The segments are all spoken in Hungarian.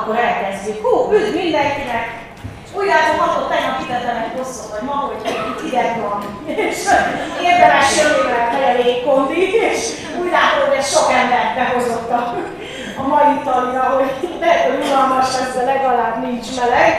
akkor elkezdjük. Hú, üdv mindenkinek! Úgy látom, attól tegnap kitettem egy posztot, vagy ma, hogy itt hideg van. És érdemes jönni, mert elég kondi, és úgy látom, hogy ez sok embert behozott a mai tanira, hogy lehet, hogy unalmas lesz, de legalább nincs meleg.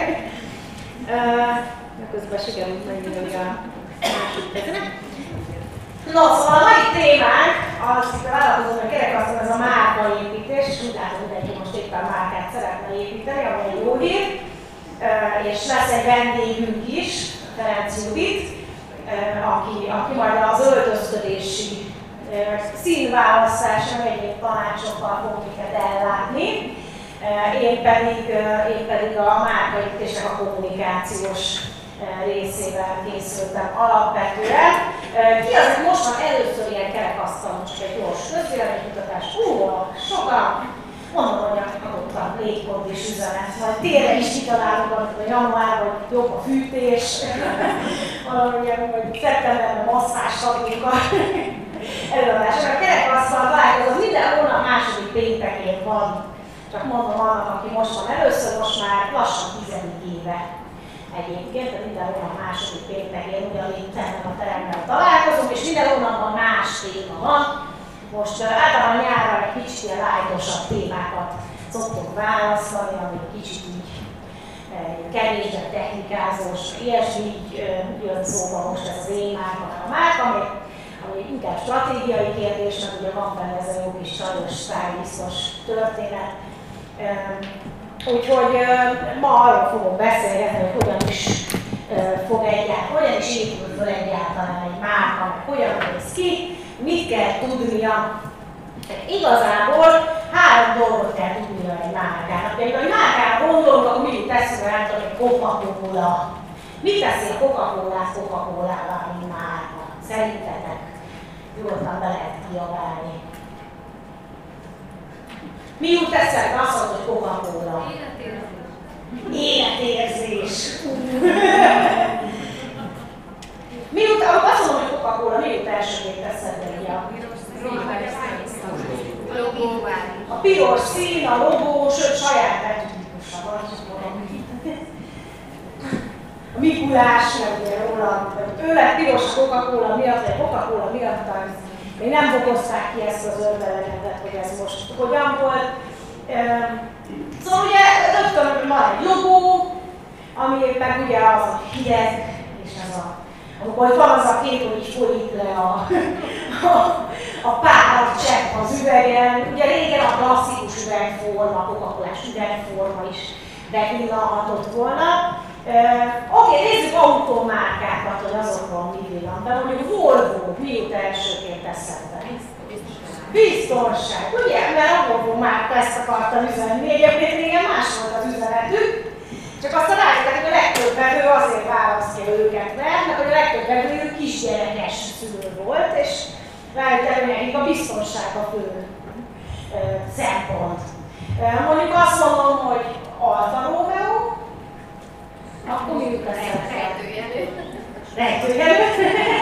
Közben sikerült megnyitni a másik tezenet. No, szóval a mai témánk, az itt vállalkozom, hogy kerekasztal ez a márkaépítés, és úgy látom, hogy mindenki most éppen márkát szeretne építeni, ami egy jó hír. És lesz egy vendégünk is, Ferenc Judit, aki majd az öltözködési színválasztás, meg egyéb tanácsokkal fog minket ellátni. Én pedig a márkaépítésnek a kommunikációs részével készültem alapvetően. Ki az, hogy most van először ilyen kerekasztalon, csak egy gyors közvéleménykutatás? Sokan! Mondom, hogy adott a légkondis üzenet, majd tényleg is kitalálunk, amikor január, vagy jobb a fűtés, valamilyen, hogy szeptemberben masszás kapunk a előadásra. A kerekasztal találkozó minden hónap második péntekén van. Csak mondom annak, aki most van először, most már lassan 10 éve egyébként, de minden hónap második péntekén ugyanígy ebben a teremben találkozunk, és minden hónapban más téma van. Most általában nyáron egy kicsit ilyen lájtosabb témákat szoktunk választani, ami kicsit így kevésbé technikázós, ilyesmi jön szóba most ez az én márka, ami inkább stratégiai kérdés, mert ugye van benne ez a jó kis csajos, sztájlisztos történet. Úgyhogy ma arról fogok beszélgetni, hogy hogyan is épül fel egyáltalán egy márka, hogyan néz ki, mit kell tudnia. Igazából 3 dolgot kell tudnia egy márkának. Amikor egy márkára gondolunk, akkor mindig teszünk rá, hogy Coca-Cola. Mit teszi a Coca-Colát Coca-Colává, mint márka? Szerintetek nyugodtan be lehet kiabálni. Mi jut teszek azt mondod, hogy Coca-Cola? Életérzés. Mi jut, azt mondom, hogy Coca-Cola, mi jut elsőként eszedbe? A piros szín, a logó, sőt saját betűtípusa van. A Mikulás, meg ugye róla, ő lett piros a Coca-Cola miatt, vagy a Coca-Cola miatt, még nem bogozták ki ezt az örvelegetet, hogy ez most hogyan volt. Szóval ugye rögtön van egy logó, ami éppen ugye az a hideg, és az a amikor van az a kép, hogy így folyik le a pár csepp az üvegen. Ugye régen a klasszikus üvegforma, a Coca-Colás üvegforma is bepillanhatott volna. Oké, nézzük automárkákat, hogy azokról mi villan. De mondjuk Volvo, mi jut elsőként eszembe? Biztonság, ugye? Mert a Volvo márka ezt akartam üzenni. Egyébként régen más volt az üzenetük. Csak aztán rájöttek, hogy a legtöbb vevő azért választja őket, mert a legtöbb vevő kisgyerekes szülő volt, és rájöttek, hogy nekik a biztonság a fő szempont. Mondjuk azt mondom, hogy Alfa Romeo, akkor mi jut eszembe? Rejtőjelő.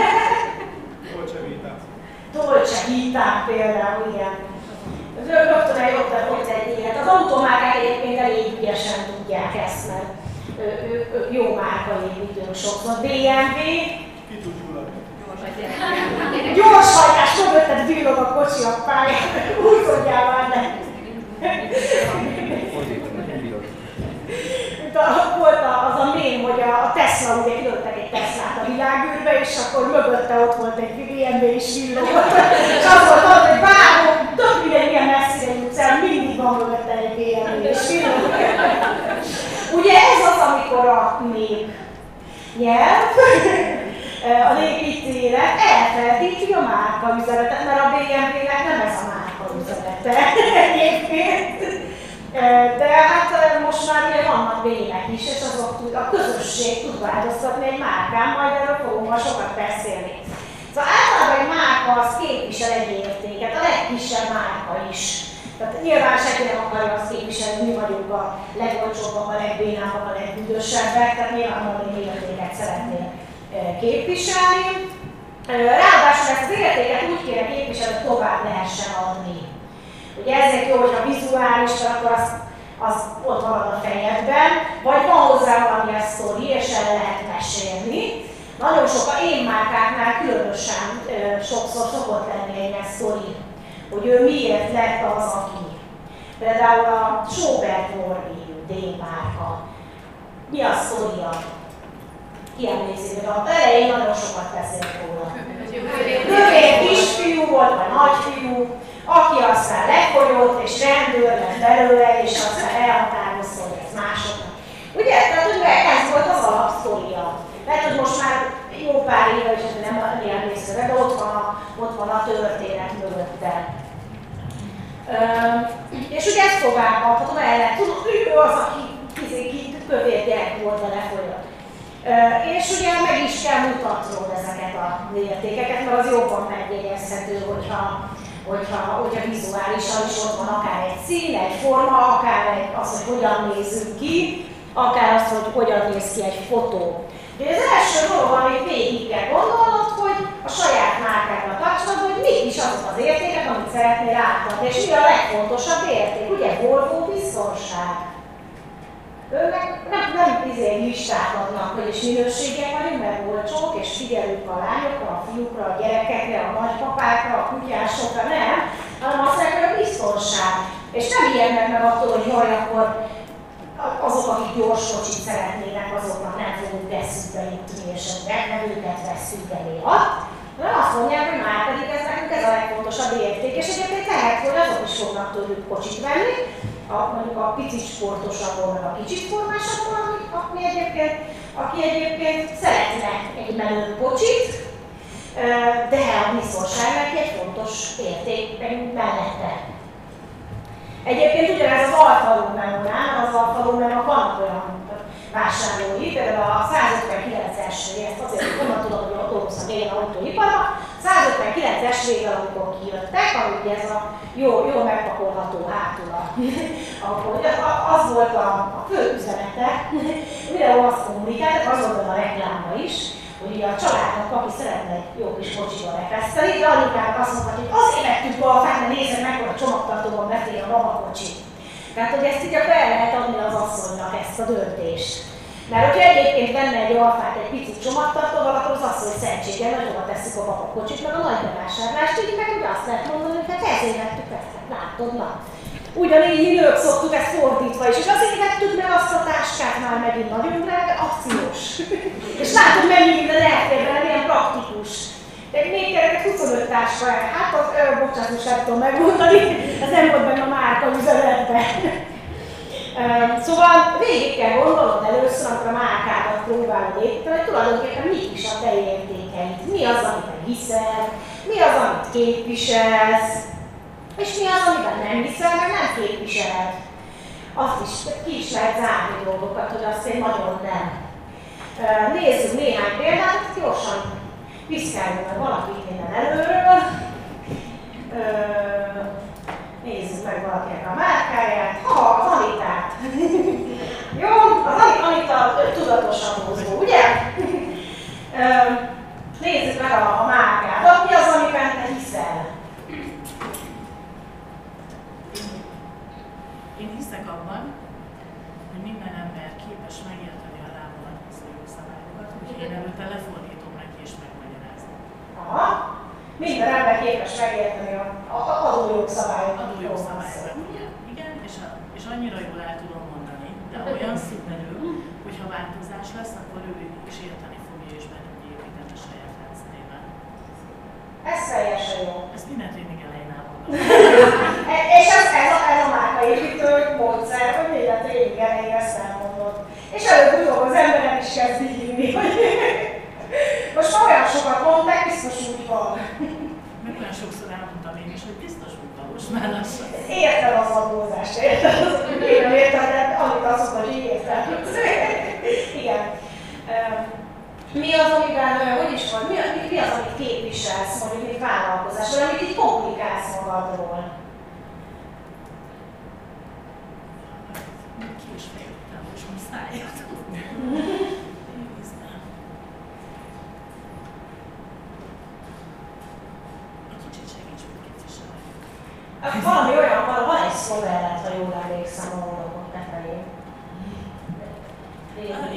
Dolce Vita például, igen. Rögtön eljött egy élet. Az automárkák egyébként elég ügyesen tudják ezt, mert ők jó márkaépítők sokszor. BMW. Gyorshajtás, mögötted villog a kocsi a pályán, húzódjál már ne. Volt az a mém, hogy a Tesla, ugye kilőttek egy Teslát a világűrbe, és akkor mögötte ott volt egy BMW is villogott. És az volt az, hogy vágom, tök mindegy ilyen messzire jutsz el, mindig van mögötte egy BMW is villogott. Ugye ez az, amikor a nép nyelv, a nép ítélet elfelejti a márkaüzenetet, mert a BMW-nek nem ez a márkaüzenete egyébként. De hát most már ugye vannak vének is, és azok a közösség tud változtatni egy márkán, majd erről fogunk ma sokat beszélni. Szóval általában egy márka az képvisel egy értéket, a legkisebb márka is. Tehát nyilván senki nem akarja azt képviselni, mi vagyunk a legolcsóbbak, a legbénábbak, a legbüdösebbek, tehát nyilvánvalóan értéket szeretnél képviselni. Ráadásul ezt az értéket úgy kéne képviselni, hogy tovább lehessen adni. Ugye ezért jó, hogyha vizuális, akkor azt az ott marad a fejedben, vagy van hozzá valamilyen sztori, és el lehet mesélni. Nagyon sok a én márkáknál különösen sokszor szokott lenni egy ilyen sztori, hogy ő miért lett az, aki. Például a Schobert Norvégű D-márka. Mi a sztoria? Ki emlékszik, hogy az elején nagyon sokat beszélt róla. Kövér kisfiú volt, vagy nagyfiú, aki aztán lefogyott, és rendőr lett belőle, és aztán elhatározta, hogy ez másoknak. Ugye? Tehát ugye ez volt az alapsztoria. Lehet, hogy most már jó pár éve, és nem emlékszem, de ott van a történet mögötte. És ugye ezt továbbadhatom el, tudom, ő az, aki kövér gyerek volt, de lefolyott. És ugye meg is kell mutatnod ezeket az értékeket, mert az jobban megjegyezhető, hogyha vizuálisan is ott van akár egy szín, egy forma, akár az, hogy hogyan nézünk ki, akár az, hogy hogyan néz ki egy fotó. Az első dolog, amit végig kell gondolnod, hogy a saját márkádra kapcsolatban, hogy mik is azok az értékek, amit szeretnél átadni, és mi a legfontosabb érték, ugye Volvo biztonság. Őnek nem listát adnak, hogy is minőségek vagyunk, mert olcsók, és figyelünk a lányokra, a fiúkra, a gyerekekre, a nagypapákra, a kutyásokra, nem, hanem azt mondják, hogy a biztonság. És nem ijednek meg attól, hogy jaj, akkor azok, akik gyors kocsit szeretnének, azoknak nem fogunk eszükbe jutni, és nem őket vesszük eléhat. De azt mondják, hogy már pedig ez nekünk ez a legfontosabb érték, és egyébként lehet, hogy azok is fognak tőlük kocsit venni, mondjuk a picit sportosabból, meg a kicsit formásabból, aki egyébként szeretne egy menő kocsit, de a biztonság neki egy fontos érték mellette. Egyébként ugyanez az Alfa Romeo-nál, az Alfa Romeo vannak olyan vásárlói, például a 159-es, ezt azért onnan tudom, hogy dolgoztam én autóiparban, 159-es végre, amikor kijöttek, ahogy ez a jó megpakolható hátula, akkor az volt a fő üzenete, mindenhol azt kommunikáltak, az volt a reklámba is, hogy a családnak, aki szeretne egy jó kis kocsiba rekeszteni, de anyukák azt mondták, hogy azért vettük be a fát, mert nézzük meg, hogy a csomagtartóban befér a babakocsi. Tehát, hogy ezt így akkor el lehet adni az asszonynak ezt a döntést. Mert hogyha egyébként venne egy alfát egy picit csomagtartóval, akkor az asszony szentséggel nagyokat teszik a babakocsit, meg a nagy bevásárlást, így meg ugye azt lehet mondani, hogy hát ezért vettük ezt, látod, na. Ugyanígy mi nők szoktuk ezt fordítva is, és azért vettük meg azt a táskát már megint nagyon drága, akciós. És látod, mennyi minden elfér bele, milyen praktikus. De még kereket 25 táska, hát az, bocsánat, most nem tudom megmondani, ez nem volt benne a márka üzenetben. Szóval végig kell gondolnod először, amikor a márkádat próbálod építeni, hogy tulajdonképpen mik is a te értékeid, mi az, amiben hiszel, mi az, amit képviselsz, és mi az, amiben nem hiszel, meg nem képviseled. Azt is ki is lehet zárni dolgokat, hogy azt én nagyon nem. Nézzük néhány példát, gyorsan piszkáljunk meg valakit minden előről. Nézzük meg valakinek a márkáját. Az Anitát. Jó, az Anita tudatosan hozó, ugye? Nézzük meg a márkát. Mi az, amiben te hiszel? Én hiszek abban, hogy minden ember képes megérteni a rá vonatkozó jogszabályokat, úgyhogy én előtte lefordítom neki és megmagyarázom. Aha. Minden ember képes megérteni az adójogszabályokat. Adójogszabályokat, igen, és annyira jól el tudom mondani, de olyan szinten, hogyha változás lesz, akkor ő is érteni fogja és be tudja építeni a saját rendszerében. Ez teljesen jó. Ezt minden tréning elején elmondom. És ez a márkaépítő módszer, hogy minden tréning elején ezt elmondod. És előbb-utóbb az emberem is kezd hinni, hogy most olyan sokat mondták, biztos úgy van. Meg olyan sokszor elmondtam én is, hogy biztos úgy van, most már lassan. Érted az adózást, érted? Én nem érted, amit azt mondta, hogy érted. Igen. Mi az, amiben, hogy is van, mi az, amit képviselsz, mondjuk egy vállalkozás, vagy amit így kommunikálsz magadról? Ki is fejlődtem, most már száját. Kicsit segíts, hogy képviselni. Valami olyan, van egy szlovenet, ha jól emlékszem, a mondokottál.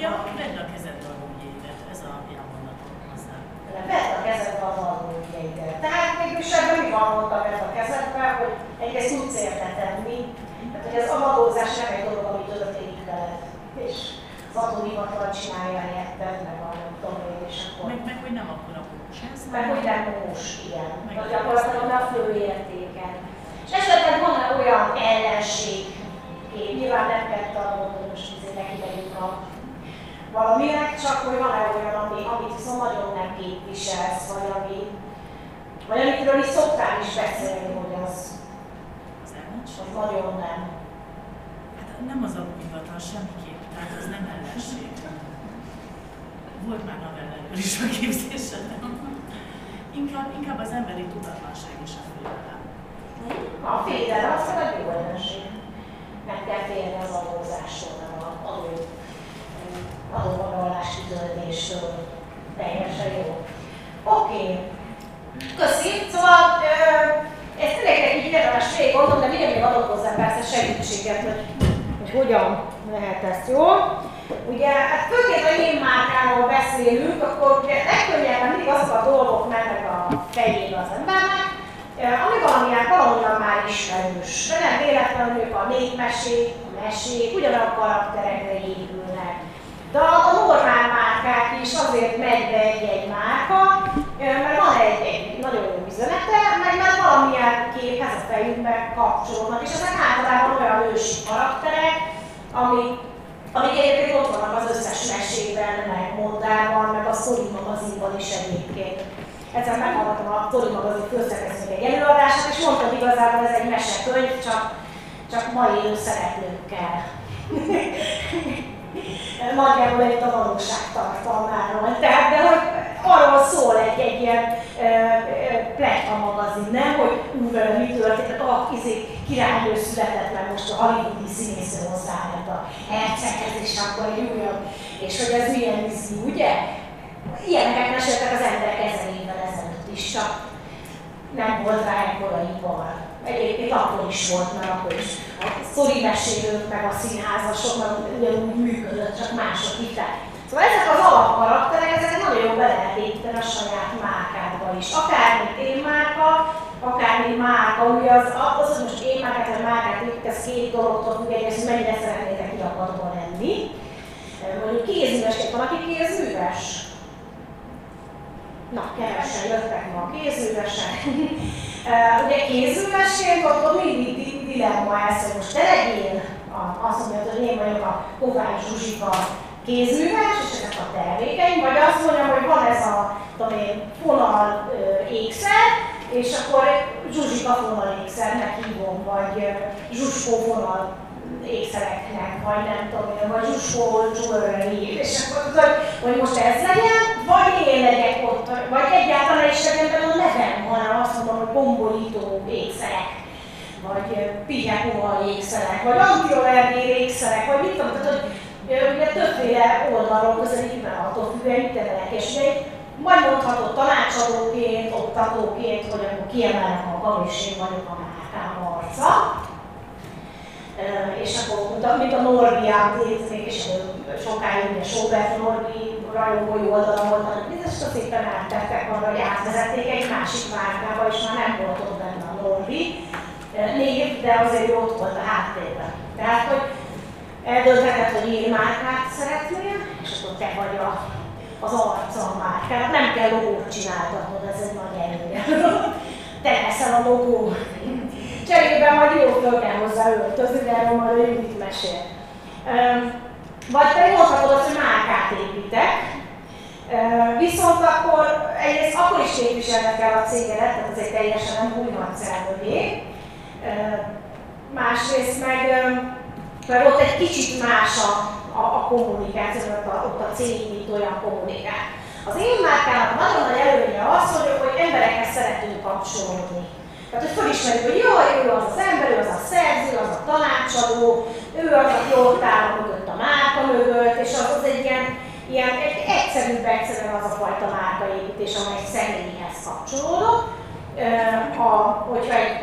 Ja, vedd a kezedbe a lógyéidet, ez a jelmondatot hozzá. Vedd a kezedbe a lógyéidet. Tehát mégis ebben mi van, mondtam vedd a kezedbe, hogy egyrészt tudsz érte tenni. Tehát, hogy az amadózás nem egy dolog, ami történik veled. És az adóhivatal csinálja helyetted, meg a nem tudom én, és akkor... Meg hogy nem akkor a múlós ez? Meg hogy nem múlós, igen. Vagy gyakorlatilag a fő értéken. És esetleg van olyan ellenség, nyilván nem kell tanulni, hogy most neki megyünk a valaminek, csak hogy van-e olyan, amit viszont nagyon nem képviselsz, vagy amitről is szoktál is beszélni, hogy az nagyon nem. Hát nem az adóhivatal semmiképp, tehát az nem ellenség. Volt már novelláról is a képzésedben. Inkább az emberi tudatlanság is a félelem. A félelem az egy jó ellenség. Meg kell félni az adózástól, nem az adóvonalás kitöltéstől. Teljesen jó. Oké. Köszi. Szóval ezt tényleg így érdemes végig gondolom, de még adok hozzá persze segítséget, hogy hogyan lehet ezt jól. Ugye, hát főként, ha én márkáról beszélünk, akkor ugye legkönnyebben mindig azok a dolgok mennek a fejébe az embernek, ami valahogyan már ismerős. De nem véletlenül ők a népmesék, a mesék, ugyanolyan karakterekre épülnek. De a normál márkák is azért megy be egy márka, mert van egy nagyon jó üzenete, meg már valamilyen képhez a fejünkbe kapcsolódnak, és ezek általában olyan ősi karakterek, amik egyébként ott vannak az összes mesében, meg mondában, meg a Story magazinban is egyébként. Egyszer meghallgattam a Story magazin főszerkesztőnek egy előadását, és mondta, hogy igazából ez egy mesekönyv, csak ma élő szereplőkkel. Nagyjából egy a valóság tartalmáról. Tehát, de hogy arról szól egy ilyen pletyka magazin, nem? Hogy vele mi történt, királynő született meg most a hollywoodi színésző hozzáállt a herceghez, és akkor egy újabb, és hogy ez milyen izgi, ugye? Ilyeneket meséltek az emberek 1000 évvel ezelőtt is, csak nem volt rá ekkora ipar. Egyébként akkor is volt, mert akkor is a sztorimesélők, meg a színházasok, meg ugyanúgy működött, csak mások hittek. Szóval ezek az alapkarakterek, ezeket nagyon jól be lehet építeni a saját márkádba is. Akár mint témmárka, akár mint márka, ugye az, hogy most témmárkát vagy márkát építesz, két dologtól függ egyrészt, hogy mennyire szeretnétek kirakatban lenni. Mondjuk kézművesként van, aki kézműves. Na, kevesen jöttek ma a kézművesek. Ugye kézművesként ott mindig dilemma ez, hogy most te legyél, azt mondja, hogy én vagyok a Kovács Zsuzsika kézműves, és ezek a termékeim, vagy azt mondjam, hogy van ez a fonal ékszer, és akkor Zsuzsika fonal ékszernek hívom, vagy Zsuskó fonal ékszereknek, vagy nem tudom, vagy Zsuskó jewelry, és akkor hogy most ez legyen, vagy én legyek ott, vagy egyáltalán is legyen belőle a nevem, hanem azt mondom, hogy gombolító ékszerek, vagy pihekoval ékszerek, vagy antiallergén ékszerek, vagy mit tudom, tehát, hogy ugye többféle oldalról közelítve attól függően mit emelek, és ugye majd mondhatod tanácsadóként, oktatóként, hogy akkor kiemelem magam, és én vagyok a márkám arca. És akkor mint a Norbiát néznék, és sokáig ugye Sobert Norbi rajongói oldalon voltak, és szépen áttettek arra, hogy átvezették egy másik márkába, és már nem volt ott benne a Norbi név, de azért ott volt a háttérben. Tehát, hogy eldöntheted, hogy én márkát szeretnél, és akkor te vagy az arca a márkának. Nem kell logót csináltatnod, ez egy nagy előnye. Te leszel a logó. Cserében majd jól föl kell hozzá öltözni, de erről majd a Judit mesél. Vagy pedig mondhatod azt, hogy márkát építek, viszont akkor egyrészt akkor is képviselned kell a cégedet, tehát ez egy teljesen nem új nagy szervőjé. Másrészt meg ott egy kicsit más a kommunikáció, ott a cég, mint olyan kommunikál. Az én márkának nagyon nagy előnye az, hogy emberekhez szeretünk kapcsolódni. Tehát, hogy felismerjük, hogy jaj, ő az az ember, ő az a szerző, az a tanácsadó, ő az, aki ott áll mögött a márka mögött, és az egy ilyen egyszerűen az a fajta márkaépítés, amely személyhez kapcsolódott. Hogyha egy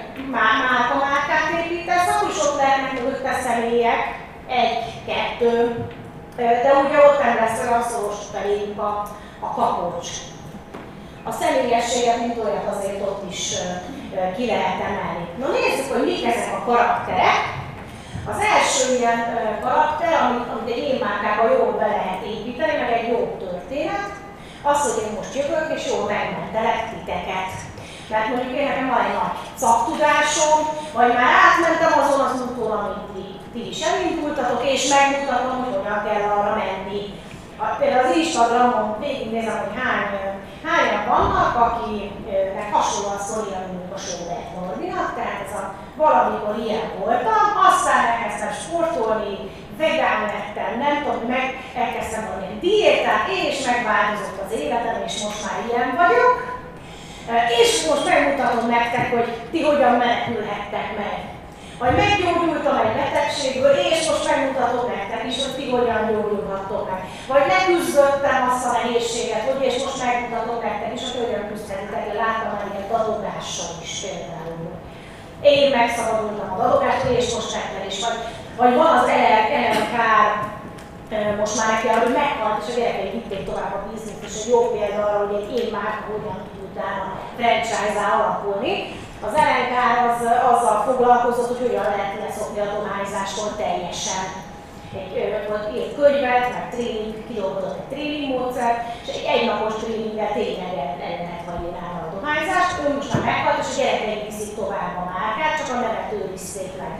márkát építesz, akkor is ott lehetnek mögötte személyek, 1, 2, de ugye ott nem lesz olyan szoros felénk a kapocs. A személyességet, mint olyat azért ott is ki lehet emelni. Na nézzük, hogy mik ezek a karakterek. Az első ilyen karakter, amit egy énmárkába jól be lehet építeni, meg egy jó történet, az, hogy én most jövök és jól megmentelek titeket. Mert mondjuk én nekem van egy nagy szaktudásom, vagy már átmentem azon az úton, amit ti is elindultatok, és megmutatom, hogy hogyan kell arra menni. Például az Instagramon végignézem, hogy hányan vannak, akinek hasonló a sztoria, mint a Sódert Norbinak, tehát ez a valamikor ilyen voltam, aztán elkezdtem sportolni, vegán lettem, nem tudom, meg elkezdtem valamilyen diétát, és megváltozott az életem, és most már ilyen vagyok. És most megmutatom nektek, hogy ti hogyan menekülhettek meg. Vagy meggyógyultam egy betegségből, és most megmutatom nektek is, hogy ti hogyan gyógyulhattok meg. Vagy leküzdöttem azt a nehézséget, hogy és most megmutatom nektek is, hogy hogyan küzdhetitek. Én láttam már ilyen dadogással is például. Én megszabadultam a dadogástól, és most nektek is. Vagy van az LRK, most már neki arra, hogy meghalt, és a gyerekei vitték tovább a bizniszt, és egy jó példa arra, hogy egy én márka hogyan tud utána franchise-á alakulni. Az LNK azzal foglalkozott, hogy hogyan lehet leszokni a dohányzástól teljesen. Írt könyvet, meg tréning, kidolgozott egy tréning módszert, és egy egynapos tréninggel tényleg el lehet hagyni nála a dohányzást. Ő most már meghalt, és a gyerekei viszik tovább a márkát, csak a nevet őrizték meg.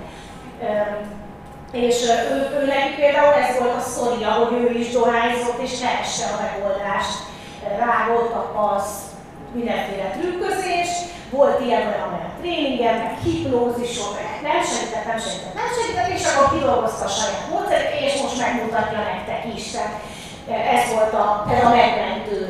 És ő neki például ez volt a sztoria, hogy ő is dohányzott és keresse a megoldást. Rá volt az mindenféle trükközés, volt ilyen-olyan tréningen, meg hipnózisok, nem segített, és akkor kidolgozta a saját módszert, és most megmutatja nektek is. Tehát ez volt ez a megmentő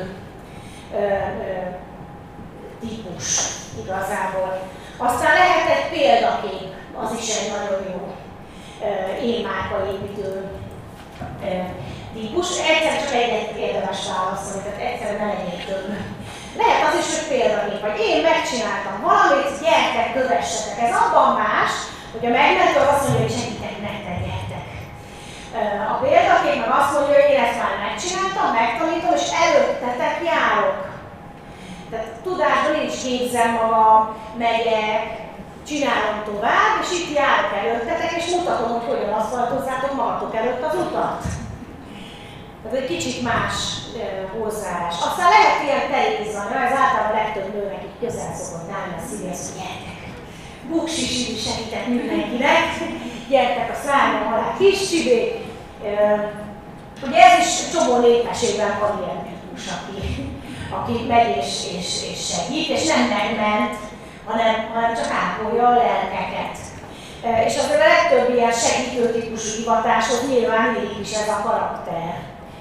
típus igazából. Aztán lehet egy példakép, az is egy nagyon jó énmárkaépítő típus. Egyszer csak egyet érdemes válaszolni, tehát egyszer ne legyen több. Lehet az is, hogy példakép, vagy én megcsináltam valamit, gyertek, kövessetek. Ez abban más, hogy a megmentő azt mondja, hogy segítek nektek, gyertek. A példakép meg azt mondja, hogy én ezt már megcsináltam, megtanítom, és előttetek járok. Tehát tudásban én is képzem magam, megyek, csinálom tovább, és itt járok előttetek, és mutatom, hogy hogyan aszfaltozzátok magatok előtt az utat. Ez egy kicsit más hozzáállás. Aztán lehet ilyen terézanyra, ez általában a legtöbb nőnek így közel szokott állni a szívhez, hogy gyertek. Buksisíri segítek mindenkinek, gyertek a szárnyam alá kis csibék. Ugye ez is csomó népességben van ilyen típus, aki megy és segít, és nem megment, hanem csak ápolja a lelkeket. És azért a legtöbb ilyen segítő típusú hivatáshoz nyilván illik is ez a karakter.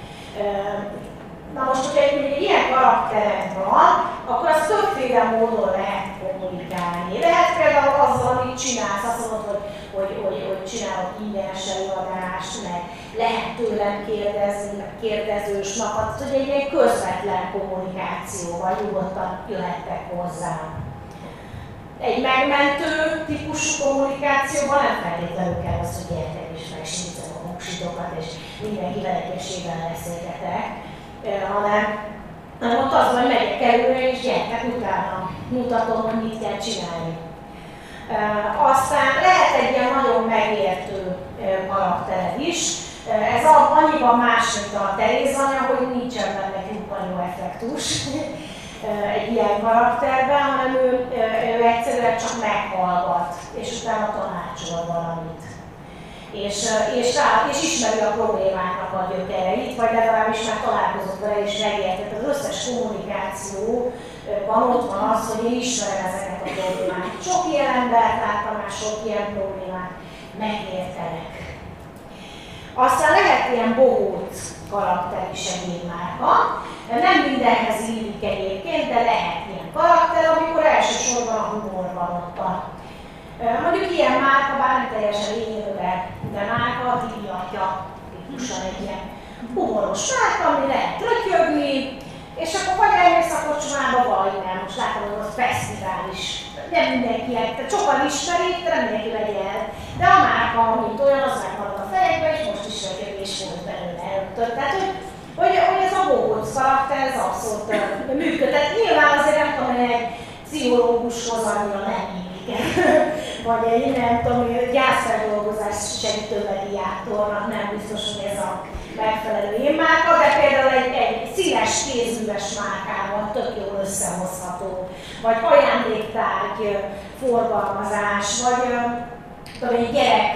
Na most, hogyha egy ilyen karaktered van, akkor azt többféle módon lehet kommunikálni. Lehet például azzal, amit csinálsz, azt mondod, hogy csinálok ingyenes előadást, meg lehet tőlem kérdezni, meg kérdezős napot, hogy egy ilyen közvetlen kommunikációval nyugodtan jöhettek hozzám. Egy megmentő típusú kommunikációban nem feltétlenül kell az, hogy gyertek és megsítsem a buksitokat, és mindenkivel egyesével beszélgetek, hanem ott az, hogy megyek előre, és gyertek utána, mutatom, hogy mit kell csinálni. Aztán lehet egy ilyen nagyon megértő karaktered is. Ez annyiban más, mint a Terézanya, hogy nincsen benne kuppanyó effektus egy ilyen karakterben, hanem ő egyszerűen csak meghallgat, és utána tanácsol valamit. És ismeri a problémáknak a gyökereit, vagy legalábbis már találkozott vele és megértett. Az összes kommunikációban ott van az, hogy én ismerem ezeket a problémákat. Sok ilyen embert láttam, már sok ilyen problémát, megértenek. Aztán lehet ilyen bohóc karakter is egy énmárka. Nem mindenhez illik egyébként, de lehet ilyen karakter, amikor elsősorban a humor van ott. Mondjuk ilyen márka, bár nem teljesen lényegre, de márka a Tibi-atya típusan egy ilyen humoros márka, ami lehet trötyögni, és akkor vagy elmész a kocsmába, vagy nem. Most látom, hogy ott fesztivál is. Nem mindenki, tehát sokan ismerik, de nem mindenki vegye el. De a márka, mint olyan, az megmarad a fejekbe, és most is trötyögés volt belőle, erről rögtön. Tehát, hogy ez a bohóc karakter, ez abszolút működik. Tehát nyilván azért nem tudom, hogy egy pszichológushoz annyira nem illik, vagy egy nem tudom, hogy gyászfeldolgozás segítő mediátornak nem biztos, hogy ez a megfelelő énmárka, de például egy színes kézműves márkával tök jól összehozható, vagy ajándéktárgy forgalmazás, vagy egy gyerek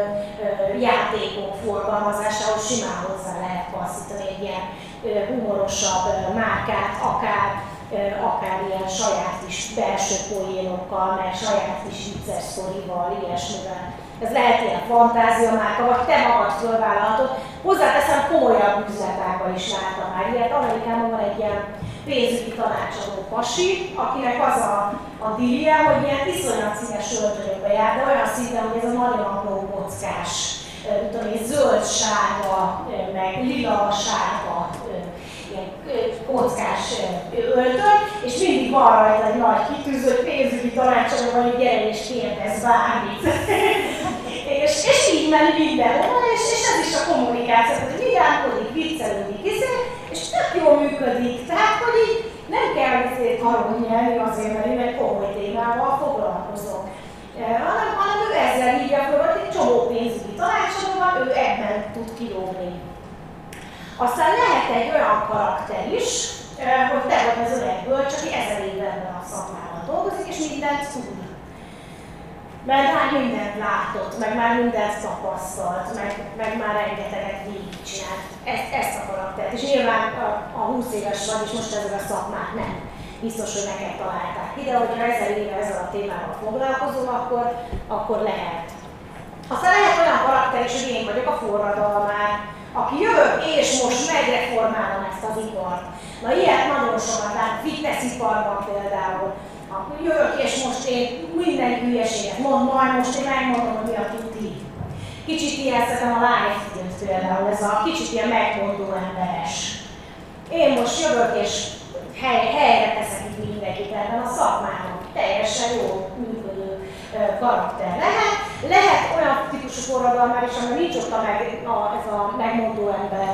játékok forgalmazásához simán hozzá lehet passzítani egy ilyen humorosabb márkát, akár ilyen saját is belső poénokkal, meg saját is vicces sztorival, ilyesmivel. Ez lehet ilyen fantáziamárka, vagy te magad fölvállalhatod. Hozzáteszem, komolyabb üzletágban is láttam már ilyet. Amerikában van egy ilyen pénzügyi tanácsadó pasi, akinek az a díja, hogy ilyen iszonyat színes öltönyökbe jár, de olyan színen, hogy ez a nagyon apró kockás, zöld-sárga, meg lila-sárga, ilyen kockás öltöny, és mindig van rajta egy nagy kitűző, hogy pénzügyi tanácsadó vagy, hogy gyere és kérdezz bármit. és így menj mindenhol, és ez is a kommunikáció, hogy vigyámkodik, viccelődik, és tök jól működik, tehát hogy így nem kell azért arról nyelni azért, mert én egy komoly témával foglalkozom. Hanem ő ezzel hívja fel, hogy egy csomó pénzügyi tanácsadó van, ő ebben tud kilógni. Aztán lehet egy olyan karakter is, hogy te vagy az öreg bölcs, aki 1000 éve ebben a szakmában dolgozik, és mindent tud. Mert már mindent látott, meg már mindent tapasztalt, meg már rengeteget végigcsinált. Ezt a karaktert. És nyilván a 20 éves vagy, és most ezzel a szakmát nem biztos, hogy neked találták ki, de hogyha 1000 éve ezzel a témával foglalkozom, akkor lehet. Aztán lehet olyan karakter is, hogy én vagyok a forradalmár, aki jövök és most megreformálom ezt az ipart. Na ilyet nagyon sokat lát, fitnessiparban például. Akkor jövök és most én minden hülyeséget majd most én megmondom, hogy mi a tuti. Kicsit ilyen szeretem a Life-t például, ez a kicsit ilyen megmondó emberes. Én most jövök és helyre teszek itt mindenkit ebben a szakmában. Teljesen jól működő karakter lehet. Lehet olyan típusú forradalmár is, amely nincs ott ez a megmondó ember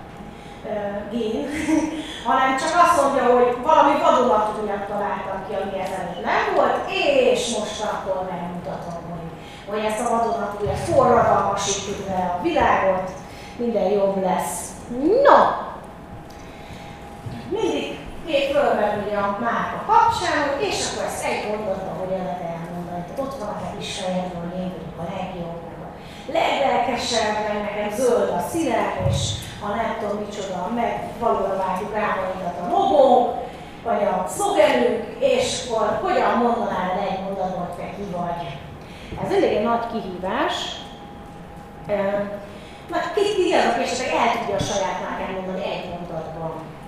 gén, hanem csak azt mondja, hogy valami vadonatújat találtam ki, ami ezelőtt nem volt, és most akkor megmutatom, hogy ezt a vadonatújat forradalmasítjuk vele a világot, minden jobb lesz. No! Mindig két fölmerül a márka kapcsán, és akkor ezt egy mondatban, hogy el lehet elmondani. Tehát ott van a te kis fejedről, én vagyok a legjobb, meg a leglelkesebb, meg nekem zöld a színem, és a nem tudom micsoda, meg valóra vágjuk álmaidat a logónk, vagy a szlogenünk, és akkor hogyan mondanád el egy mondatban, hogy te ki vagy. Ez mindig egy nagy kihívás. Ki az, aki esetleg el tudja a saját márkát mondani egy mondatban?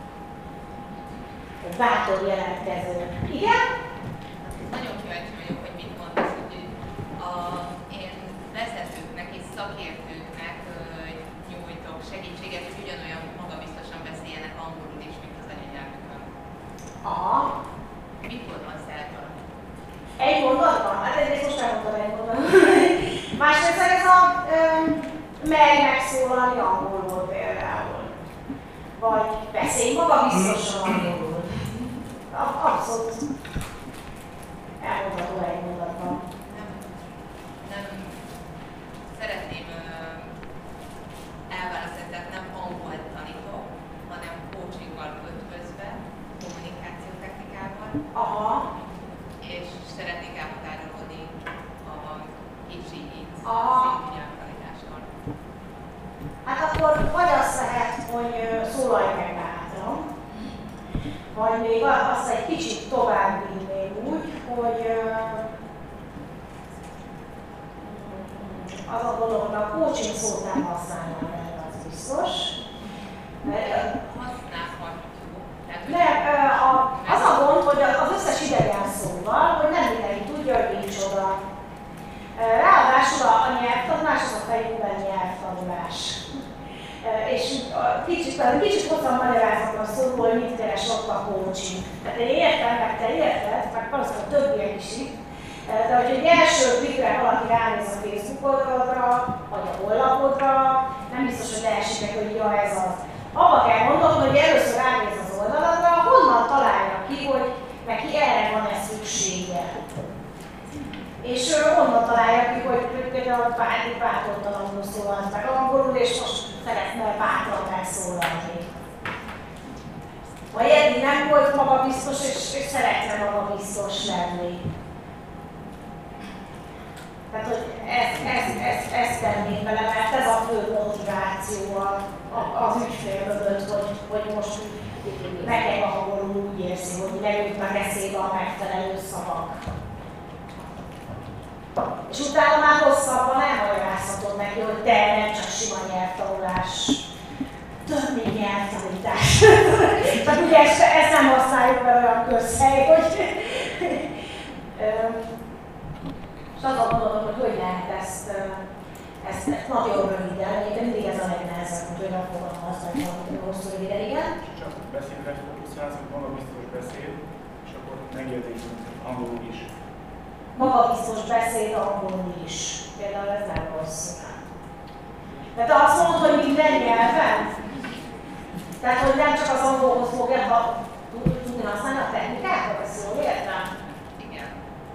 Egy bátor jelentkező. Igen? Nagyon kíváncsi vagyok, hogy mit mondasz, hogy én vezetőknek és szakértőknek nyújtok segítséget, hogy ugyanolyan magabiztosan beszéljenek angolul is, mint az anyanyelvükön. Aha. Mit gondolsz erről? Egy mondatban? Hát egyrészt most elmondtam egy mondatban. Másrészt ez a merj megszólalni angolul például. Vagy beszélj magabiztosan angolul. Abszolút elmondható egy mondatban. Nem szeretném elválasztani, tehát nem angol tanítok, hanem coachinggal ötvözve, kommunikáció technikával. Aha. És szeretnék elhatárolódni a kicsi nyelvtanítástól. Hát akkor vagy azt lehet, hogy szólalj meg bátran, vagy még azt egy kicsit tovább vinnék úgy, hogy az a dolog, hogy a coaching szót nem használnám erre, az biztos. Használhatjuk. Nem, az a gond, hogy az összes idegen szóval, hogy nem mindenki tudja, hogy micsoda. Ráadásul a nyelvtanulás az a fejünkben nyelvtanulás. És kicsit hozzam magyarázatban szóló, hogy mit keres ott a coaching. Tehát én értem, meg te érted, meg valószínűleg a többiek is itt, de hogy egy első klikre valaki ránéz a Facebook oldalra, vagy a honlapodra, nem biztos, hogy leesik, hogy ja, ez az. Abba kell gondolni, hogy először ránéz az oldaladra, honnan találja ki, hogy neki erre van-e szüksége. És honnan találja ki, hogy például bátortalanul szólalt meg angolul, és most szeretne bátran megszólalni. Vagy eddig nem volt magabiztos, és szeretne magabiztos lenni. Tehát, hogy ezt tennék vele, mert ez a fő motiváció az ügyfél mögött, hogy most nekem a hangoló úgy érzi, hogy ne jutnak eszébe a megfelelő szavak. És utána már hosszabban elmagyarázhatod neki, hogy te nem csak sima nyelvtanulás, több még nyelvtanítás. Tehát ugye ezt nem használjuk el olyan közhely, hogy... És azon gondolom, hogy lehet ezt nagyon röviden, egyébként mindig ez a legnehezebb, hogy hogyan fogalmaznak valami hosszú röviden, igen. Csak beszédre fókuszálsz, hogy magabiztos beszéd, és akkor megjegyzésünk angolul is. Magabiztos beszéd angolul is. Például ez nem rossz. Tehát azt mondod, hogy minden nyelven? Tehát, hogy nem csak az angolhoz fogja tudni használni a technikákat, ezt jól értem? Igen.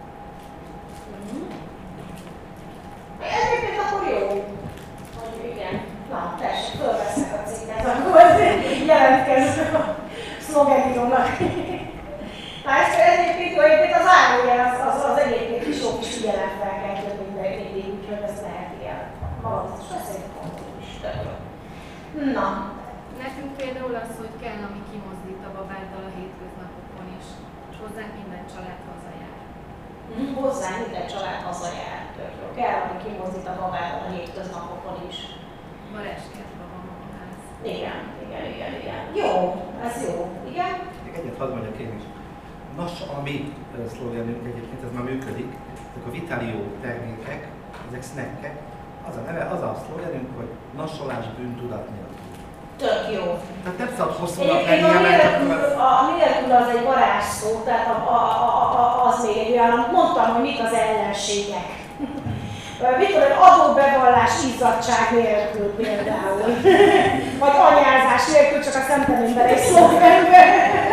Egyébként akkor jó. Hogy igen. Na, tessék, fölvesznek a cikket, akkor jelentkezünk a szlogeníromnak. Na, ezt egyébként az árójel az egyébként is jó kis figyelemtel kell mindig, úgyhogy ezt lehet ilyen. Magabiztos beszéljük angolul is. Na. Nekünk például az, hogy kell, ami kimozdít a babáddal a hétköznapokon is, és hozzánk minden család hazajár. Hozzánk minden család hazajár. Kell, ami kimozdít a babáddal a hétköznapokon is. Baleskert baba mamáház. Igen. Jó, ez jó. Igen? Még egyet hadd mondjak én is. Nos, a mi szlogenünk egyébként, ez már működik, ezek a Vitalio termékek, ezek snackek, az a neve, az a szlogenünk, hogy nassolás bűntudat nélkül. Tök jó. Tehát nem szabad hosszúnak lennie, mert a nélkül az egy varázsszó, tehát az még egy olyan, mondtam, hogy mik az ellenségek. Mit tudom, adóbevallás izzadtság nélkül például. Vagy anyázás nélkül, csak a szemtelemben egy szlogenben.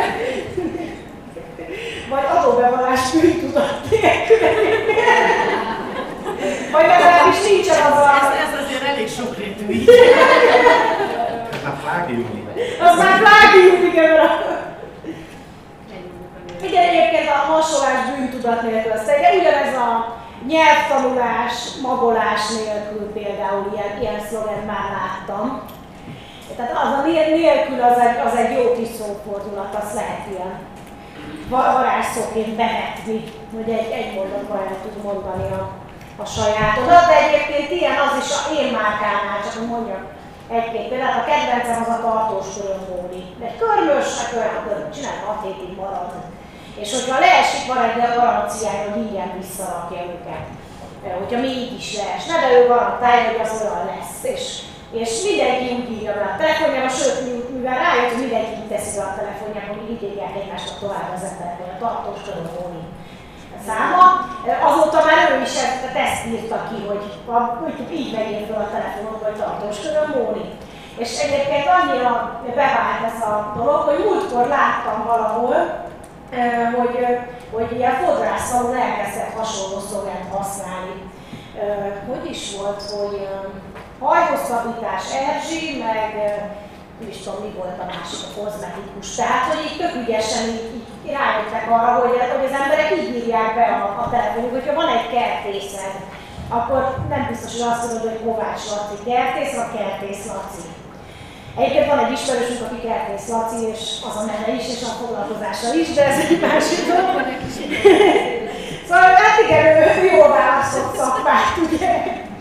Vagy adóbevallás bűntudat nélkül. Vagy legalábbis nincsen az a... Ez azért elég sokrétű így. ez már plágium. Az már plágium, igen. Igen, egyébként a hasonlás bűntudat nélkül, aztán ugyanez a nyelvtanulás, magolás nélkül például ilyen szlogen már láttam. Tehát az a nélkül az egy jó kis szófordulat, azt lehet ilyen varázsszóként bevetni, hogy egy mondatban el tud mondani a sajátodat, de egyébként ilyen az is én márkánál, csak hogy mondjak egy-két példát. A kedvencem az a tartós körömbóli. Egy körmös, akkor csinálj 6 hétig marad. És hogyha leesik, van egy garanciája, hogy ingyen visszarakja őket. Hogyha még is leesne, de ő garantálja, hogy az olyan lesz. És mindenki úgy írja be a telefonjában, sőt, mivel rájött, hogy mindenki így teszi be a telefonjában, hogy így írják egymásnak tovább az emberek, hogy a tartós körömbóli száma. Azóta már ő is ezt írta ki, hogy így vegyél fel a telefonot, vagy tartós körömbóli. És egyébként annyira bevált ez a dolog, hogy múltkor láttam valahol, hogy ilyen fodrászalon elkezdett hasonló szlogent használni. Hogy is volt, hogy hajhosszabbítás Erzsi, meg nem is tudom, mi volt a másik, a kozmetikus. Tehát, hogy így tök ügyesen így rájöttek arra, hogy az emberek így írják be a telefonjuk, hogyha van egy kertészed, akkor nem biztos, hogy azt mondod, hogy Kovács Laci kertész, vagy Kertész Laci. Egyébként van egy ismerősünk, aki Kertész Laci, és az a neve is, és a foglalkozása is, de ez egy másik dolog. Szóval hát igen, ő jól választott szakmát, ugye?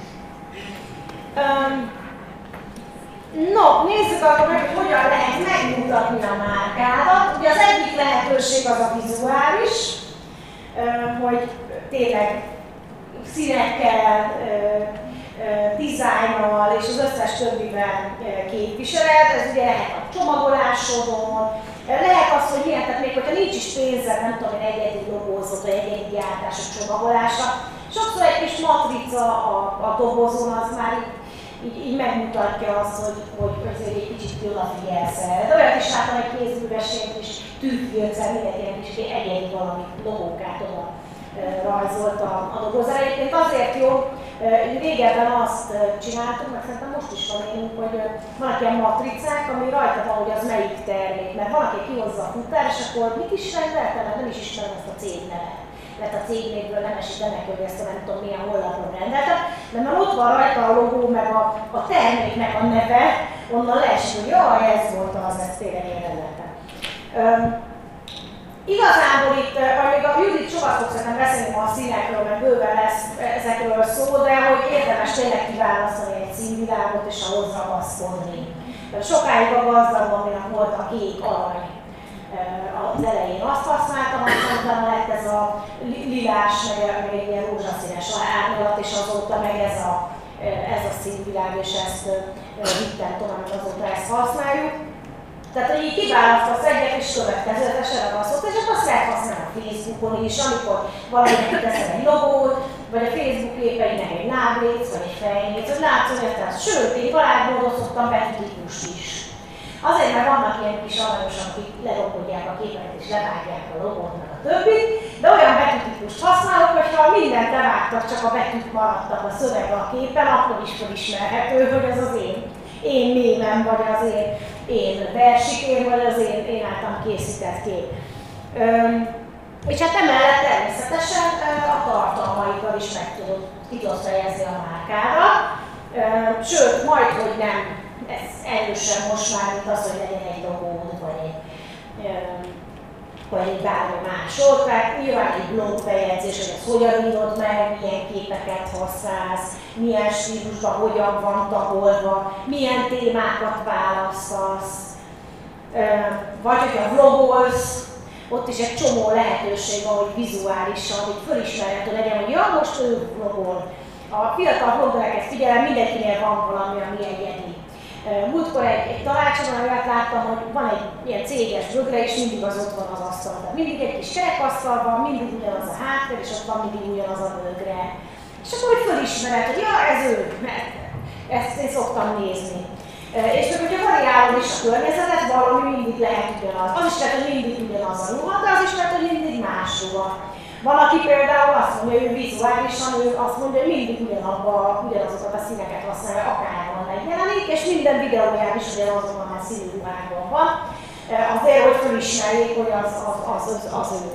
No, nézzük akkor meg, hogy hogyan lehet megmutatni a márkádat. Ugye az egyik lehetőség az a vizuális, hogy tényleg színekkel, dizájnnal és az összes többivel képviseled. Ez ugye lehet a csomagolásodon, lehet az, hogy ilyen, tehát még hogyha nincs is pénzed, nem tudom, egy egyedi logózat, vagy egy egyedi gyártások csomagolásra, sokszor egy kis matrica a dobozon, az már így így megmutatja azt, hogy azért egy kicsit odafigyelsz erre. De olyat is láttam, egy kézműves ilyen kis tűzfilccel, mindenki ilyen kis egyedi valami logókát oda rajzolt a dolgozóra. Egyébként azért jó, régebben azt csináltuk, meg szerintem most is van élünk, hogy vannak ilyen matricák, ami rajta van, hogy az melyik termék, mert valaki kihozza a futár, és akkor mit is rendeltem, mert nem is ismerem ezt a cégnevet. Mert a cégnévből nem esik be neki, hogy ezt a nem tudom milyen honlapon rendeltem, de már ott van rajta a logó, meg a terméknek a neve, onnan leesik, hogy jaj, ez volt az, ezt tényleg én rendeltem. Igazából itt, vagy még a Judit sokat fog szerintem beszélni a színekről, mert bőven lesz ezekről szó, de hogy érdemes tényleg kiválasztani egy színvilágot és ahhoz ragaszkodni. Sokáig a gazdagban volt a kék arany. Az elején azt használtam, aztán utána lett ez a lilás, meg egy ilyen rózsaszínes árnyalat, és azóta meg ez a színvilág, és ezt vittem tovább, azóta ezt használjuk. Tehát, hogy így kiválasztasz egyet, és következetesen ragaszkodsz, és akkor azt lehet használni a Facebookon is, amikor valakinek teszel egy logót, vagy a Facebook képeinek egy lábléc, vagy egy fejléc, hogy látszol, hogy tehát sőt, én barátmódozottam betűtípust is. Azért, mert vannak ilyen kis aranyosak, akik lerobkodják a képeket és levágják a logót, meg a többit, de olyan betűtípust használok, hogyha mindent levágtak, csak a betűk maradtak a szöveg a képen, akkor is felismerhető, hogy ez az én mémem, vagy az én versikém, vagy az én általam készített kép. És hát emellett természetesen a tartalmaikkal is ki tudod fejezni a márkádat. Sőt, majd, hogy nem, ez erősen most már, mint az, hogy legyen egy logód, vagy egy bármi másod. Tehát nyilván egy blogbejegyzés, hogy ezt hogyan írod meg, milyen képeket használsz, milyen stílusban, hogyan van tagolva, milyen témákat választasz. Vagy hogyha vlogolsz, ott is egy csomó lehetőség van, hogy vizuálisan, hogy fölismerhető legyen, hogy ja, most ő vlogol. A fiatal vloggereket figyelem, mindenkinél van valami, ami egyedi. Múltkor egy tanácson, olyat láttam, hogy van egy ilyen céges bögre, és mindig az ott van az asztal. Tehát mindig egy kis kerekasztal van, mindig ugyanaz a háttér, és ott van mindig ugyanaz a bögre. És akkor hogy fölismered, hogy ja, ez ő, mert ezt én szoktam nézni. És meg, hogyha variálod is a környezetet, valami mindig lehet ugyanaz. Az is lehet, hogy mindig ugyanaz a ruha, de az is lehet, hogy mindig más ruha. Van, aki például azt mondja, hogy ő vizuálisan, ő azt mondja, hogy mindig ugyanazokat a színeket használja, akárhol megjelenik, és minden videójában is ugyanazokban a színű ruhákban van, azért, hogy felismerjék, hogy az ő.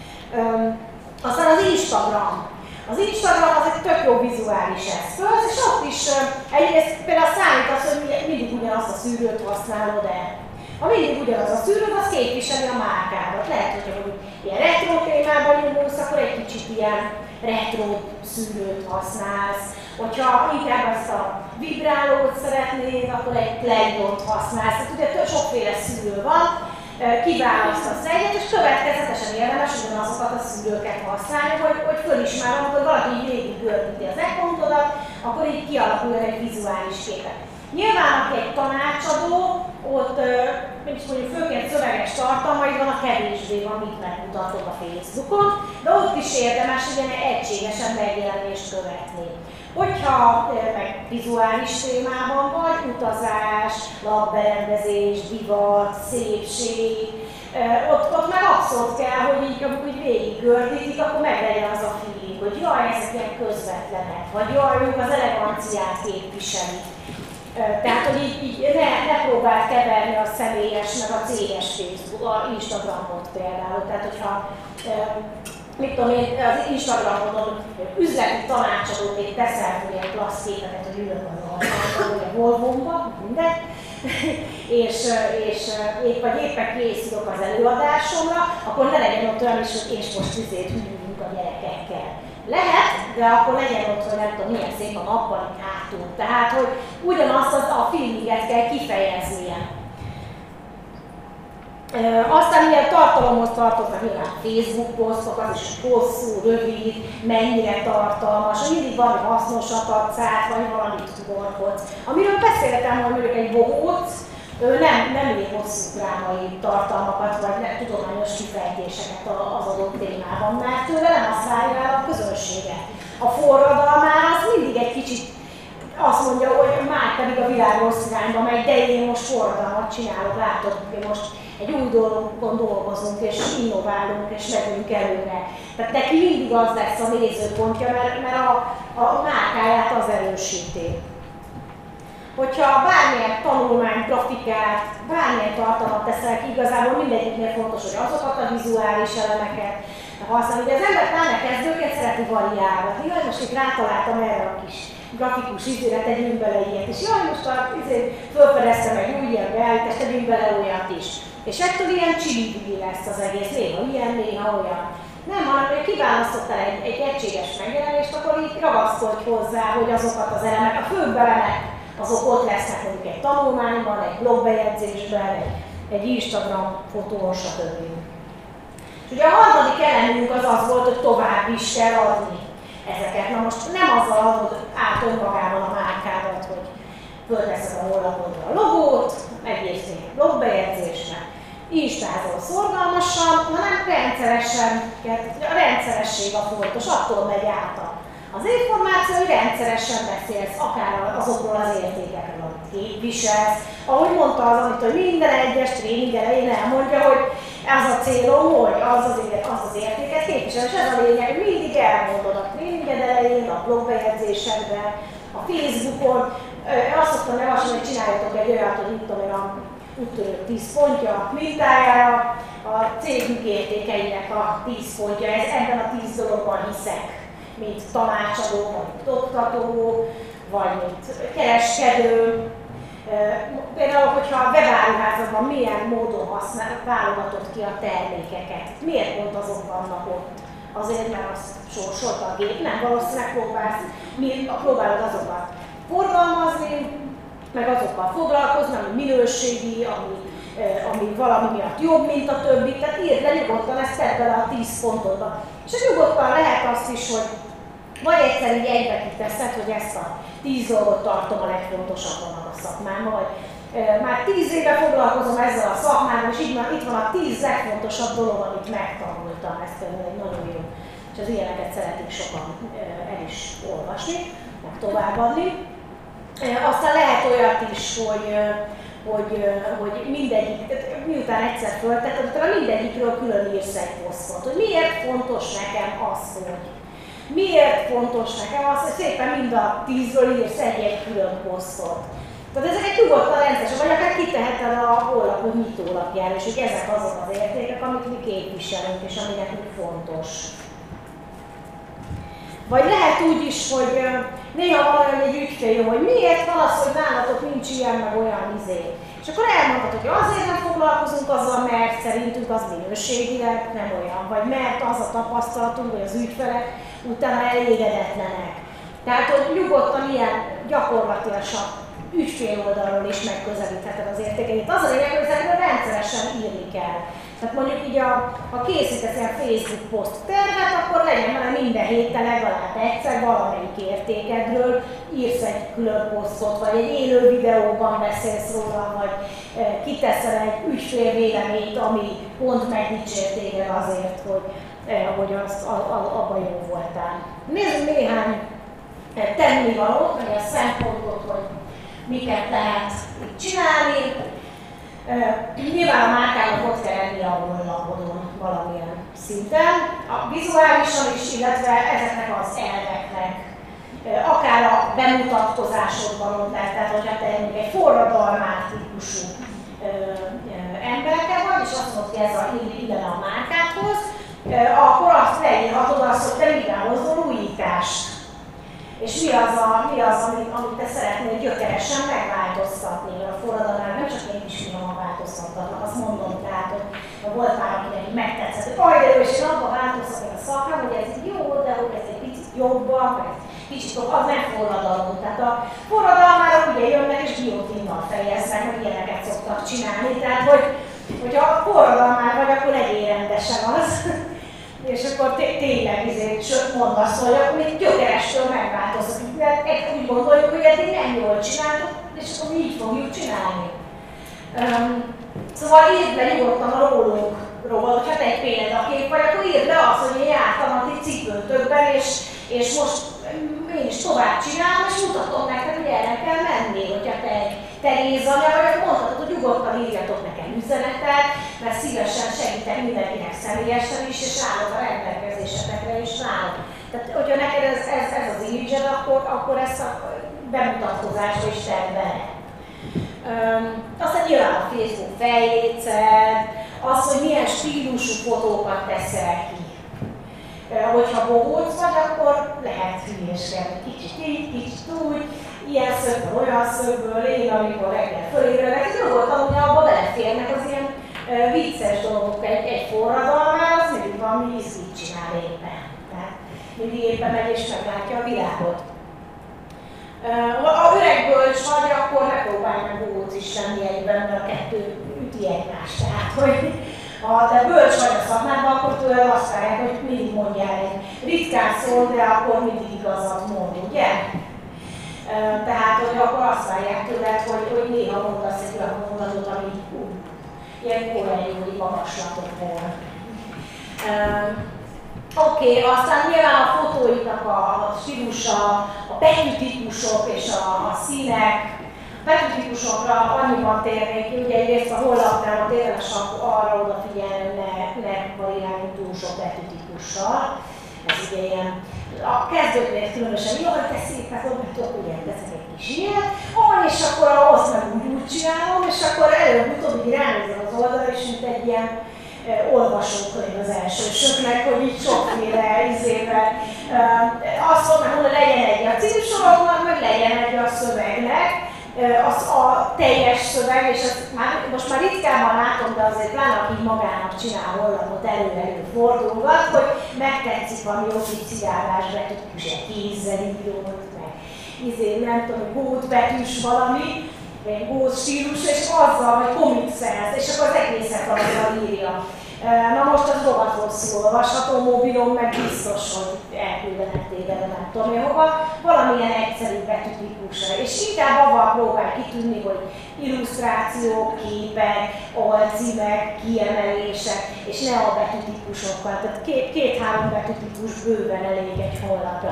Aztán az Instagram. Az Instagram az egy tök jó vizuális eszköz, és ott is egyrészt például számítasz, hogy mindig ugyanazt a szűrőt használod el. Ha mindig ugyanaz a szűrőd, az képviseli a márkádat. Lehet, hogyha mondjuk ilyen retro témában nyomulsz, akkor egy kicsit ilyen retro szűrőt használsz. Hogyha inkább ezt a vibrálót szeretnéd, akkor egy playdot használsz. Tehát ugye sokféle szűrő van, kiválasztasz egyet, és következetesen érdemes ugyanazokat a szűrőket használni, hogy fölismer, amikor valaki így végig gördíti az accountodat, akkor így kialakuljon egy vizuális képet. Nyilván, aki egy tanácsadó, ott mégis mondjuk főként szöveges tartalmaid van, a kevésbé van, mit megmutatod a Facebookon, de ott is érdemes ugye egységesen megjelenést követni. Hogyha meg vizuális témában vagy, utazás, lakberendezés, divat, szépség, ott meg abszolút kell, hogy így, amikor így végig gördítik, akkor meglegyen az a feeling, hogy jaj, ezek ilyen közvetlenek, vagy jaj, ők az eleganciát képviselik. Tehát, hogy így ne próbáld keverni a személyes, meg a céges Facebook, a Instagramot például. Tehát, hogyha mit tudom én, az Instagramon üzleti tanácsadóként teszel fel ilyen klassz képeket, hogy ülök az arcámban, vagy a Volvomba, mindegy, és éppen készülök az előadásomra, akkor ne legyen ott olyan is, hogy és most hülyünk a gyerekekkel. Lehet, de akkor legyen ott, hogy nem tudom, milyen szép a nappalik hátul. Tehát, hogy ugyanazt a feelinget kell kifejeznie. Aztán ilyen tartalomhoz tartoznak nyilván Facebook posztok, az is hosszú, rövid, mennyire tartalmas, hogy mindig valami hasznosat adsz át, vagy valamit tuborkodsz. Amiről beszéltem, hogy mondjuk egy bohóc, nem ír hosszú drámai tartalmakat, vagy tudományos kifejtéseket az adott témában, mert tőle nem azt várja el a közönséget. A forradalmár az mindig egy kicsit, azt mondja, hogy már pedig a világ rossz irányba megy, de én most forradalmat csinálok, látod, hogy most egy új dolgon dolgozunk, és innoválunk, és megyünk előre. Tehát neki mindig az lesz a nézőpontja, mert a márkáját az erősíti. Hogyha bármilyen tanulmány, grafikát, bármilyen tartalmat teszel ki, igazából mindegyiknél fontos, hogy azokat a vizuális elemeket használni. Ugye az ember pláne kezdőként szereti variálni. Jaj, most itt rátaláltam erre a kis grafikus izére, tegyünk bele ilyet, és jaj, most fölfedeztem egy új ilyen beállítást, tegyünk bele olyat is. És ettől ilyen csili lesz az egész, néha ilyen, néha olyan. Nem, hanem hogy kiválasztottál egy egységes megjelenést, akkor így ragaszkodj hozzá, hogy azokat az elemek, a főbb elemek, azok ott lesznek mondjuk egy tanulmányban, egy blogbejegyzésben, egy Instagram fotón, stb. És ugye a harmadik elemünk az volt, hogy tovább is kell adni ezeket. Na most nem azzal adod át önmagában a márkádat, hogy fölteszed a honlapodra a logót, megírsz egy blogbejegyzésre, instázol szorgalmasan, hanem rendszeresen, a rendszeresség a fontos, attól megy át az információ, hogy rendszeresen beszélsz akár azokról az értékekről, amit képviselsz. Ahogy mondta az, amit, hogy minden egyes tréning elején elmondja, hogy ez a célom, hogy az az értéket képvisel, és ez a lényeg, hogy mindig elmondod a tréninged elején, a blogbejegyzésedben, a Facebookon. Azt szoktam javasolni, hogy csináljatok egy olyat, hogy mit tudom én, a úttörő 10 pontja mintájára, a cégünk értékeinek a 10 pontja, ebben a 10 dologban hiszek, mint tanácsadó, vagy oktató, vagy mint kereskedő. Például, hogyha a webáruházadban milyen módon válogatod ki a termékeket, miért pont azok vannak ott? Azért, mert azt sorsolta a gép, nem, valószínűleg próbálod azokat forgalmazni, meg azokkal foglalkozni, ami minőségi, ami valami miatt jobb, mint a többi, tehát írd le nyugodtan, ezt tedd bele a 10 pontodba. És nyugodtan lehet azt is, hogy vagy egyszer így egybe kiteszed, hogy ezt a 10 dolgot tartom a legfontosabbnak a szakmámban, vagy már 10 éve foglalkozom ezzel a szakmával, és itt van a 10 legfontosabb dolog, amit megtanultam. Ez például egy nagyon jó, és az ilyeneket szeretik sokan el is olvasni, meg továbbadni. Aztán lehet olyat is, hogy mindegyik, miután egyszer föltetted, utána mindegyikről külön írsz egy posztot, hogy miért fontos nekem az, hogy miért fontos nekem az, hogy szépen mind a 10-ről írsz egy külön posztot. Tehát ezeket nyugodtan rendszeresen, vagy akár kiteheted a honlapod nyitólapjára, és hogy ezek azok az értékek, amit mi képviselünk, és ami nekünk fontos. Vagy lehet úgy is, hogy néha valami egy ügyfél jön, hogy miért van az, hogy nálatok nincs ilyen, meg olyan izé. És akkor elmondhatod, hogy azért nem foglalkozunk azzal, mert szerintünk az minőségileg nem olyan, vagy mert az a tapasztalatunk, hogy az ügyfelek utána elégedetlenek. Tehát, hogy nyugodtan ilyen gyakorlatilag ügyfél oldalról is megközelítheted az értékeit. Az a lényeg, hogy ezekről rendszeresen írni kell. Tehát mondjuk így, ha készítesz ilyen Facebook poszt tervet, akkor legyen vele minden héten legalább egyszer valamelyik értékedről, írsz egy külön posztot, vagy egy élő videóban beszélsz róla, vagy kiteszel egy ügyfél véleményt, ami pont megdicsért téged azért, hogy abban jó voltál. Nézzük néhány tennivalót, vagy a szempontot, hogy miket lehet itt csinálni. Nyilván a márkának ott kell lenni a honlapodon valamilyen szinten, a vizuálisan is, illetve ezeknek az elveknek. Akár a bemutatkozásodban ott lehet, tehát hogyha te egy forradalmár típusú emberke vagy, és azt mondod, hogy ez illene a márkádhoz, akkor azt leírhatod azt, hogy te mivel hozol újítást. És mi az, amit te szeretnél gyökeresen megváltoztatni, mert a forradalmár nem csak én is finoman változtatnak, azt mondom, tehát, hogy volt már akinek megtetszett, hogy ajj, és én abban változtatok a szakmám, hogy ez jó, de hogy ez egy picit jobban, vagy kicsit az nem forradalom. Tehát a forradalmárok ugye jönnek és guillotinnal fejeznek, hogy ilyeneket szoktak csinálni, tehát hogyha forradalmár vagy, akkor legyél rendesen az. És akkor tényleg mondasz, hogy akkor még gyökerestől megváltozik, mert úgy gondoljuk, hogy eddig nem jól csináltuk, és akkor így fogjuk csinálni. Szóval írd le nyugodtan a rólunk, hogyha te egy példakép vagy, akkor írd le azt, hogy én jártam a ti cipőtökben, és most én is tovább csinálom, és mutatom neked, hogy erre kell menni. Hogyha te egy Terézanya vagy, akkor mondhatod, hogy nyugodtan írjatok nekem üzenetet, mert szívesen segítek mindenkinek személyesen is, és állok a rendelkezésetekre is nálok. Tehát, hogyha neked ez az image-ed, akkor ezt a bemutatkozásba is tedd bele. Aztán nyilván a Facebook feljegyzed, az, hogy milyen stílusú fotókat teszel ki. Hogyha bohóc vagy, akkor lehet hülyeskedni. Kicsit így, kicsit úgy, ilyen szögből, olyan szögből, én amikor reggel fölébredek, nyugodtan ugye abba beleférnek az ilyen vicces dolgok. Egy forradalmár, az mindig valami ízlit csinál éppen. Tehát mindig éppen megy és meglátja a világot. Ha öreg bölcs vagy, akkor ne próbálj meg bohóc is lenni egyben, mert a kettő üti egymást. Tehát, hogy ha te bölcs vagy a szakmában, akkor tőle azt várják, hogy mindig mondjál egy ritkán szól, de akkor mindig igazat mond, ugye? Tehát, hogy akkor azt várják tőled, hogy néha mondasz egy olyan mondatot, ami ilyen koreai magaslatokból. Oké, aztán nyilván a fotóiknak a stílusa, a betűtípusok és a színek. A betűtípusokra annyiban térnék ki, ugye egyrészt a honlapnál érdemes arra odafigyelni, hogy ne variáljunk túl sok betűtípussal. Ez ugye ilyen, a kezdőknél különösen jó, hogy te szépen tudok, ugye teszek egy kis ilyet, és akkor azt meg úgy csinálom, és akkor előbb-utóbb így ránézem az oldalra, és mint egy ilyen olvasókönyv az elsősöknek, hogy így sokféle izével. Azt szoktam mondani, hogy legyen egy a címsoroknak, meg legyen egy a szövegnek, az a teljes szöveg, és most már ritkában látom, de azért pláne aki magának csinál honlapot, elő fordulgat, hogy megtetszik valami oficiálás betűs, egy kézzel írót, meg nem tudom, gót betűs valami, egy gót stílus, és azzal, vagy komixelsz, és akkor az egészet azzal írja. Na most az rohadt hosszú olvasható, mobilon meg biztos, hogy elküldenek téged, nem tudom én hova, valamilyen egyszerű betűtípusra. És inkább avval próbál kitűnni, hogy illusztrációk, képek, alcímek, kiemelések, és ne a betűtípusokkal. Tehát két-három betűtípus bőven elég egy honlapra.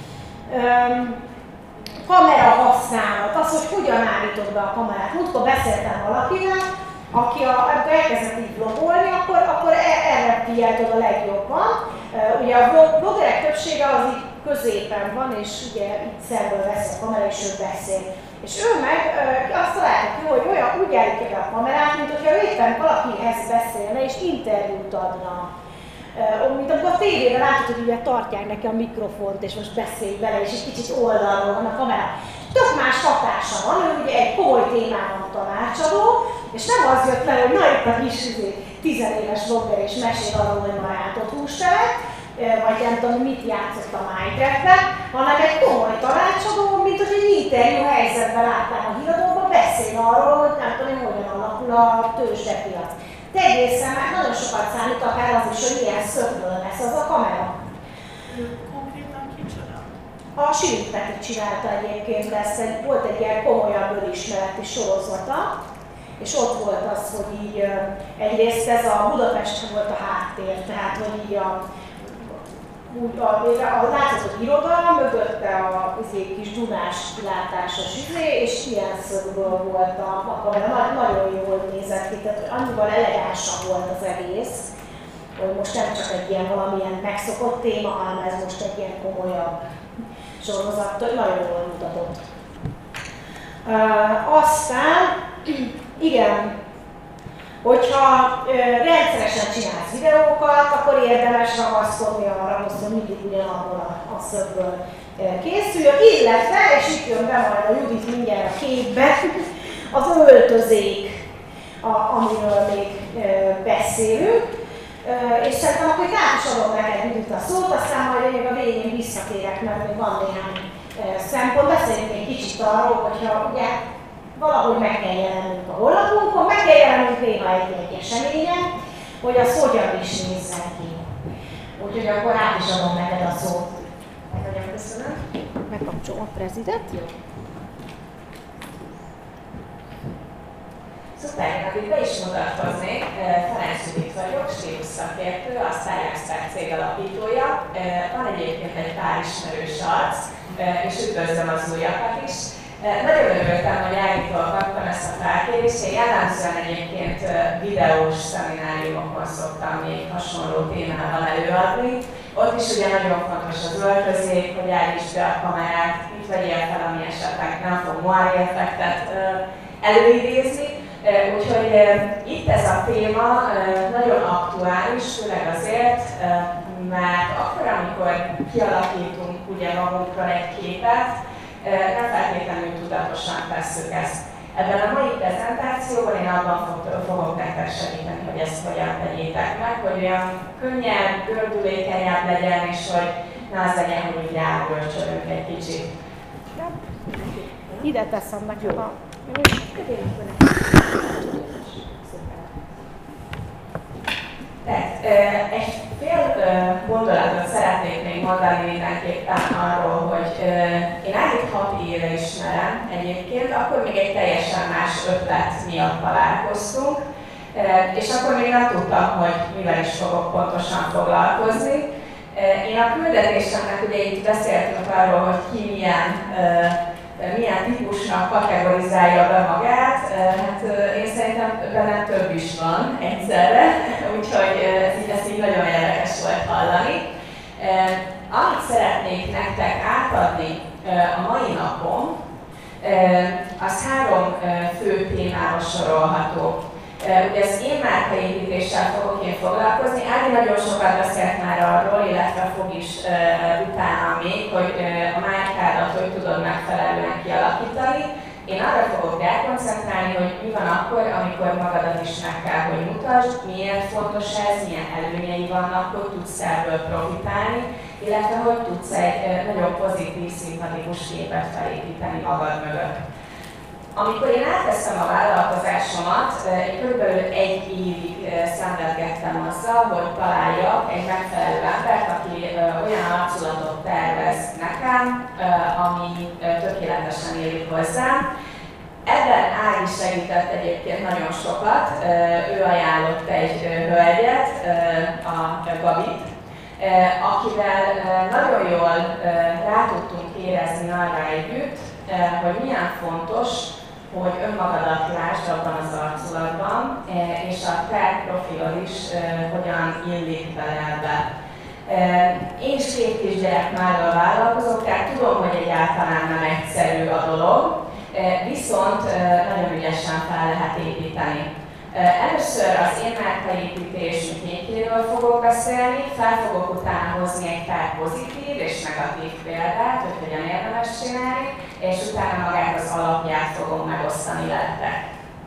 Kamera használat, az, hogy hogyan állítod be a kamerát. Múltkor beszéltem valakivel, aki amikor elkezdett így vlogolni, akkor erre figyelt oda legjobban. Ugye a vloggerek többsége az így középen van, és ugye itt szemből veszi a kamera, és ő beszél. És ő meg azt találta ki, hogy úgy állítja be a kamerát, mint hogyha ő éppen valakihez beszélne, és interjút adna. Mint amikor a tévében látod, hogy ugye tartják neki a mikrofont, és most beszélj bele, és egy kicsit oldalról van a kamera. Tök más hatása van, ő ugye egy komoly témában tanácsadó, és nem az jött le, hogy na itt a kis 10 éves vlogger és mesél arról, hogy ma rántott hússevet, vagy nem tudom, mit játszott a Minecraftben, hanem egy komoly tanácsadó, mint hogy egy interjú helyzetben látnám a híradóban, beszél arról, hogy nem tudom, hogyan alakul a tőzsdepiac. De egészen már nagyon sokat számít akár az is, hogy milyen szögből lesz az a kamera. Konkrétan kicsoda? A Sirik Peti csinálta egyébként volt egy ilyen komolyabb önismereti sorozata, és ott volt az, hogy így egyrészt ez a Budapesten volt a háttér, tehát hogy így a látszott irodalom, mögötte a kis Dunás kilátásos és ilyen szögből volt a kamera, nagyon jól nézett ki, tehát annyival elegánsabb volt az egész, hogy most nem csak egy ilyen valamilyen megszokott téma, hanem ez most egy ilyen komolyabb sorozat, nagyon jól mutatott. Aztán, igen, hogyha rendszeresen csinálsz videókat, akkor érdemes ragaszkodni arra, hogy mindig ugyanabból a szögből készüljön, illetve, és itt jön be majd a Judit mindjárt a képbe, az öltözék, amiről még beszélünk. És szerintem akkor át is adom neked Judit a szót, aztán majd még a végén visszatérek, mert még van néhány szempont. Beszéljünk egy kicsit arról, hogyha ugye valahogy meg kell jelennünk a honlapunkon, meg kell jelennünk néha egy eseményen, hogy az hogyan is nézzen ki. Úgyhogy akkor át is adom neked a szót. Nagyon köszönöm. Megkapcsolom a prezidet. Jó. Szuper, akik be is mutatkoznék, Ferenc Judit vagyok, stílus szakértő, a Style Expert cég alapítója. Van egyébként egy pár ismerős arc, és üdvözlöm az újakat is. Nagyon örültem, hogy Ágitól kaptam ezt a felkérést. Én jellemzően egyébként videós szemináriumokon szoktam még hasonló témával előadni. Ott is ugye nagyon fontos az öltözék, hogy állítsd be a kamerát, itt vegyél fel, ami esetleg nem fog moári effektet előidézni. Úgyhogy itt ez a téma nagyon aktuális, főleg azért, mert akkor, amikor kialakítunk ugye magunkról egy képet, nem feltétlenül tudatosan tesszük ezt. Ebben a mai prezentációban én abban fogok nektek segíteni, hogy ezt hogyan tegyétek meg, hogy olyan könnyebb, gördülékenyebb legyen, és hogy ne az legyen, hogy úgy rágörcsölünk egy kicsit. Ide teszem nekem a... Tehát egy fél gondolatot szeretnék még mondani mindenképpen arról, hogy én Ágit 6 éve ismerem egyébként, akkor még egy teljesen más ötlet miatt találkoztunk, és akkor még nem tudtam, hogy mivel is fogok pontosan foglalkozni. Én a küldetésemnek ugye itt beszéltünk arról, hogy ki milyen típusnak kategorizálja be magát, hát én szerintem benne több is van egyszerre, úgyhogy ezt így nagyon érdekes volt hallani. Amit szeretnék nektek átadni a mai napon, az 3 fő témára sorolható. Ugye az én márkaépítéssel fogok én foglalkozni. Ági nagyon sokat beszélt már arról, illetve fog is utána még, hogy a márkádat hogy tudod megfelelően kialakítani. Én arra fogok rákoncentrálni, hogy mi van akkor, amikor magadat is meg kell, hogy mutasd, miért fontos ez, milyen előnyei vannak, hogy tudsz ebből profitálni, illetve hogy tudsz egy nagyon pozitív, szimpatikus képet felépíteni magad mögött. Amikor én átveszem a vállalkozásomat, én kb. 1 évig szenvedgettem azzal, hogy találjak egy megfelelő embert, aki olyan arculatot tervez nekem, ami tökéletesen élik hozzám. Ebben Ági segített egyébként nagyon sokat, ő ajánlott egy hölgyet, a Gabit, akivel nagyon jól rá tudtunk érezni arra együtt, hogy milyen fontos, hogy önmagadat lásd abban az arculatban, és a te profilod is hogyan illik bele ebbe. Én is 2 kisgyerek mellől vállalkozok, tehát tudom, hogy egyáltalán nem egyszerű a dolog, viszont nagyon ügyesen fel lehet építeni. Először az én márkaépítés műtétjéről fogok beszélni, fel fogok utána hozni egy pár pozitív és negatív példát, hogy hogyan érdemes csinálni, és utána magát az alapját fogom megosztani veletek.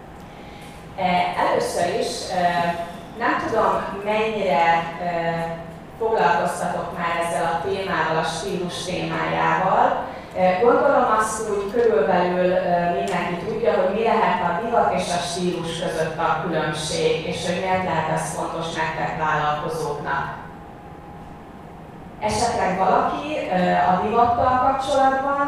Először is nem tudom, mennyire foglalkoztatok már ezzel a témával, a stílus témájával. Gondolom azt úgy körülbelül mindenki tudja, hogy mi lehet a divat és a stílus között a különbség, és hogy miért lehet ez fontos nektek vállalkozóknak. Esetleg valaki a divattal kapcsolatban?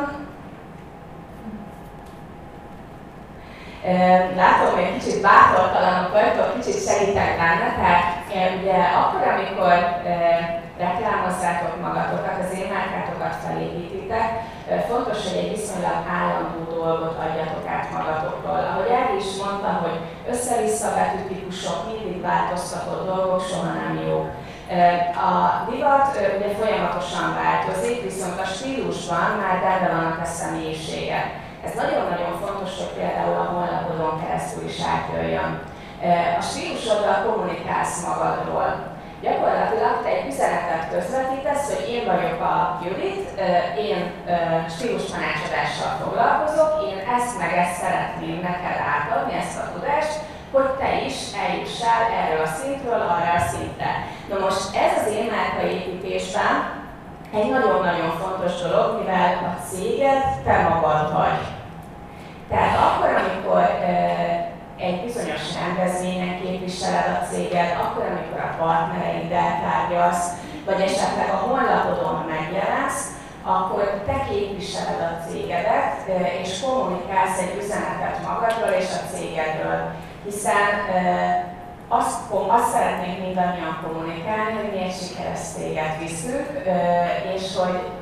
Látom, hogy kicsit bátortalanok vagytok, kicsit segítek benne, tehát ugye akkor, amikor reklámozzátok magatokat, az én márkátokat felépítitek, fontos, hogy egy viszonylag állandó dolgot adjatok át magatokról. Ahogy Ági is mondta, hogy össze-vissza betűtípusok, mindig változtató dolgok soha nem jók. A divat ugye folyamatosan változik, viszont a stílusban már benne vannak a személyiségek. Ez nagyon-nagyon fontos, hogy például a honlapodon keresztül is átjöjjön. A stílusoddal kommunikálsz magadról. Gyakorlatilag te egy üzenetet közvetítesz, hogy én vagyok a Judit, én stílustanácsadással foglalkozok, én ezt meg ezt szeretném neked átadni, ezt a tudást, hogy te is eljussál erről a szintről arra a szintre. Na most ez az én márkaépítésben egy nagyon-nagyon fontos dolog, mivel a céged te magad vagy. Tehát akkor, amikor egy bizonyos rendezvényen képviseled a céged, akkor, amikor a partnereiddel tárgyalsz, vagy esetleg a honlapodon megjelensz, akkor te képviseled a cégedet, és kommunikálsz egy üzenetet magadról és a cégedről. Hiszen azt szeretnénk mindannyian kommunikálni, hogy mi egy sikeres céget viszünk, és hogy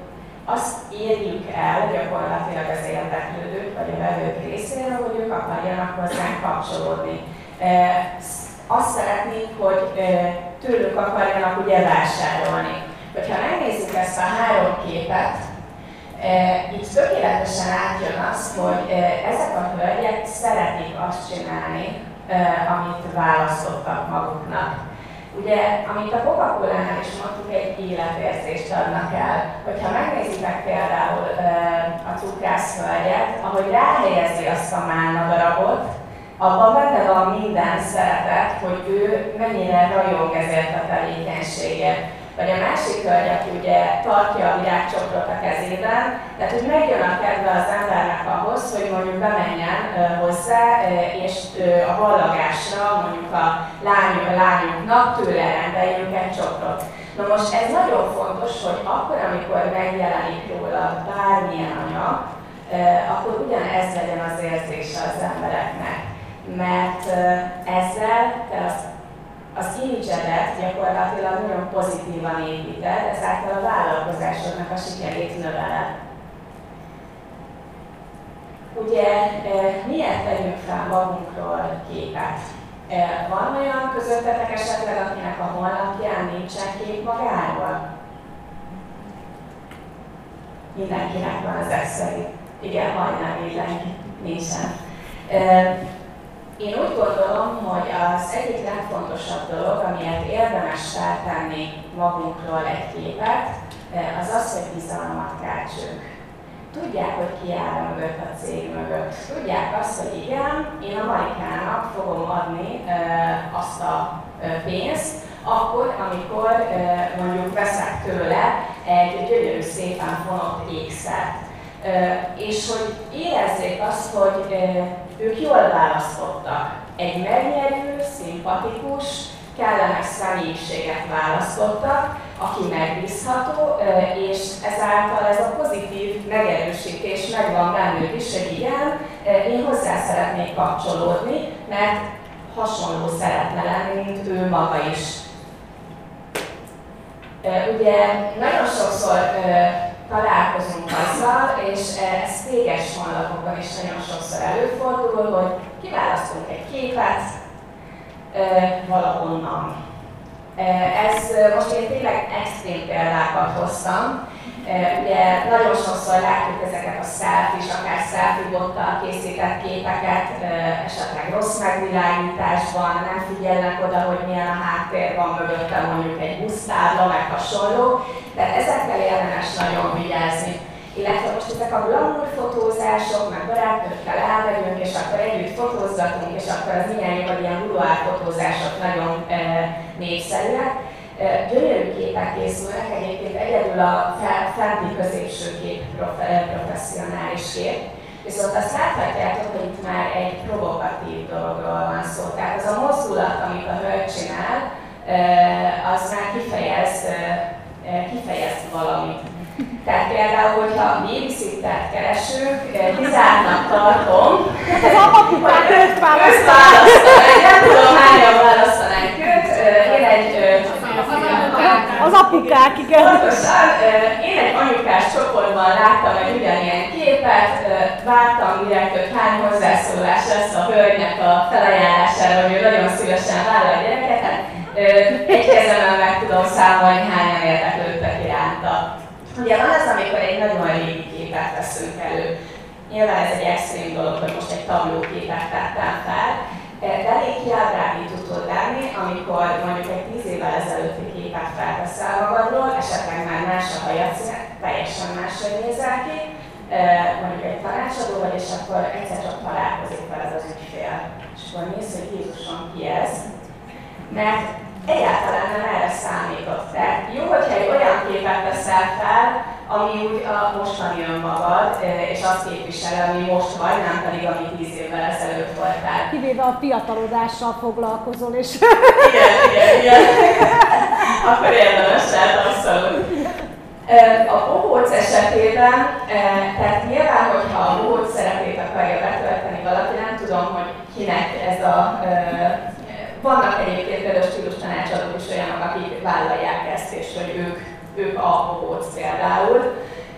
azt érjük el gyakorlatilag az érdeklődők vagy a vevők részéről, hogy ők akarjanak hozzánk kapcsolódni. Azt szeretnénk, hogy tőlük akarjanak ugye vásárolni. Hogyha megnézzük ezt a 3 képet, itt tökéletesen átjön az, hogy ezek a hölgyek szeretik azt csinálni, amit választottak maguknak. Ugye, amit a Coca-Colánál is mondtuk, egy életérzést adnak el. Hogyha megnézitek például a cukrászhölgyet, ahogy ráhelyezi azt a málna darabot, abban benne van minden szeretet, hogy ő mennyire rajong ezért a tevékenységért. Vagy a másik hölgy, aki ugye tartja a virágcsokrot a kezében, tehát hogy megjön a kedve az embernek ahhoz, hogy mondjuk bemenjen hozzá, és a ballagásra mondjuk a lányunknak tőle rendeljünk egy csokrot. Na most ez nagyon fontos, hogy akkor, amikor megjelenik róla bármilyen anyag, akkor ugyanez legyen az érzése az embereknek. Mert ezzel te az imidzsedet gyakorlatilag nagyon pozitívan építed, ezáltal a vállalkozásodnak a sikerét növeled. Ugye miért tegyünk fel magunkról képet? Van olyan közöttetek esetleg, akinek a honlapján nincsen kép magáról? Mindenkinek van az szerint. Igen, majdnem mindenki nincsen. Én úgy gondolom, hogy az egyik legfontosabb dolog, amiért érdemes feltenni magunkról egy képet, az az, hogy bizalmat keltsünk. Tudják, hogy ki áll mögött a cég mögött. Tudják azt, hogy igen, én a Marikának fogom adni azt a pénzt, akkor, amikor mondjuk veszek tőle egy gyönyörű szépen fonott ékszert. És hogy érezzék azt, hogy ők jól választottak. Egy megnyerő, szimpatikus, kellemes személyiséget választottak, aki megbízható, és ezáltal ez a pozitív megerősítés megvan bennük is, hogy igen, én hozzá szeretnék kapcsolódni, mert hasonló szeretne lenni, mint ő maga is. Ugye nagyon sokszor találkozunk azzal, és ez téges honlapokon is nagyon sokszor előfordul, hogy kiválasztunk egy képet valahonnan. Ez most én tényleg extrém példákat hoztam. Ugye nagyon sokszor látjuk ezeket a selfies, akár selfie bottal készített képeket, esetleg rossz megvilágításban, nem figyelnek oda, hogy milyen a háttér van mögötte, mondjuk egy busztábla, meg hasonló. Tehát ezekkel érdemes nagyon vigyázni. Illetve most ezek a glamour fotózások, meg barátnőkkel elmegyünk, és akkor együtt fotózgatunk, és akkor az milyen jó, hogy ilyen buluár fotózások nagyon népszerűek. Gyönyörű képek készülnek, egyébként egyedül a fenti középső kép professzionális kép. Viszont azt láthatjátok, hogy itt már egy provokatív dologról van szó. Tehát az a mozdulat, amit a hölgy csinál, az már kifejez valamit. Tehát például, hogyha babysittert keresünk, kizártnak tartom. Az apukák őt választanánk, nem tudom, hányan választanánk őt. Én egy... Az apukák, igen. Pontosan, én egy anyukás csoportban láttam egy ugyanilyen képet, vártam direkt, hogy hány hozzászólás lesz a hölgynek a felajánlására, hogy ő nagyon szívesen vállal a gyereket. Hát, egy kezemben meg tudom számolni, hányan érdeklődtek iránta. Ugye van az, amikor egy nagyon régi képet veszünk elő. Nyilván ez egy extrém dolog, hogy most egy tablóképet tettem fel, de elég kiábrándító tud lenni, amikor mondjuk egy 10 évvel ezelőtti képet felveszel magadról, esetleg már más a hajacín, teljesen máshogy nézel ki, mondjuk egy tanácsadó vagy, és akkor egyszer csak találkozik veled az ügyfél. És akkor nézd, hogy Jézusom, ki ez. Mert egyáltalán nem erre számított. Tehát jó, hogyha egy olyan képet teszel fel, ami úgy mostani önmagad, és azt képvisel, ami most vagy, nem pedig ami 10 évvel ezelőtt voltál. Kivéve a fiatalodással foglalkozol, és... Igen. Akkor érdemes lehet abszolút. A bohóc esetében, tehát nyilván, hogyha a bohóc szerepét akarja betölteni valaki, nem tudom, hogy kinek ez a... Vannak egyébként például stílus tanácsadók is olyanok, akik vállalják ezt, és hogy ők a bohóc például.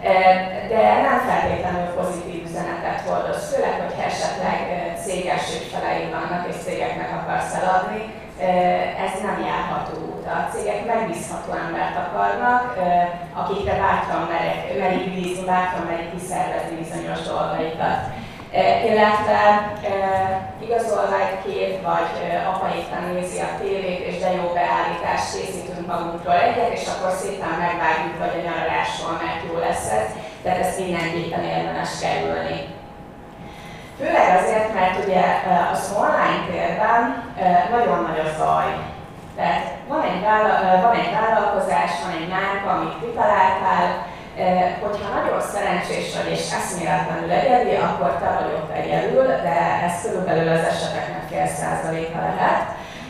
De nem feltétlenül pozitív üzenetet hordoz, főleg, hogyha esetleg céges ügyfeleid vannak és cégeknek akarsz eladni, ez nem járható út. A cégek megbízható embert akarnak, akikre bátran merik bízni, bátran merik kiszervezni bizonyos dolgaikat. Illetve igazolványkép, vagy apa éppen nézi a tévét, és de jó beállítást készítünk magunkról egyet, és akkor szépen megvágjuk, vagy a nyaralásról, mert jó lesz ez, tehát ezt mindenképpen érdemes kerülni. Főleg azért, mert ugye az online térben nagyon nagy a zaj. Tehát van egy vállalkozás, van egy márka, amit kitaláltál, hogyha nagyon szerencsés vagy és eszméletlenül egyedi, akkor te vagy ott egyedül, de ez körülbelül az eseteknek fél százaléka lehet.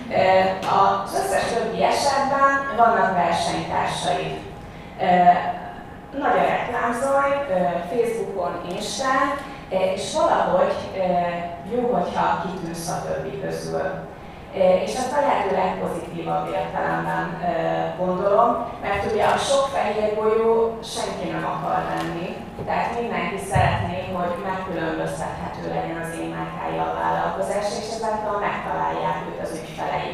Az összes többi esetben vannak versenytársaid. Nagy a reklámzaj, Facebookon, Instán, és valahogy jó, hogyha kitűnsz a többi közül. És azt a lehető legpozitívabb értelemben gondolom, mert ugye a sok fehér golyó senki nem akar lenni, tehát mindenki szeretné, hogy megkülönböztethető legyen az én márkája a vállalkozás, és ezáltal megtalálják őt az ügyfelei.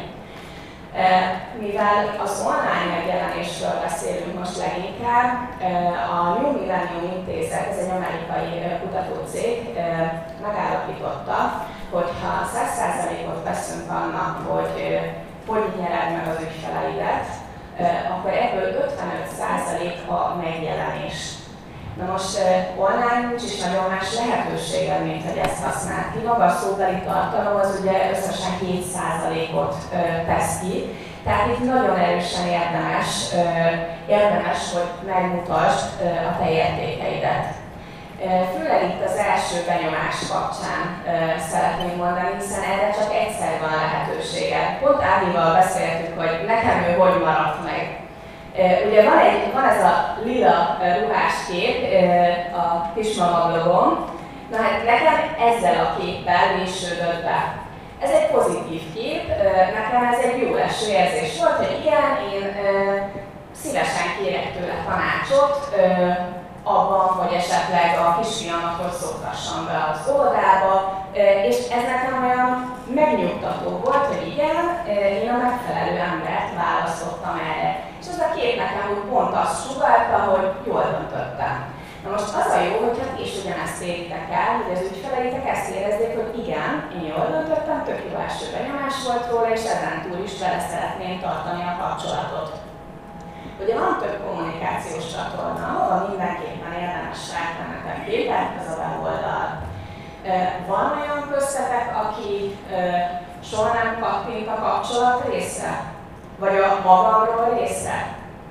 Mivel az online megjelenésről beszélünk most leginkább, a New Millennium Intézet, ez egy amerikai kutatócég, megállapította, hogy ha 100%-ot veszünk annak, hogy nyered meg az ügyfeleidet, akkor ebből 55% a megjelenés. Na most online nincs is nagyon más lehetőséged, mint hogy ezt használd ki. Maga a szóbeli tartalom az ugye összesen 7%-ot tesz ki, tehát itt nagyon erősen érdemes, hogy megmutasd a te értékeidet. Főleg itt az első benyomás kapcsán szeretném mondani, hiszen erre csak egyszer van lehetősége. Pont Ágival beszéltük, hogy nekem ő hogy maradt meg. Ugye van ez a lila ruhás kép a Kismama blogon, na hát nekem ezzel a képpel vésődött be. Ez egy pozitív kép, nekem ez egy jó leső érzés volt, hogy igen, én szívesen kérek tőle tanácsot abban, hogy esetleg a kisfiamat hogy szoktassam be az óvodába, és ez nekem olyan megnyugtató volt, hogy igen, én a megfelelő embert választottam erre. És ez a kép nekem úgy pont azt sugallta, hogy jól döntöttem. Na most az a jó, hogyha ti is ugyanezt éritek el, hogy az ügyfeleitek ezt érezzék, hogy igen, én jól döntöttem, tök jó első benyomás volt róla, és ezentúl is vele szeretném tartani a kapcsolatot. Ugye van több kommunikációs csatorna, ahol mindenképpen érdemes rátennetek képet, ez a weboldal. Van olyan köztetek, aki soha nem kattint a kapcsolat részre? Vagy a magamról részre?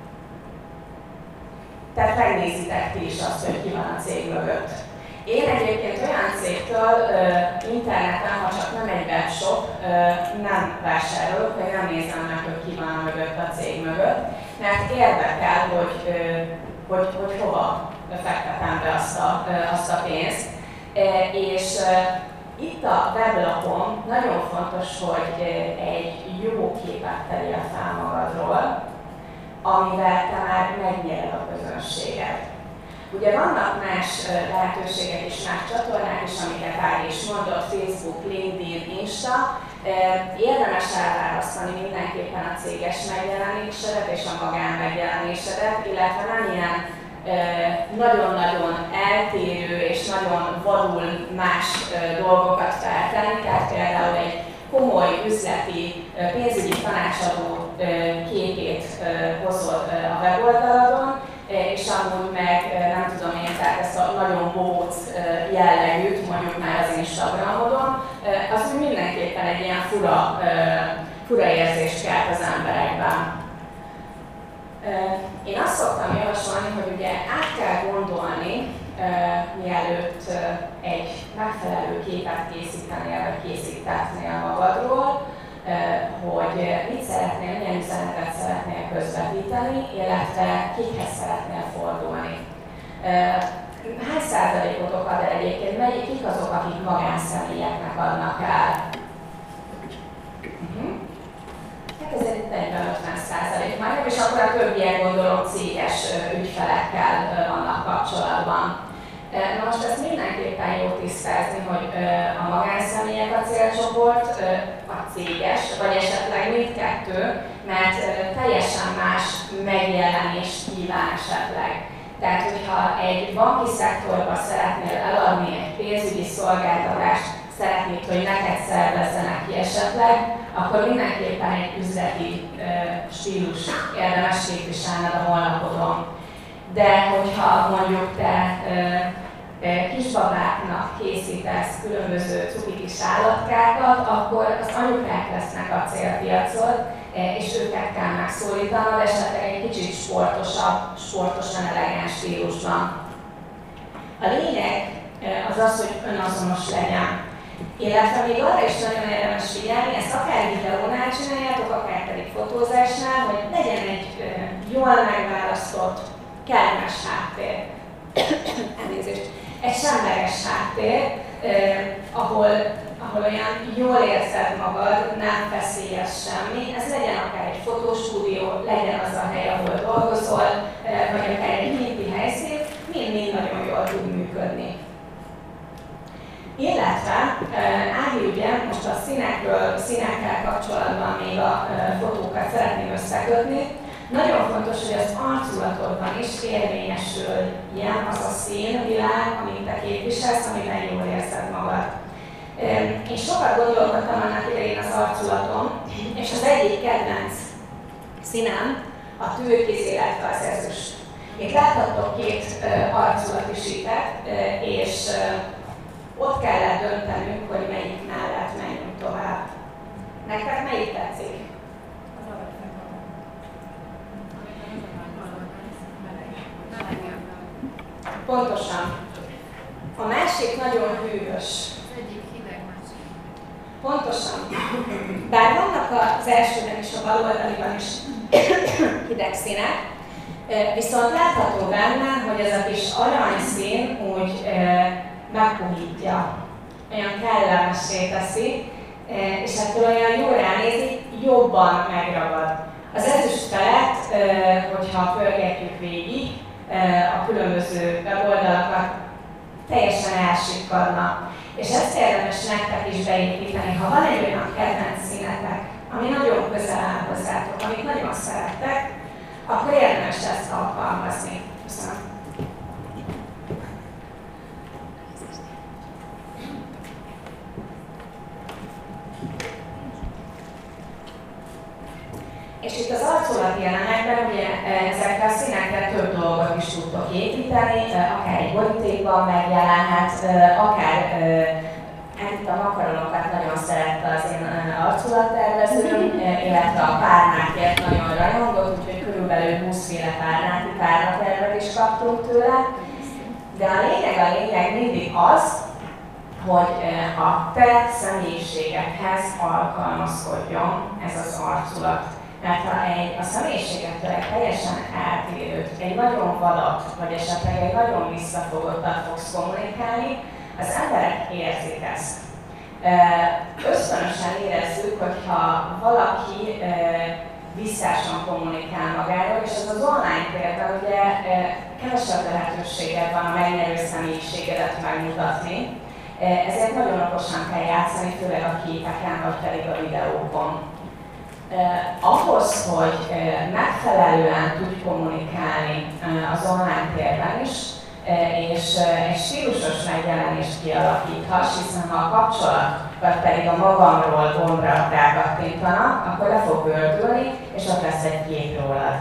Tehát megnézitek ti is azt, hogy ki van a cég mögött. Én egyébként olyan cégtől interneten, ha csak nem egy webshop, nem vásárolok, vagy nem nézem meg, hogy ki van mögött a cég mögött, mert érdekel, hogy hova fektetem be azt a pénzt. És itt a weblapon nagyon fontos, hogy egy jó képet tegyél fel magadról, amivel te már megnyered a közönséget. Ugye vannak más lehetőségek és más csatornák is, amiket Ági is mondott, Facebook, LinkedIn, Insta. Érdemes elválasztani mindenképpen a céges megjelenésedet és a magán megjelenésedet, illetve nem ilyen nagyon-nagyon eltérő és nagyon vadul más dolgokat feltenni, tehát például egy komoly üzleti, pénzügyi tanácsadó képét hozod a weboldaladon, és amúgy meg nem tudom én, tehát ezt a nagyon bóc jellegűt, mondjuk már az Instagramodon, az úgy mindenképpen egy ilyen fura érzést kelt az emberekben. Én azt szoktam javasolni, hogy ugye át kell gondolni, mielőtt egy megfelelő képet készítenél, vagy készítetnél magadról, hogy mit szeretnél, milyen üzenetet szeretnél közvetíteni, illetve kikhez szeretnél fordulni. Hány százalékot ad el egyébként, kik azok, akik magánszemélyeknek adnak el? Hát ez egy 40-50% már, és akkor a többiek gondolom céges ügyfelekkel vannak kapcsolatban. kapcsolatban. Na most ezt mindenképpen jó tisztázni, hogy a magánszemélyek a célcsoport, a céges, vagy esetleg mindkettő, mert teljesen más megjelenést kíván esetleg. Tehát, hogyha egy banki szektorban szeretnél eladni egy pénzügyi szolgáltatást, szeretnéd, hogy neked szervezzenek ki esetleg, akkor mindenképpen egy üzleti stílus érdemes képviselned a honlapodon. De hogyha mondjuk te kisbabáknak készítesz különböző cuki kis állatkákat, akkor az anyukák lesznek a célpiacod, és őket kell megszólítanod, esetleg egy kicsit sportosan elegáns stílusban. A lényeg az az, hogy önazonos legyen. Illetve még arra is nagyon érdemes figyelni, ezt akár videónál csináljátok, akár pedig fotózásnál, hogy legyen egy jól megválasztott, kellemes háttér. Elnézést. Egy semleges háttér, ahol olyan jól érzed magad, nem veszélyes semmi. Ez legyen akár egy fotostúdió, legyen az a hely, ahol dolgozol, vagy akár egy hinti helyszín, mind nagyon jól tud működni. Illetve Ági ugye most a színekkel kapcsolatban még a fotókat szeretném összekötni. Nagyon fontos, hogy az arculatodban is érvényesüljen az a színvilág, amit te képviselsz, amiben jól érzed magad. Én sokat gondolkodtam annak idején az arculatom, és az egyik kedvenc színem a türkiz, illetve az ezüst. Itt láthattok két arculatisítet, és ott kellett döntenünk, hogy melyik mellett menjünk tovább. Nektek melyik tetszik? Pontosan. A másik nagyon hűvös. Az egyik hideg, másik. Pontosan. Bár vannak az elsőben is, a bal oldaliban is hideg színek, viszont látható benne, hogy ez a kis aranyszín úgy megpuhítja, olyan kellemessé teszi, és ettől olyan jól ránézik, jobban megragad. Az ezüst felett, hogyha pörgetjük végig, a különböző weboldalakat teljesen elsikkadna. És ezt érdemes nektek is beépíteni. Ha van egy olyan kedvenc színetek, ami nagyon közel áll hozzátok, amit nagyon szerettek, akkor érdemes ezt alkalmazni. Köszönöm. És itt az arculati elemekben ugye ezekre a színekre több dolgot is tudtok építeni, akár egy borítékban megjelenhet, akár itt a makaronokat nagyon szerette az én arculattervezőm, illetve a párnákért nagyon rajongott, úgyhogy körülbelül 20 féle párnatervet is kaptunk tőle. De a lényeg mindig az, hogy a te személyiségedhez alkalmazkodjon ez az arculat. Mert ha a személyiségettől egy teljesen eltérőt, egy nagyon vadat, vagy esetleg egy nagyon visszafogottat fogsz kommunikálni, az emberek érzik ezt. Ösztönösen érezzük, hogyha valaki visszásan kommunikál magáról, és az online térben ugye kevesebb lehetőséged van a megnyerő személyiségedet megmutatni, ezért nagyon okosan kell játszani, főleg a képeken, vagy pedig a videókon. Ahhoz, hogy megfelelően tudj kommunikálni az online térben is, és egy stílusos megjelenést kialakíthass, hiszen ha a kapcsolat, vagy pedig a magamról gombra rákattintanak, akkor le fog gördülni, és ott lesz egy kép rólad.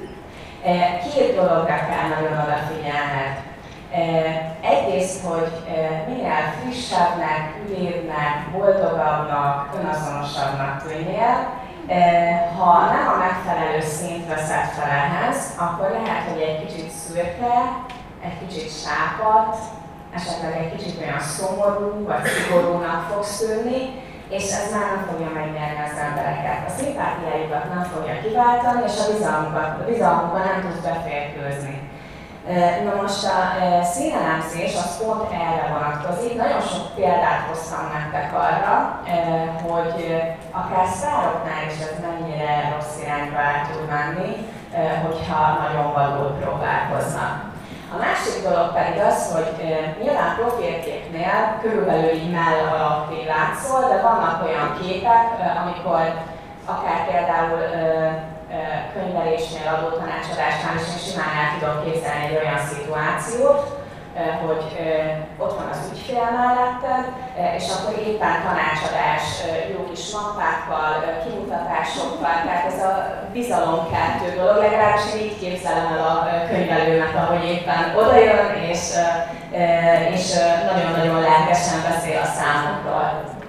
Két dologra kell nagyon odafigyelned. Egyrészt, hogy minél frissebbnek, ülébbnek, boldogabbnak, önazonosabbnak tűnjél. Ha nem a megfelelő szint veszed fel ehhez, akkor lehet, hogy egy kicsit szürke, egy kicsit sápadt, esetleg egy kicsit olyan szomorú vagy szigorúnak fogsz tűnni, és ez már nem fogja megnyerni az embereket. A szimpátiájukat nem fogja kiváltani, és a bizalmukban nem tudsz beférkőzni. Na most a színelemzés az pont erre vonatkozik. Nagyon sok példát hoztam nektek arra, hogy akár sztároknál is ez mennyire rossz irányba el tud menni, hogyha nagyon vadul próbálkoznak. A másik dolog pedig az, hogy nyilván profilképnél körülbelül így mell alatti látszol, de vannak olyan képek, amikor akár például könyvelésnél, adótanácsadásnál is simán el tudom képzelni egy olyan szituációt, hogy ott van az ügyfél melletted, és akkor éppen tanácsadás, jó kis mappákkal, kimutatásokkal, tehát ez a bizalomkeltő dolog, legalábbis én így képzelem el a könyvelőmet, ahogy éppen odajön, és nagyon-nagyon lelkesen beszél a számokról.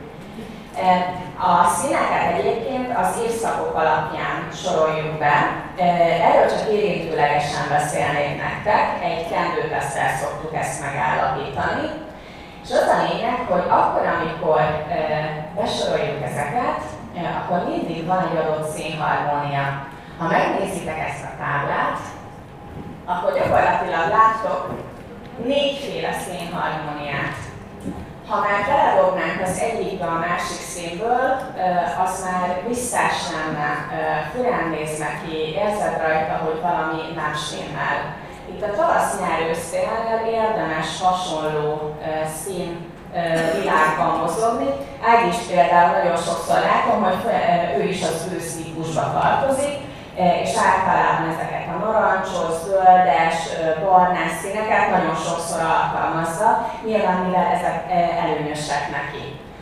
A színeket egyébként az évszakok alapján soroljuk be. Erről csak érintőlegesen beszélnék nektek, egy kendőtesszel szoktuk ezt megállapítani. És az a lényeg, hogy akkor, amikor besoroljuk ezeket, akkor mindig van egy adott színharmónia. Ha megnézitek ezt a táblát, akkor gyakorlatilag láttok 4 féle színharmóniát. Ha már beledobnánk az egyikbe a másik színből, az már visszás lenne, furán néz neki, érzed rajta, hogy valami nem stimmel. Itt a tavasz-nyár-ősztélnél érdemes hasonló színvilágban mozogni. Ági is például nagyon sokszor látom, hogy ő is az ősz típusba tartozik, és általában ezeket a narancsos, zöldes, barnás színeket nagyon sokszor alkalmazza, nyilván mivel ezek előnyösek neki.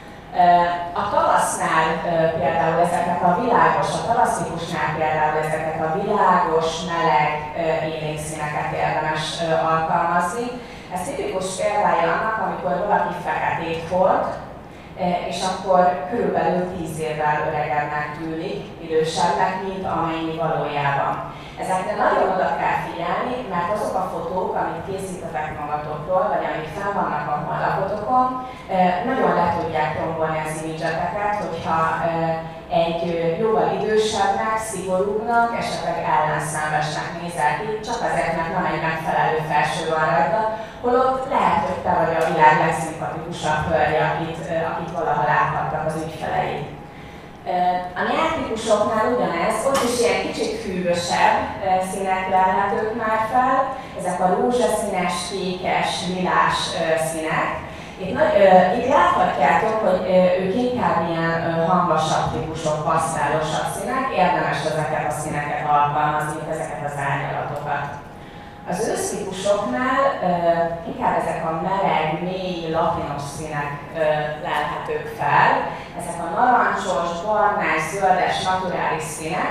A tavasznál például ezeket a világos, a tavasztípusnál például ezeket a világos, meleg élénk színeket érdemes alkalmazni. Ez tipikus példája annak, amikor valaki feketét hord, és akkor körülbelül 10 évvel öregebbnek tűnik, idősebbnek, mint amennyi valójában. Ezekre nagyon oda kell figyelni, mert azok a fotók, amit készítetek magatokról, vagy amik fel vannak a honlapotokon, nagyon le tudják rombolni az imidzseteket, hogyha egy jóval idősebbnek, szigorúbbnak, esetleg ellenszenvesnek nézel ki, csak azért, mert nem egy megfelelő felső van rajta, holott lehet, hogy te vagy a világ legszimpatikusabb hölgye, akit valaha láthattak az ügyfeleid. A nyelvtípusoknál ugyanez, ott is ilyen kicsit hűvösebb színek lelhetők már fel, ezek a rózsaszínes, kékes, lilás színek. Itt láthatjátok, hogy ők inkább ilyen hangosabb típusok, pasztálosabb színek, érdemes ezeket a színeket alkalmazni, ezeket az árnyalatokat. Az ősztípusoknál inkább ezek a meleg, mély, latinos színek lelhetők fel. Ezek a narancsos, barnás, zöldes, naturális színek.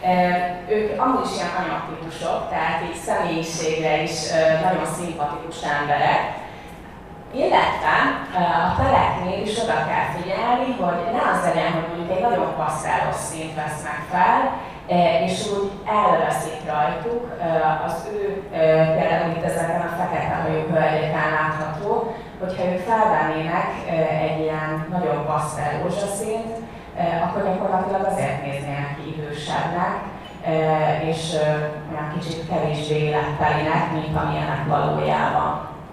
Ők amúgy is ilyen anyagtípusok, tehát így személyiségre is nagyon szimpatikus emberek. Illetve a teleknél is oda kell figyelni, hogy ne az legyen, hogy mondjuk egy nagyon pasztálos színt vesznek fel, és úgy elveszik rajtuk az ő, például itt ezeken a fekete hajú hölgyeken látható, hogyha ők felvennének egy ilyen nagyon pasztel rózsaszínt, akkor gyakorlatilag azért néznének ki idősebbnek, és olyan kicsit kevésbé élettelinek, mint amilyenek valójában.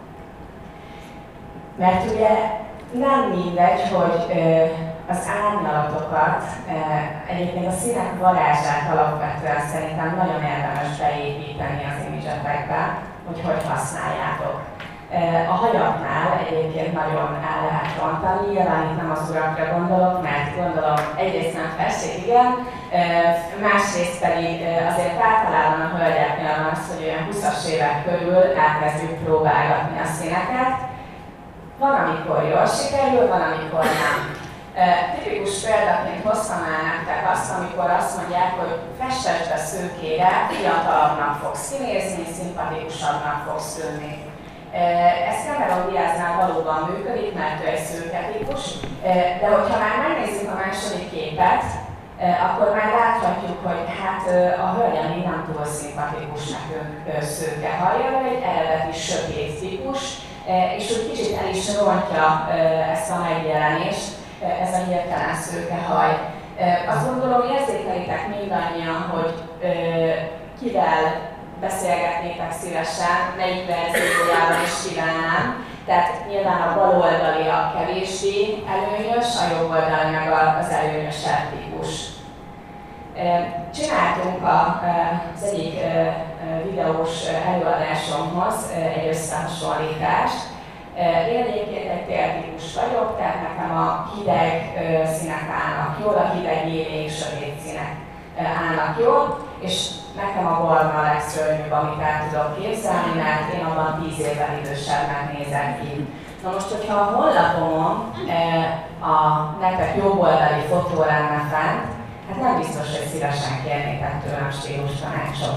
Mert ugye nem mindegy, hogy az árnyalatokat, egyébként a színek varázsát alapvetően szerintem nagyon érdemes beépíteni az imidzsetekbe, hogy használjátok. A hajaknál egyébként nagyon el lehet rontani, nyilván itt nem az urakra gondolok, mert gondolom egyrészt nem festék, igen, másrészt pedig azért általában a hölgyeknél van az, hogy olyan 20-as évek körül elkezdjük próbálgatni a színeket. Van, amikor jól sikerül, van, amikor nem. Tipikus példaként hoztam el nektek azt, amikor azt mondják, hogy festesd be szőkére, fiatalabbnak fogsz kinézni, szimpatikusabbnak fogsz tűnni. Ez Cameron Diaznál valóban működik, mert ő egy szőke típus, de hogyha már megnézzük a második képet, akkor már láthatjuk, hogy hát a hölgyem még nem túl szimpatikus nekünk szőke hajja, egy eredeti sötét típus, és úgy kicsit el is rontja ezt a megjelenést, ez a hirtelen szőke haj. Azt gondolom, érzékelitek mindannyian, hogy kivel beszélgetnétek szívesen, melyik verziójában és kivel nem. Tehát nyilván a bal oldali a kevésbé előnyös, a jobb oldali meg az előnyösebb típus. Csináltunk az egyik videós előadásomhoz egy összehasonlítást. Én egyébként egy tértípus vagyok, tehát nekem a hideg színek állnak jól, a hideg élénk sötét színek állnak jól, és nekem a barna a legszörnyűbb, amit el tudok képzelni, mert én abban 10 évvel idősebbnek nézek ki. Na most, hogyha a honlapomon a nektek jobboldali fotó lenne fent, hát nem biztos, hogy szívesen kérnétek tőlem stílus tanácsot.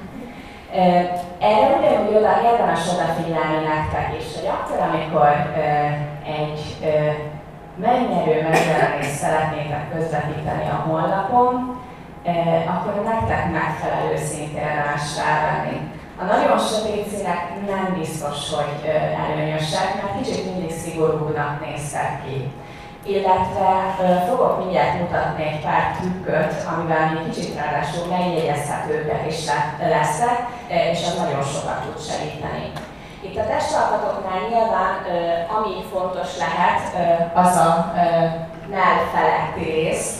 Erre ugyanúgy érdemes odafigyelni nektek is, hogy akkor, amikor egy megnyerő megjelenést szeretnétek közvetíteni a honlapon, akkor nektek megfelelő szint érdemes rávenni. A nagyon sötét színek nem biztos, hogy előnyösek, mert kicsit mindig szigorúbbnak néztek ki. Illetve fogok mindjárt mutatni egy pár trükköt, amivel mi kicsit ráadásul megjegyezhetőbbek is lesznek, és az nagyon sokat tud segíteni. Itt a testalkatoknál nyilván, ami fontos lehet, az a nel feletti rész.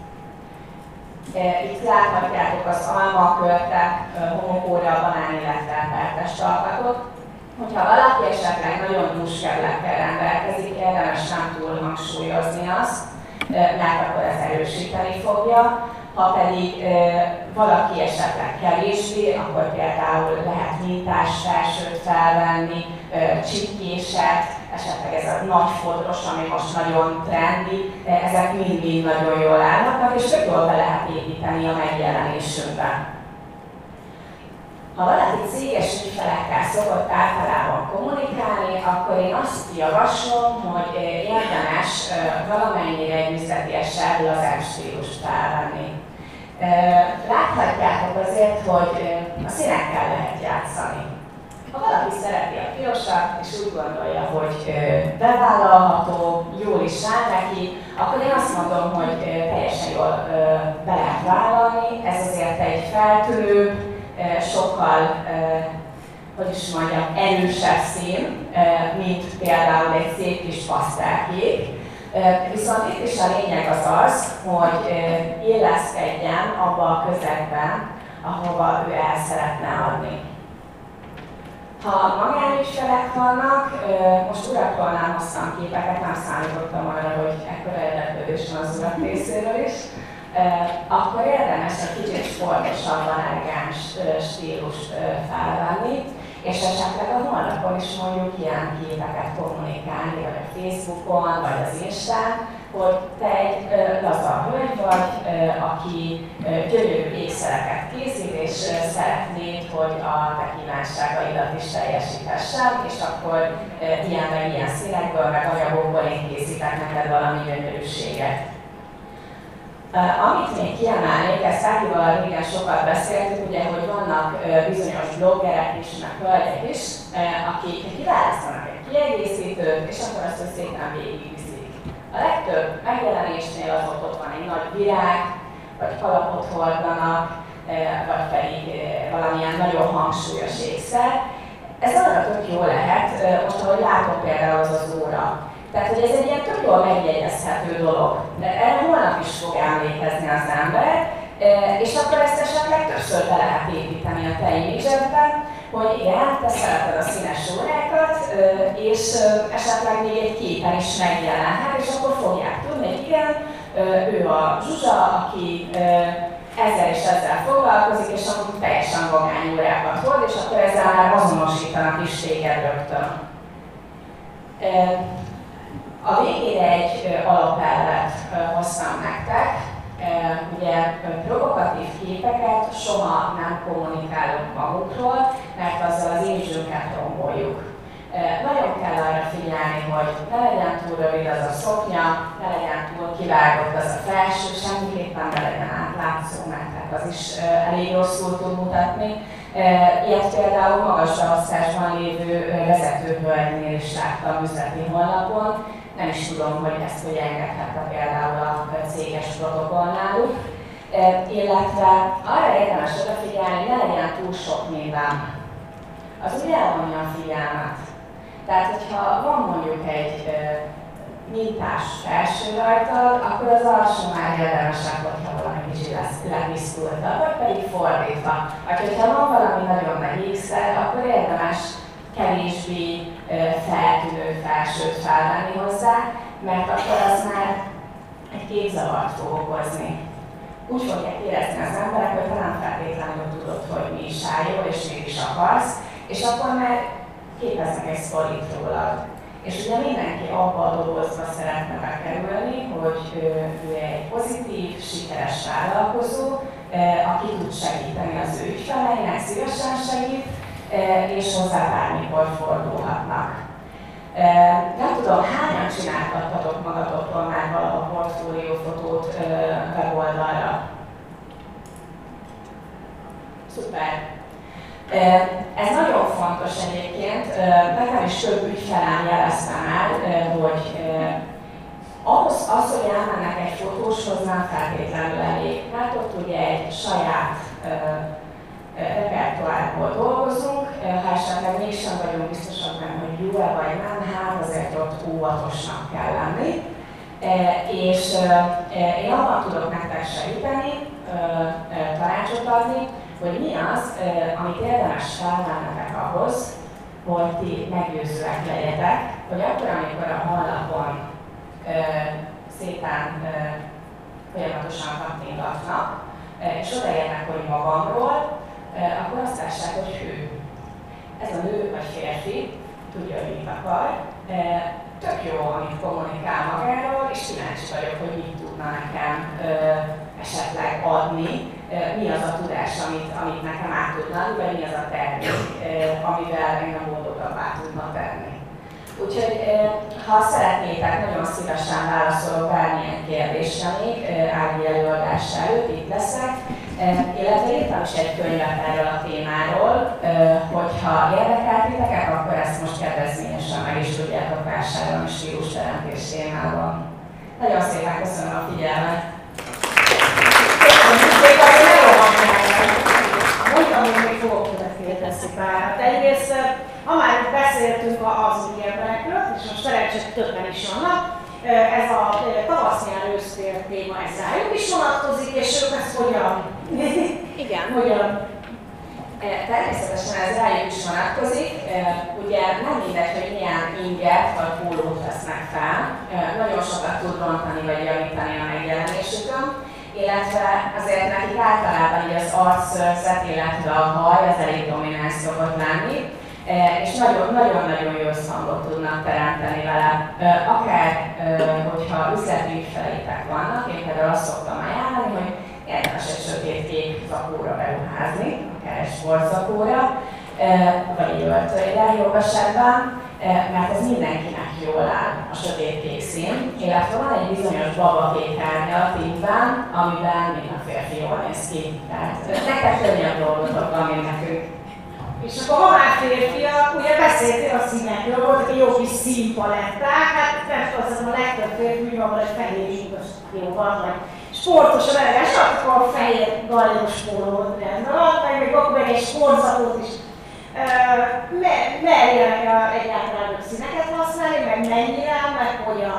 Itt láthatjátok az almakörtek, homokóra, banán, illetve testalkatot. Hogyha valaki esetleg nagyon dús keblekkel rendelkezik, érdemes nem túl hangsúlyozni azt, mert akkor ez erősíteni fogja. Ha pedig valaki esetleg kevésbé, akkor például lehet mintás felsőt felvenni, csipkéset, esetleg ez a nagy fodros, ami most nagyon trendi, ezek mind-mind nagyon jól állhatnak, és tök jól be lehet építeni a megjelenésünkben. Ha valaki céges ügyfelekkel szokott általában kommunikálni, akkor én azt javaslom, hogy érdemes valamennyire egy üzleti esetben az stílust felvenni. Láthatjátok azért, hogy a színekkel lehet játszani. Ha valaki szereti a pirosat, és úgy gondolja, hogy bevállalható, jól is áll neki, akkor én azt mondom, hogy teljesen jól be lehet vállalni. Ez azért egy feltűnőbb, sokkal, hogy is mondjam, erősebb szín, mint például egy szép kis pasztelkék. Viszont itt is a lényeg az, hogy illeszkedjen abba a közegben, ahova ő el szeretne adni. Ha magánügyfelek vannak, most urakról nem hoztam képeket, nem számítottam arra, hogy ekkora érdeklődés van az urak részéről is, akkor érdemes egy kicsit sportosabban elegáns stílust felvenni, és esetleg a honlapon is mondjuk ilyen képeket kommunikálni, vagy a Facebookon, vagy az Instán, hogy te egy laza hölgy vagy, aki gyönyörű ékszereket készít, és szeretnéd, hogy a te kívánságaidat is teljesíthessem, és akkor ilyen meg ilyen színekből, meg anyagokból én készítek neked valami gyönyörűséget. Amit még kiemelnék, ezt Ágival régen sokat beszéltük, ugye, hogy vannak bizonyos bloggerek is, meg hölgyek is, akik kiválasztanak egy kiegészítőt, és akkor azt szépen végigviszik. A legtöbb megjelenésnél az ott van egy nagy virág, vagy kalapot hordanak, vagy pedig valamilyen nagyon hangsúlyos ékszer. Ez arra tök jó lehet, most ahogy látom például az óra. Tehát, hogy ez egy ilyen tök jól megjegyezhető dolog. De erre holnap is fog emlékezni az ember, és akkor ezt esetleg többször be lehet építeni a te image-edbe, hogy igen, te szereted a színes órákat, és esetleg még egy képen is megjelenhet, és akkor fogják tudni, hogy igen, ő a Zsuzsa, aki ezzel és ezzel foglalkozik, és akkor teljesen vagány órákat hord, és akkor ezzel már azonosítanak is téged rögtön. A végére egy alapelvet hoztam nektek. Ugye provokatív képeket soha nem kommunikálunk magukról, mert azzal az image-ünket romboljuk. Nagyon kell arra figyelni, hogy ne legyen túl rövid az a szoknya, ne legyen túl kivágott az a felső, semmiképpen ne legyen átlátszó, mert az is elég rosszul tud mutatni. Ilyet például magas beosztásban lévő vezetőhölgynél is láttam üzleti honlapon. Nem is tudom, hogy ezt hogy engedhette például a céges protokollnáluk. Illetve arra érdemes odafigyelni, hogy ne legyen túl sok minden. Az úgy elvonja a figyelmet. Tehát, hogyha van mondjuk egy mintás felső rajtad, akkor az alsó már érdemesebb, hogyha valami kicsit lesz lepisztultak, vagy pedig fordítva. Vagy hogyha van valami nagyon nagy ékszer, akkor érdemes kevésbé feltűnő felsőt felvenni hozzá, mert akkor az már egy képzavart fog okozni. Úgy fogják érezni az emberek, hogy te nem feltétlenül tudod, hogy mi is áll jól, és mit is akarsz, és akkor már képeznek egy sztorit rólad. És ugye mindenki abba a dobozba szeretne bekerülni, hogy ő egy pozitív, sikeres vállalkozó, aki tud segíteni az ő ügyfeleinek, szívesen segít, és hozzá bármikor fordulhatnak. Nem tudom, hányan csináltatok magatokról már valaha portfóliófotót weboldalra? Szuper! Ez nagyon fontos egyébként, nekem is több ügyfelem jelezte már, hogy az, hogy elmennek egy fotóshoz, nem feltétlenül elég. Hát ott ugye egy saját repertoárból dolgozunk, ha esetleg mégsem vagyunk biztosak benne, hogy jó-e vagy nem, hát azért ott óvatosnak kell lenni. És én abban tudok nektek segíteni, tanácsot adni, hogy mi az, amit érdemes felvennetek ahhoz, hogy ti meggyőzőek legyetek, hogy akkor, amikor a honlapon szépen folyamatosan kattingatnak, és odaérnek, hogy magamról, akkor azt lássák, hogy hű. Ez a nő vagy férfi tudja, hogy mit akar, tök jó, amit kommunikál magáról, és kíváncsi vagyok, hogy mit tudna nekem esetleg adni, mi az a tudás, amit nekem át tudna adni, vagy mi az a termék, amivel engem boldogabbá tudna tenni. Úgyhogy ha szeretnétek, nagyon szívesen válaszolok bármilyen kérdésre még, Ági előadása előtt, itt leszek. Illetve írtam is egy könyvet erről a témáról, hogyha érdekel titeket, akkor ezt most kedvezményesen meg is tudjátok vásárolni stílusteremtés témában. Nagyon szépen köszönöm a figyelmet! Mondtam, hogy még fogok tőle kérdezni párat. Egyrészt, ha már beszéltünk az új emberekről, és most szerencsére többen is vannak, ez a tavasz-nyár ősztér téma, ez rájuk is vonatkozik, és ők ezt hogyan? Igen. Hogyan? Természetesen ez rájuk is vonatkozik. Ugye nem mindegy, hogy milyen inget vagy pólót vesznek fel. Nagyon sokat tud rontani vagy javítani a megjelenésükön, illetve azért nekik általában így az arcszőrzet, illetve a haj az elég domináns szokott lenni, és nagyon-nagyon jó összhangot tudnak teremteni vele. Akár, hogyha üzleti ügyfeleitek vannak, én például azt szoktam ajánlani, hogy érdemes egy sötétkék zakóra beruházni, akár egy sportzakóra, vagy egy öltönyre jobb esetben, mert ez mindenkinek jól áll a sötétkék szín, illetve van egy bizonyos babakék árnyal tintben, amiben minden férfi jól néz ki. Tehát nektek könnyebb dolgotok van, mint nekünk. És akkor ha már férfiak, ugye beszéltél a színekről, voltak egy jó kis színpaletták, hát persze az a legtöbb férfi úgy van, hogy fehér zsíkos jó van, vagy sportos a velegás, akkor a fehér gallios pólót rendben van, meg akkor meg egy sportzakót is. Merjenek egyáltalán ők színeket használni, meg mennyire, meg hogyan.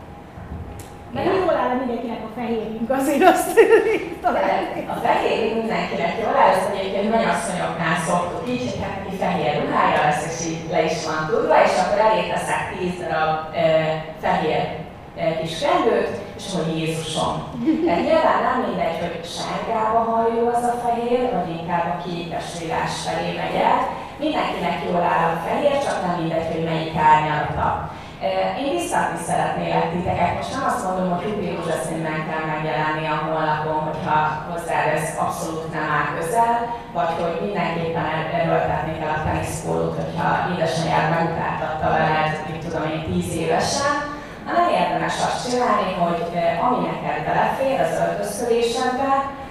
Meg jól áll mindenkinek a fehérünk, azért azt találni. A fehérünk mindenkinek jól áll, ezt egyébként mennyasszonyoknál szoktuk így, hogy hát neki fehér ruhája lesz, és így le is van tudva, és akkor elé teszek 10 darab fehér kis kendőt, és hogy Jézusom. Tehát nyilván nem mindegy, hogy sárgába hajló az a fehér, vagy inkább a kékes világ felé megy el. Mindenkinek jól áll a fehér, csak nem mindegy, hogy melyik árnyalata. Én biztatni szeretnélek titeket, most nem azt mondom, hogy Rubi rózsaszínben kell megjelenni a honlapon, hogyha hozzád ez abszolút nem áll közel, vagy hogy mindenképpen erőltetni kell a teniszpólót, hogyha édesanyád megutáltatta veled, mit tudom én, 10 évesen, hanem érdemes azt csinálni, hogy ami neked belefér az öltözködésedbe,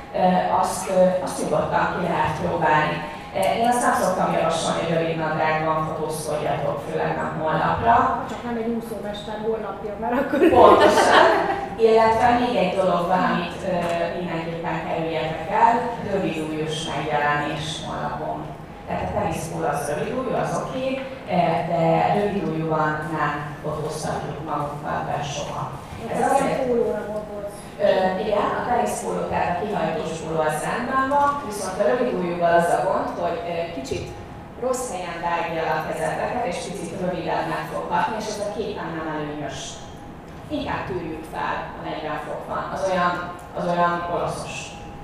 azt nyugodtan ki lehet próbálni. Én azt nem szoktam javasolni, hogy rövid nadrágban fotózkodjatok, főleg nem holnapra. Csak nem egy úszómester holnapja, mert akkor... Pontosan. Illetve még egy dolog van, amit mindenképpen kerüljetek el, rövidújús megjelenés honlapon. Tehát a teniszpóló az rövidújú, az oké, de rövidújúban nem fotóztatjuk magunkkal be soha. Ez azért pólóra volt. Igen, a teniszpóló, tehát a kihajtós forduló az rendben van, viszont a rövid ujjúval az a gond, hogy kicsit rossz helyen vágja a kezeteket, és picit rövidebb meg fog hatni, és ez a képen nem előnyös. Inkább tűrjük fel a 40 fokban, az olyan olaszos.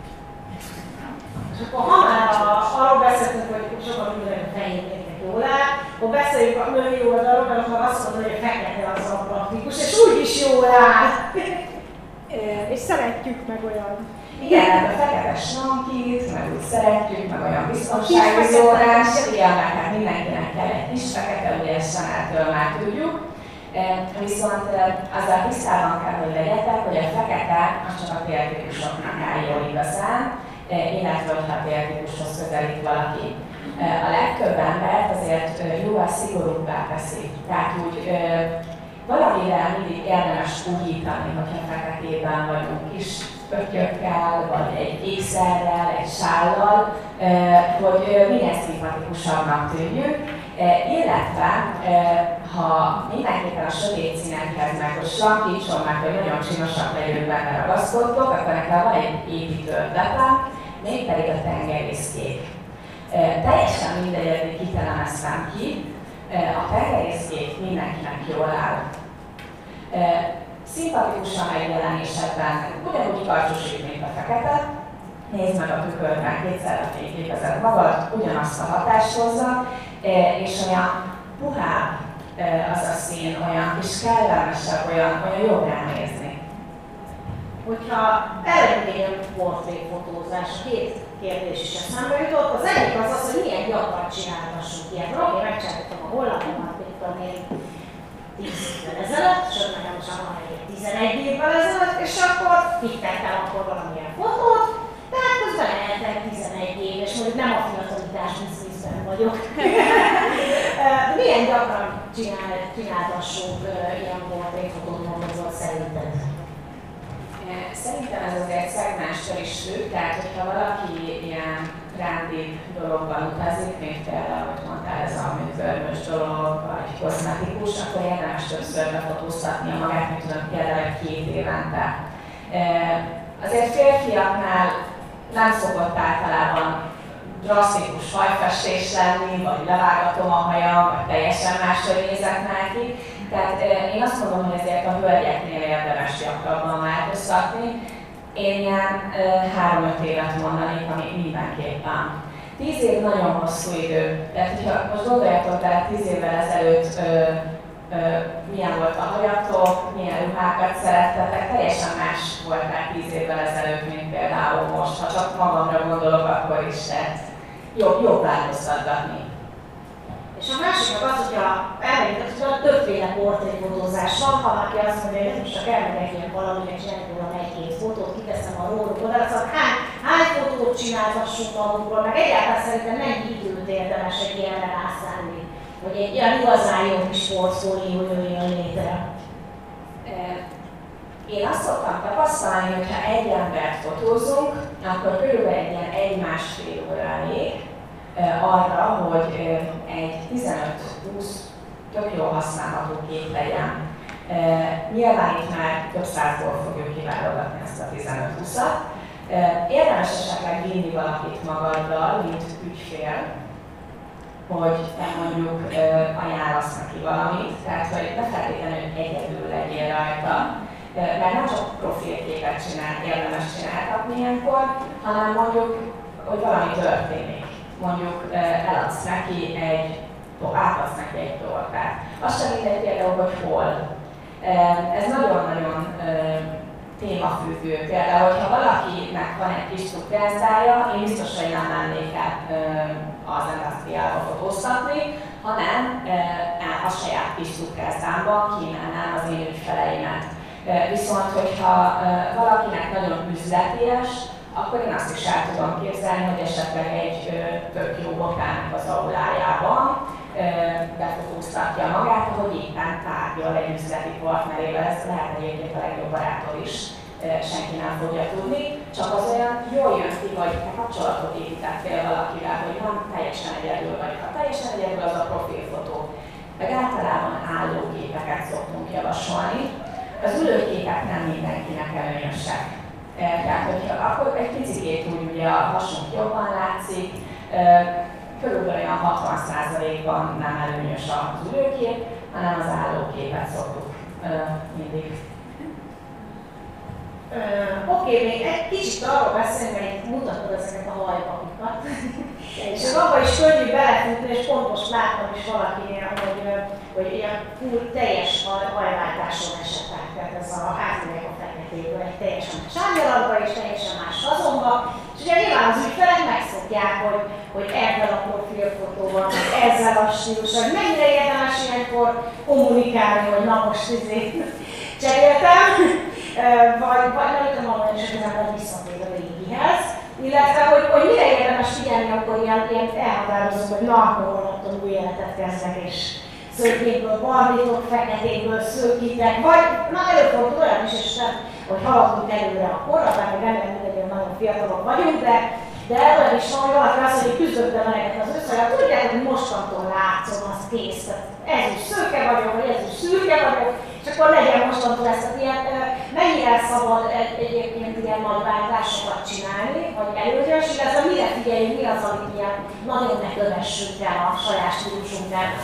És akkor ha már arról beszéltünk, hogy sokan mindenki fehérjéknek jól áll, akkor beszéljük a női oldalról, mert akkor azt mondod, hogy a fekete az a praktikus, és úgyis jól áll. És szeretjük meg olyan. Igen, a fekete snankit, meg úgy szeretjük, meg olyan biztonsági zónás, igen, meg hát mindenkinek kell egy kis fekete, ugye ezt Chanel-től már tudjuk. Viszont azzal tisztában kell, hogy legyetek, hogy a fekete az csak a tértípusoknak áll jól igazán, illetve hogyha a tértípushoz közelít valaki. A legtöbb embert azért jóval szigorúbbá teszi. Tehát úgy valamivel mindig érdemes újítani, hogyha feketében vagyunk kis pöttyökkel, vagy egy ékszerrel, egy sállal, hogy minél szimpatikusabbnak tűnjünk. Illetve, ha mindenképpen a sötét színekhez meg, hogy slankítson meg, hogy nagyon csinosak legyünk benne ragaszkodtok, akkor nekem van egy építő ötletem, mégpedig a tengerészkék. Teljesen mindegy, hogy kitelemeztem ki, a tengerészkék mindenkinek jól áll. Szimpatikusan megjelenésedben, ugyanúgy karcsúsít, mint a fekete. Nézd meg a tükörben, kétszer a fényképezed magad, ugyanazt a hatást hozza, és olyan puhább az a szín, olyan kis kellemesebb, olyan jobb ránézni. Hogyha elengedjünk portréfotózás, két kérdés is eszembe jutott. Az egyik az, hogy milyen gyakran csináltassunk ilyet. Én megcsináltam a honlapomat, mit tudom én, 10 évvel ezelőtt, sőt nekem most van egy 11 évvel ezelőtt, és akkor kittettem akkor valamilyen fotót, tehát közben eltek 11 év, és mondjuk nem a fiatalítás bizniszben vagyok. Milyen gyakran csináltassunk ilyen portréfotót magadról szerinted? Szerintem ez azért szegmástól is függ, tehát hogyha valaki ilyen rándibb dologban utazik, mint például, hogy mondtál, ez a művörmös dolog, vagy kozmetikus, akkor érdemes többször befotóztatnia magát, mint tudom, például 2 évente. Azért férfiaknál nem szokott általában drasztikus hajfestés lenni, vagy levágatom a hajam, vagy teljesen máshogy nézek neki. Tehát én azt mondom, hogy ezért a hölgyeknél érdemes gyakrabban változtatni. Én ilyen 3-5 évet mondanék, ami mindenképpen. 10 év nagyon hosszú idő. Tehát, hogyha most gondoljatok bele 10 évvel ezelőtt milyen volt a hajatok, milyen ruhákat szerettetek, teljesen más volt már 10 évvel ezelőtt, mint például most. Ha csak magamra gondolok, akkor is lehet jobb változtatni. És a másik az, hogyha elmegyünk, hogy többféle portréfotózás van, ha valaki azt mondja, hogy most csak elmegyek ilyen valaminek, csináljuk róla 1-2 fotót, kiteszem a róluk oda, szóval hány fotót csináltassunk magunkról, meg egyáltalán szerintem mennyi időt érdemes egy ilyenre rászállni, hogy egy ilyen igazán jó kis portfólió jöjjön létre. Én azt szoktam tapasztalni, hogy ha egy embert fotózunk, akkor körülbelül egy ilyen 1-1,5 óra elég arra, hogy egy 15-20 tök jól használható kép legyen. Nyilván itt már több százból fogjuk kiválogatni ezt a 15-20-at. Érdemes esetleg vinni valakit magaddal, mint ügyfél, hogy te mondjuk ajánlasz neki valamit, tehát hogy ne feltétlenül egyedül legyél rajta, mert nem csak profilképet érdemes csináltatni ilyenkor, hanem mondjuk, hogy valami történik. Mondjuk eladsz neki átadsz neki egy tortát. Azt sem mindegy például, hogy hol. Ez nagyon-nagyon témafüggő. Például, hogyha valakinek van egy kis cukrászdája, én biztos, hogy nem mennék el az industriába fotóztatni, hanem a saját kis cukrászdámban kínálnám az én ügyfeleimet. Viszont, hogyha valakinek nagyon üzleties, akkor én azt is el tudom képzelni, hogy esetleg egy tök jó botának az aulájában befotóztatja magát, ahogy éppen tárgyal egy üzleti partnerével, ez lehet egyébként a legjobb barátod is, senki nem fogja tudni, csak az olyan jól jön ki, hogy te kapcsolatot építettél valakivel, hogy nem teljesen egyedül vagy. Ha teljesen egyedül, az a profilfotó. Meg általában állóképeket szoktunk javasolni. Az ülőképek nem mindenkinek előnyösek. Tehát, hogyha akkor egy picit úgy a hasunk jobban látszik, körülbelül olyan 60%-ban nem előnyös az ülőkép, hanem az állóképet szoktuk mindig. Oké, még egy kicsit arról beszélni, mert itt mutatod ezeket a hajpapikat. És abba is könnyű belefutni, és pont most láttam is valakinél, hogy ilyen teljes hajváltáson esettek. Tehát ez a átmegyek a feketéből egy teljesen más árnyalatba és teljesen más fazonba. És ugye nyilván az ügyfelek megszokják, hogy ezzel a profilfotóval, vagy ezzel a stílussal, hogy mennyire érdemes ilyenkor kommunikálni, hogy na most cseréltem. Vagy nem tudom mondani, hogy az ember visszatér a régihez, illetve hogy mire érdemes figyelni, akkor ilyen elhatározom, hogy na, akkor onnantól új életet kezdek, és szőkéből barnítok, feketéből szőkítek, vagy na előfordul olyan is, és nem, hogy haladunk előre a korra, bár még remélem mindegy, nagyon fiatalok vagyunk, de olyan is van, hogy valaki azt mondja, hogy küzdöttem eleget az összeget, tudják, hogy mostantól látszom, az kész. Ez is szőke vagyok, vagy ez is szürke vagyok, és akkor legyen mostantól ezt a ilyen, mennyire szabad egyébként ilyen nagy váltásokat csinálni, vagy előnyös, illetve mire figyeljünk, mi az, amit ilyen nagyon ne kövessünk el a saját stílusunk ellen.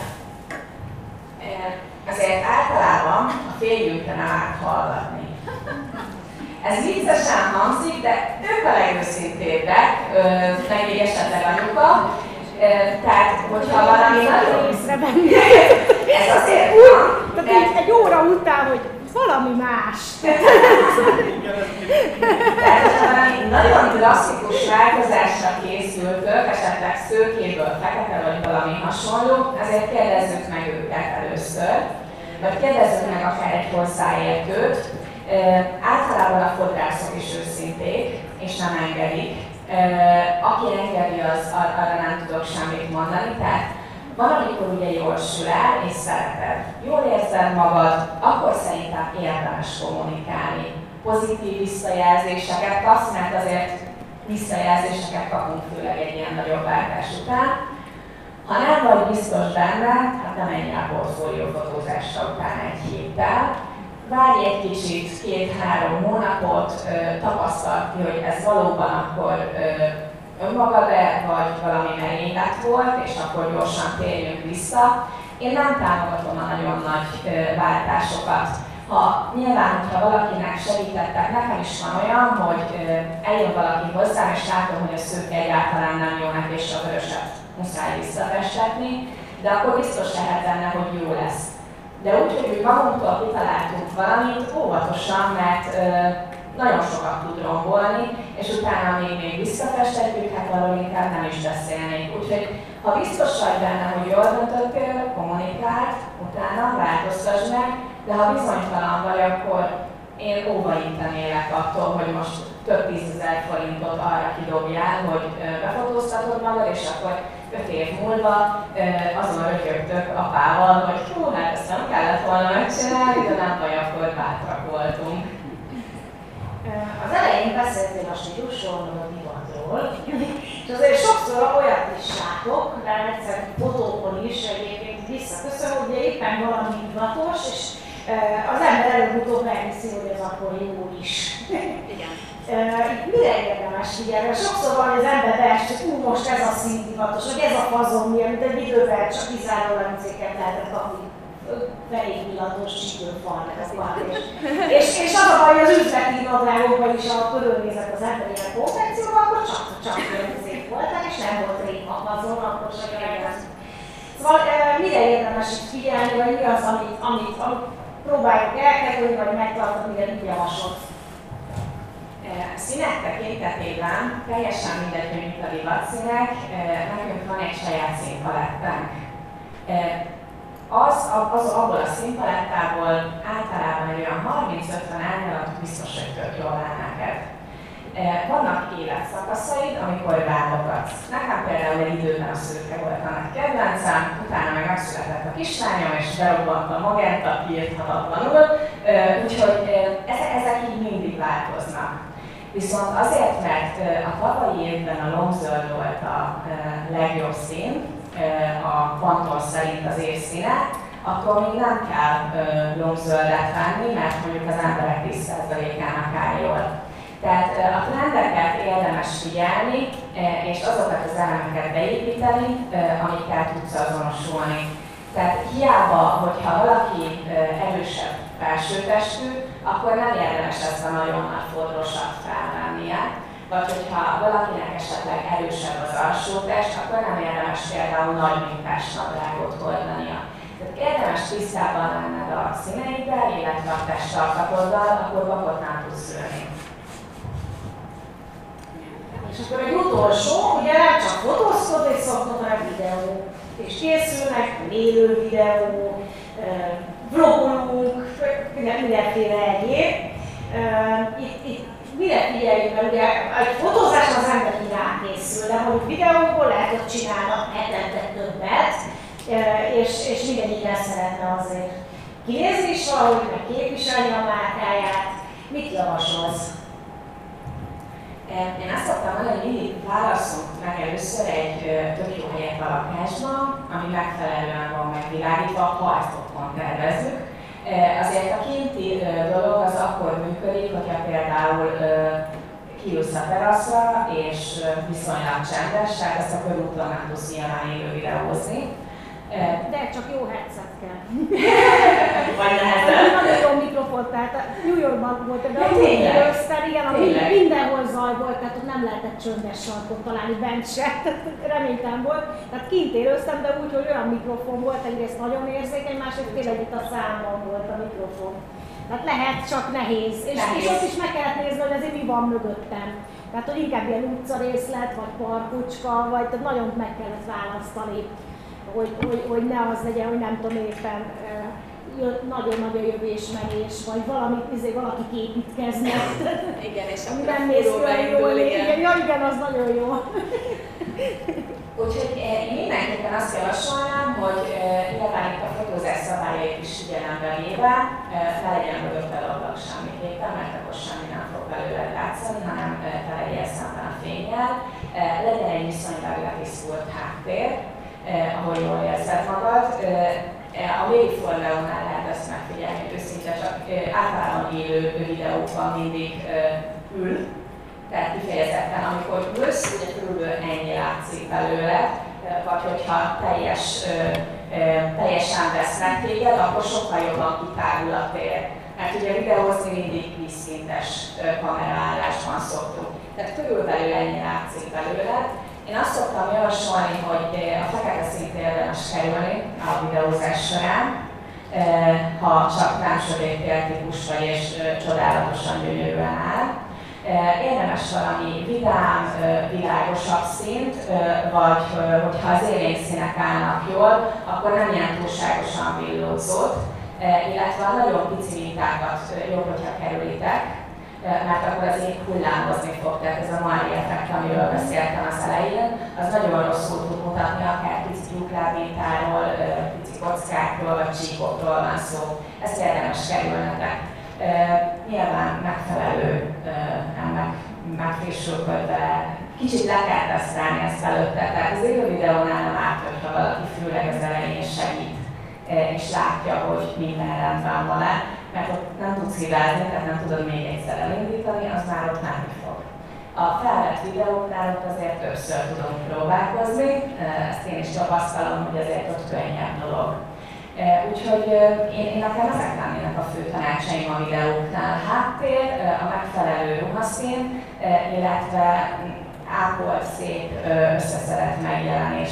Ezért általában a férjünkre nem árt hallgatni. Ez viccesen hangzik, de ők a legőszintébbek, meg még esetleg anyuka. Tehát, hogyha valami nagyon... Ez azért van. Tehát egy óra után, hogy valami más. Tehát, hogyha valami nagyon drasztikus változásra készültök, esetleg szőkéből fekete vagy valami hasonló, azért kérdezzük meg őket először. Vagy kérdezzük meg akár egy hozzáértőt. Általában a fodrászok is őszinték, és nem engedik. Aki engedi, az arra nem tudok semmit mondani, tehát van, amikor ugye jól sül el, és szereted, jól érzed magad, akkor szerintem érdemes kommunikálni. Pozitív visszajelzéseket kapsz, mert azért visszajelzéseket kapunk főleg egy ilyen nagyobb váltás után. Ha nem vagy biztos benne, hát nem menj el portfóliófotózásra után egy héttel. Várj egy kicsit, 2-3 hónapot, tapasztald ki, hogy ez valóban akkor önmagad-e, vagy valami merénylet volt, és akkor gyorsan térjünk vissza. Én nem támogatom a nagyon nagy váltásokat. Nyilván, hogyha valakinek segítettek, nekem is van olyan, hogy eljön valaki hozzám, és látom, hogy a szőke egyáltalán nem jó neki, és a vöröset muszáj visszafestetni, de akkor biztos lehet benne, hogy jó lesz. De úgy, hogy magunktól kitaláltunk valamit óvatosan, mert nagyon sokat tud rombolni, és utána még visszafestetjük, hát valahol inkább nem is beszélnék. Úgyhogy ha biztos vagy benne, hogy jól döntöttél, kommunikáld, utána változtasd meg, de ha bizonytalan vagy, akkor én óvaintenélek attól, hogy most több 10 000 forintot arra kidobjál, hogy befotóztatod magad, és akkor 5 év múlva azon röhögtök apával, hogy hú, hát ezt nem kellett volna megcsinálni, de nem baj, akkor bátrak voltunk. Az elején beszéltél a stílusról, a divatról, és azért sokszor olyat is látok, de egyszer fotókon is egyébként visszaköszönöm, hogy éppen valami divatos, és az ember előbb-utóbb meghiszi, hogy ez akkor jó is. Igen. Mire érdemes figyelni? Sokszor van, hogy az ember beesik, hogy most ez a szín divatos, vagy ez a fazon mi, amit egy időben csak kizárólag céget lehetett kapni. Felékvillantos csípőfal, és az a baj, hogy az üzleti nadrágokban is, ahol körülnézett az ember ilyen konfekcióban, akkor csak körülnézék voltak, és nem volt rémafazon, akkor csak elkezdett. Szóval mire érdemes itt figyelni, vagy mi az, amit próbáljuk elkerülni, vagy megtartani, mire mit javaslod? Színek tekintetében teljesen mindegy, hogy mit a divatszínek, nekünk van egy saját színpalettánk. Abból a színpalettából általában egy olyan 30-50 árnyalat biztos, hogy tök jól áll neked. Vannak életszakaszaid, amikor válogatsz. Nekem például egy időben a szürke volt a nagy kedvencem, utána meg megszületett a kislányom, és berobbant a magenta, írthatatlanul, úgyhogy ezek így mindig változnak. Viszont azért, mert a tavalyi évben a lombzöld volt a legjobb szín, a Pantone szerint az év színe, akkor még nem kell lombzöldet venni, mert mondjuk az emberek 10%-ának áll jól. Tehát a trendeket érdemes figyelni, és azokat az elemeket beépíteni, amikkel tudsz azonosulni. Tehát hiába, hogyha valaki erősebb felsőtestű, akkor nem érdemes ezt a nagyon nagy fodrosat felvennie. Vagy hogyha valakinek esetleg erősebb az alsótest, akkor nem érdemes például nagy minkás nadrágot hordania. Tehát érdemes tisztában lenned a színeiddel, illetve a testalkatoddal, akkor vakot nem tudsz ülni. És akkor egy utolsó, ugye nem csak fotózkodni szoktunk, hanem videók. És készülnek, élő videó, vlogolunk, mindenféle egyéb. Itt mire figyeljünk, mert ugye egy fotózás az ember így rákészül, de mondjuk videókból lehet, hogy csinálnak hetente többet, és mindegyikben szeretne azért kinézni is valahogy, meg képviselni a márkáját. Mit javasolsz? Én azt szoktam mondani, hogy mindig válasszunk meg először egy tök jó helyet a lakásban, ami megfelelően van megvilágítva, ha ezt otthon tervezzük. Azért a kinti dolog az akkor működik, hogyha például kiülsz a teraszra és viszonylag csendes, tehát ezt a körúton nem tudsz nyilván élő videózni. De csak jó headset kell. Vagy nehezebb. Nagyon jó mikrofon, tehát New Yorkban volt, de Ja, a tényleg? igen, mindenhol zaj volt, tehát ott nem lehetett csöndes sarkot találni bent se, reménytelen volt. Tehát kint érőztem, de úgy, hogy olyan mikrofon volt, egyrészt nagyon érzékeny, másrészt tényleg itt a számban volt a mikrofon. Tehát lehet, csak nehéz. És ott is meg kellett nézni, hogy azért mi van mögöttem. Tehát, hogy inkább ilyen utcarészlet, vagy parkocska, vagy tehát nagyon meg kellett választani. Hogy ne az legyen, hogy nem tudom éppen nagyon-nagyon jövésmenés, vagy valakik építkeznek. Igen, és ami akkor nem néz ki olyan jól. Igen, az nagyon jó. Úgyhogy én mindenképpen azt javasolnám, hogy nyilván itt a fotózás szabályait is figyelembe véve ne legyen mögötte ablak semmiképpen, mert akkor semmi nem fog belőle látszani, hanem te legyél szemben a fénnyel. Legyen egy viszonylag letisztult háttér, ahol jól érzed magad. A végigfordulónál lehet ezt megfigyelni, hogy őszinte csak általában élő videókban mindig ül. Tehát kifejezetten, amikor ülsz, ugye körülbelül ennyi látszik belőle, vagy hogyha teljesen vesznek téged, akkor sokkal jobban kitárul a tér. Mert ugye videózni mindig vízszintes kameraállásban szoktunk. Tehát körülbelül ennyi látszik belőle. Én azt szoktam javasolni, hogy a fekete szint érdemes kerülni a videózás során, ha csak nem sötétkér típus vagy és csodálatosan gyönyörűen áll. Érdemes valami vidám, világosabb szint, vagy hogyha az élénk színek állnak jól, akkor nem ilyen túlságosan villózott, illetve a nagyon pici mintákat jobb, hogyha kerülitek, mert akkor az ég hullámozni fog, tehát ez a Mali effekt, amiről beszéltem az elején, az nagyon rosszul tud mutatni, akár pici lyuklábmintáról, pici kockákról vagy csíkokról van szó. Ezt érdemes kerülnetek. Nyilván megfelelő, megfrissülködve, kicsit le kell tesztelni ezt előtte, tehát az élő videónál nem árt, hogyha valaki főleg az elején segít, és látja, hogy minden rendben van-e, mert ott nem tudsz hibázni, tehát nem tudod még egyszer elindítani, az már ott menni fog. A felvett videóknál ott azért többször tudunk próbálkozni, ezt én is tapasztalom, hogy azért ott könnyebb dolog. Úgyhogy én nekem ezek lennének a fő tanácsaim a videóknál. Háttér, a megfelelő ruhaszín, illetve ápolt, szép, összeszedett megjelenés.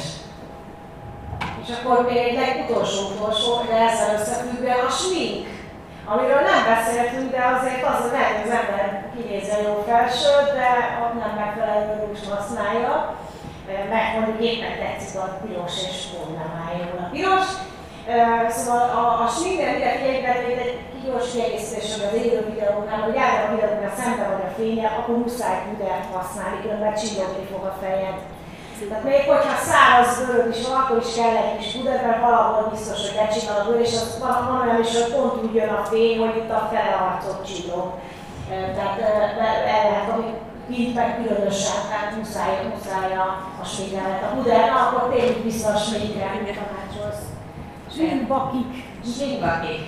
És akkor még egy legutolsó, de ezzel összefüggően a smink, amiről nem beszéltünk, de azért az, hogy lehet, hogy az ember kinézze jó felsőt, de nem megfelelő rúst használja, mert mondjuk éppen tetszik a piros, és pont nem áll jól a piros. Szóval a sminkben ide figyelj, egy gyors kiegészítés, hogy az élő videónál, hogy járva a videónál szembe vagy a fényel, akkor muszáj pudert használni, különben csillogni fog a fejed. Tehát még hogyha száraz bőröd is van, akkor is kell egy kis puder, mert valahol biztos, hogy becsinnal a bőr, és az van olyan is, hogy pont úgy jön a fény, hogy itt a fele arcot csillog. Tehát el lehet, hogy így meg különösen, tehát muszáj a sminkellet. A puder, akkor tényleg vissza a sminkre, amit tanácsolsz. Sminkbakik.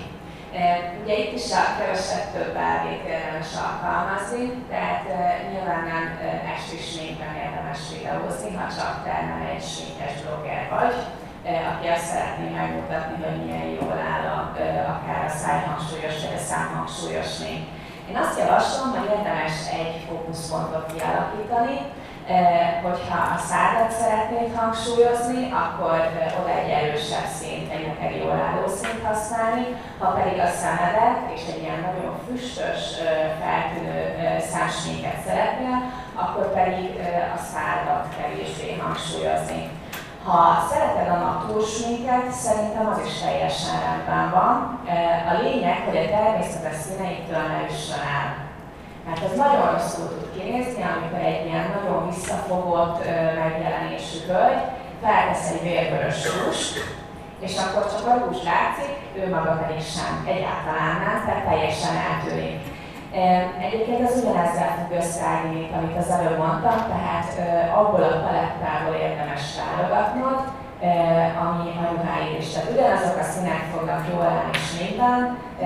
Ugye itt is a kevesebb több elvét érdemes alkalmazni, tehát nyilván nem esti sminkben érdemes videózni, ha csak te nem egy sminkes blogger vagy, aki azt szeretné megmutatni, hogy milyen jól áll akár a szájhangsúlyos vagy a számhangsúlyos smink. Én azt javaslom, hogy érdemes egy fókuszpontot kialakítani, hogyha a szádat szeretnéd hangsúlyozni, akkor oda egy erősebb színt, egy neked jól álló színt használni, ha pedig a szemedet és egy ilyen nagyon füstös, feltűnő számsminket szeretnél, akkor pedig a szádat kevésbé hangsúlyozni. Ha szereted a natúrsminket, szerintem az is teljesen rendben van. A lényeg, hogy a természetes színeiktől ne üssön el. Mert ez nagyon rosszul tud kinézni, amikor egy ilyen nagyon visszafogott megjelenésű hölgy feltesz egy vérvörös rúst, és akkor csak a rúzs látszik, ő maga pedig sem, egyáltalán nem, tehát teljesen eltűnik. Egyébként az ugyanezzel függ összeállni, mint amit az előbb mondtam, tehát abból a palettából érdemes válogatnod, ami a ruháid is. Tehát ugyanazok a színek fognak jól állni sminkben,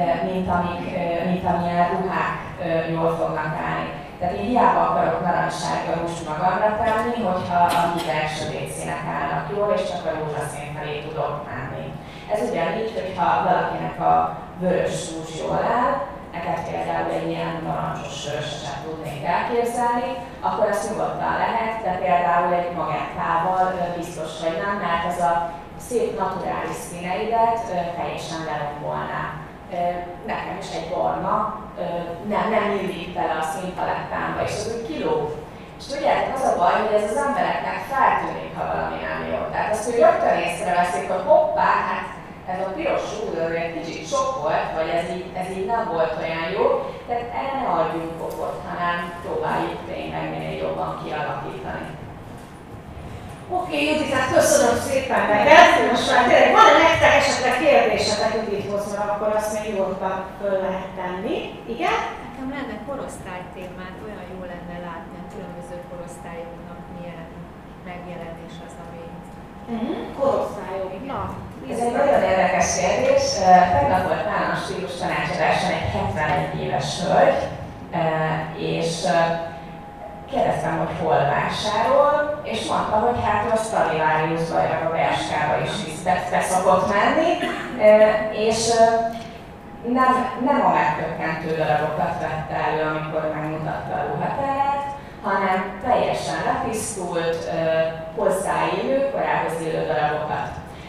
mint amilyen ruhák jól fognak állni. Tehát én hiába akarok narancssárga rúst magamra tenni, hogyha a hideg sötét színek állnak jól, és csak a rózsaszín felé tudok menni. Ez ugyanígy, hogyha valakinek a vörös rúzs jól áll, neked például egy ilyen narancsos söröset tudnék elképzelni, akkor azt nyugodtan lehet, de például egy magettával biztos, hogy nem, mert az a szép naturális színeidet teljesen lerombolná. Nekem is egy barna nem illik bele a színpalettámba, és az úgy kilóg. És tudjátok, az a baj, hogy ez az embereknek feltűnik, ha valami nem jó. Tehát azt, hogy rögtön észreveszik, hogy hoppá, hát ez a piros súlyról egy kicsit sok volt, vagy ez így nem volt olyan jó, tehát erre ne adjunk okot, hanem próbáljuk tényleg minél jobban kialakítani. Oké, Judit, hát köszönöm szépen neked. Most már tényleg van-e nektek esetleg kérdésetek Judithoz, mert akkor azt még nyugodtan föl lehet tenni. Igen? Nekem lenne korosztály témát, olyan jó lenne látni a különböző korosztályoknak milyen megjelenés az, ami... Korosztályok. Na, ez egy nagyon érdekes kérdés. Tegnap volt nálam stílus tanácsadáson egy 71 éves hölgy, és kérdeztem, hogy hol vásárol, és mondta, hogy hát a Stradivariusba, vagy a Bershkába is be szokott menni, és nem a megkökkentő darabokat vette elő, amikor megmutatta a ruhatárát, hanem teljesen letisztult, hozzáillő, korához illő darabokat.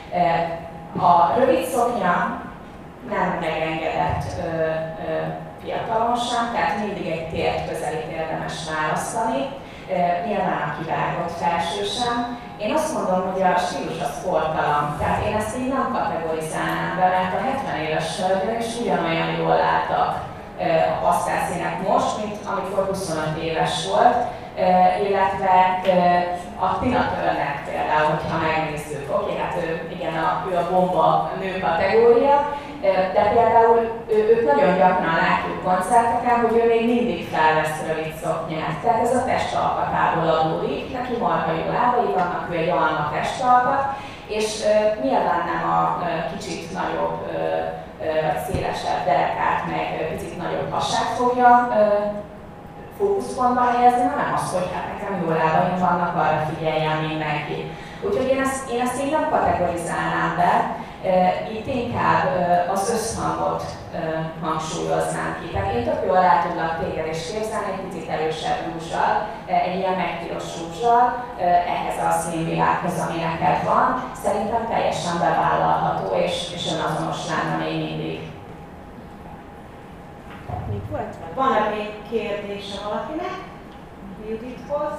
A rövid szoknya nem megengedett fiatalon sem, tehát mindig egy tért közelét érdemes választani, nyilván a kivágott felső sem. Én azt mondom, hogy a stílus az sporttalan, tehát én ezt így nem kategorizálnám be, mert a 70 éves hölgyön is ugyanolyan jól álltak a pasztálszínek most, mint amikor 25 éves volt, illetve a Tina Turner például, hogyha megnézzük, oké, hát ő a bomba nő kategória, de például őt nagyon gyakran látjuk koncerteken, hogy ő még mindig felvesz rövid szoknyát. Tehát ez a testalkatából adódik, neki marha jó lábai vannak, ő egy alma testalkat, és nyilván nem a kicsit nagyobb vagy szélesebb derekát, meg picit nagyobb hasát fogja fókuszpontba helyezni, hanem az, hogy hát nekem jó lábaim vannak, arra figyeljen mindenki. Úgyhogy én ezt így nem kategorizálnám be, itt inkább az összhangot hangsúlyoznám ki. Tehát én tök jól el tudlak téged is képzelni egy picit erősebb rúzsal, egy ilyen megpiros rúzsal, ehhez a színvilághoz, ami neked van. Szerintem teljesen bevállalható és önazonos lenne még mindig. Van-e még kérdése valakinek? Judithoz?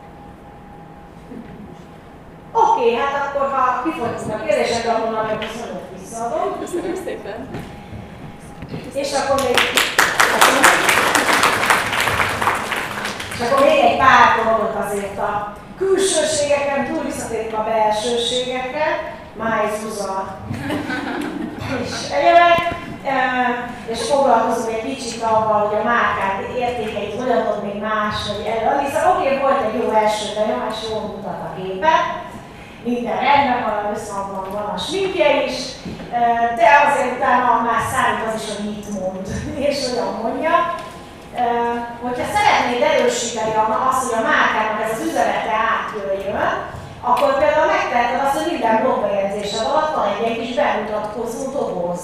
Oké, hát akkor ha kifogynak a kérdések, akkor nagyon köszönöm, visszaadom. Köszönöm szépen. És akkor még egy pár dolgot azért a külsőségeken, túl visszatérünk a belsőségekre, Máj Zuzsa és egyebek, és foglalkozunk egy kicsit avval, hogy a márkák értékeit hogyan tud még más, vagy előadni. Szóval oké, volt egy jó első benyomás, jól mutat a képet, minden rendben van, összhangban van a sminkje is, de azért utána már számít az is, hogy mit mond, és hogyan mondja. Hogyha szeretnéd erősíteni azt, hogy a márkának ez az üzenete átjöjjön, akkor például megteheted azt, hogy minden blogbejegyzésed alatt van egy kis bemutatkozó doboz.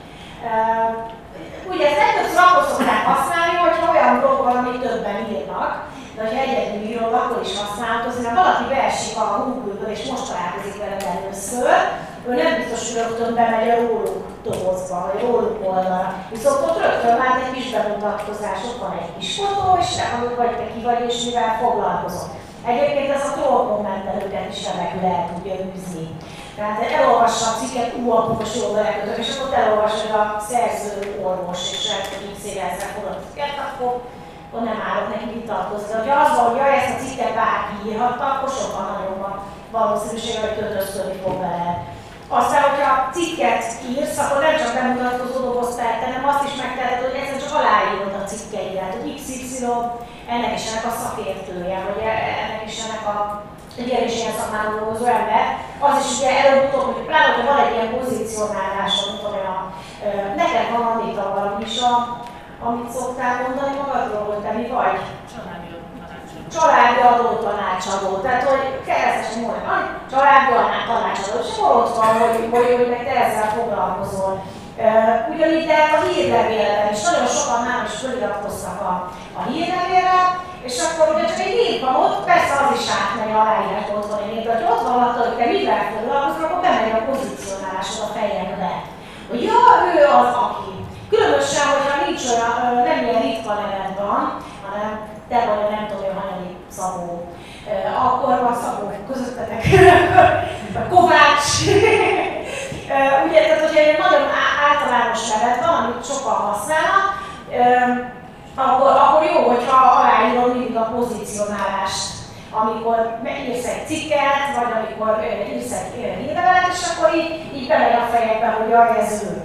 Ugye ezt legtöbbször akkor szokták használni, hogyha olyan blog van, amit többen írnak, de ha egyedül írod, akkor is használhatod, mert valaki beesik a Google-ből és most találkozik veled először, ő nem biztos, hogy rögtön bemegy a róluk dobozba, vagy róluk oldalra. Viszont ott rögtön lát egy kis bemutatkozás, ott van egy kis fotó, és nem vagy te ki vagy, és mivel foglalkozol. Egyébként ez a troll kommentelőket is remekül el tudja űzni. Tehát elolvassa a cikket, akkor jól belekötök, és akkor elolvassa, hogy a szerző orvos, és hogy x-ével fogad a cikket, akkor nem állok neki vitatkozni. De ha az van, hogy ezt a cikket bárki írhatta, akkor sokkal nagyobb a valószínűség, hogy kötözködni fog vele. Aztán, hogyha cikket írsz, akkor nem csak bemutatkozó dobozt tehet, hanem azt is megteheted, hogy egyszer csak aláírod a cikkeidet, hogy XY ennek is ennek a szakértője, vagy ennek is ennek a ilyen is ilyen szakmában dolgozó ember. Az is ugye előbb-utóbb, hogy pláne, hogyha van egy ilyen pozícionálás, neked van Anita valami is, amit szoktál mondani magadról, hogy te mi vagy? Családi adótanácsadó. Tehát, hogy keresztesen mondani, családi tanácsadó, és hol ott van, hogy meg te ezzel foglalkozol. Ugyanígy de a hírlevélben is, nagyon sokan már is feliratkoztak a hírlevélre, és akkor ugye csak egy név van ott, persze az is átmegy aláírás, ott van egy név, de ha ott van attól, hogy te mivel foglalkozol, akkor bemegy a pozícionálásod a fejedbe. Hogy ja, ő az, aki. Különösen, hogyha nincs olyan, nem ilyen ritka neved van, hanem te vagy a nem tudom, hogy hanyadik Szabó. Akkor van Szabó közöttetek, vagy Kovács. Ugye, tehát, hogyha egy nagyon általános nevet van, amit sokan használnak, akkor jó, hogyha aláírod mindig a pozícionálást, amikor írsz egy cikket, vagy amikor írsz egy hírlevelet, és akkor így bemegy a fejedbe, hogy jaj, ez ő.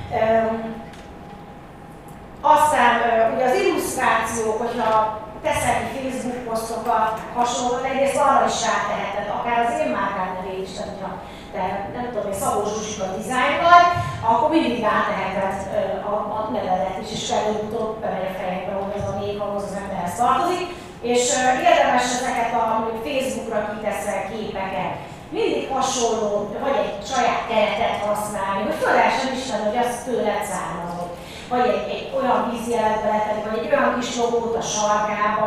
Aztán ugye az illusztrációk, hogyha teszel ki Facebook posztokat, hasonlóan, egyrészt arra is ráteheted, akár az én márkám nevét is, tehát ha te nem tudom, hogy Szabó Zsuzsika dizájn vagy, akkor mindig ráteheted a nevedet is, és előbb-utóbb bemegy a fejekbe, hogy ez a név ahhoz az emberhez tartozik. És érdemes ezeket a Facebookra kiteszel képeket. Mindig hasonló, vagy egy saját keretet használni, hogy föl lehessen ismerni, hogy az tőled származott. Vagy egy olyan vízjelet beletenni, vagy egy olyan kis logót a sarkába.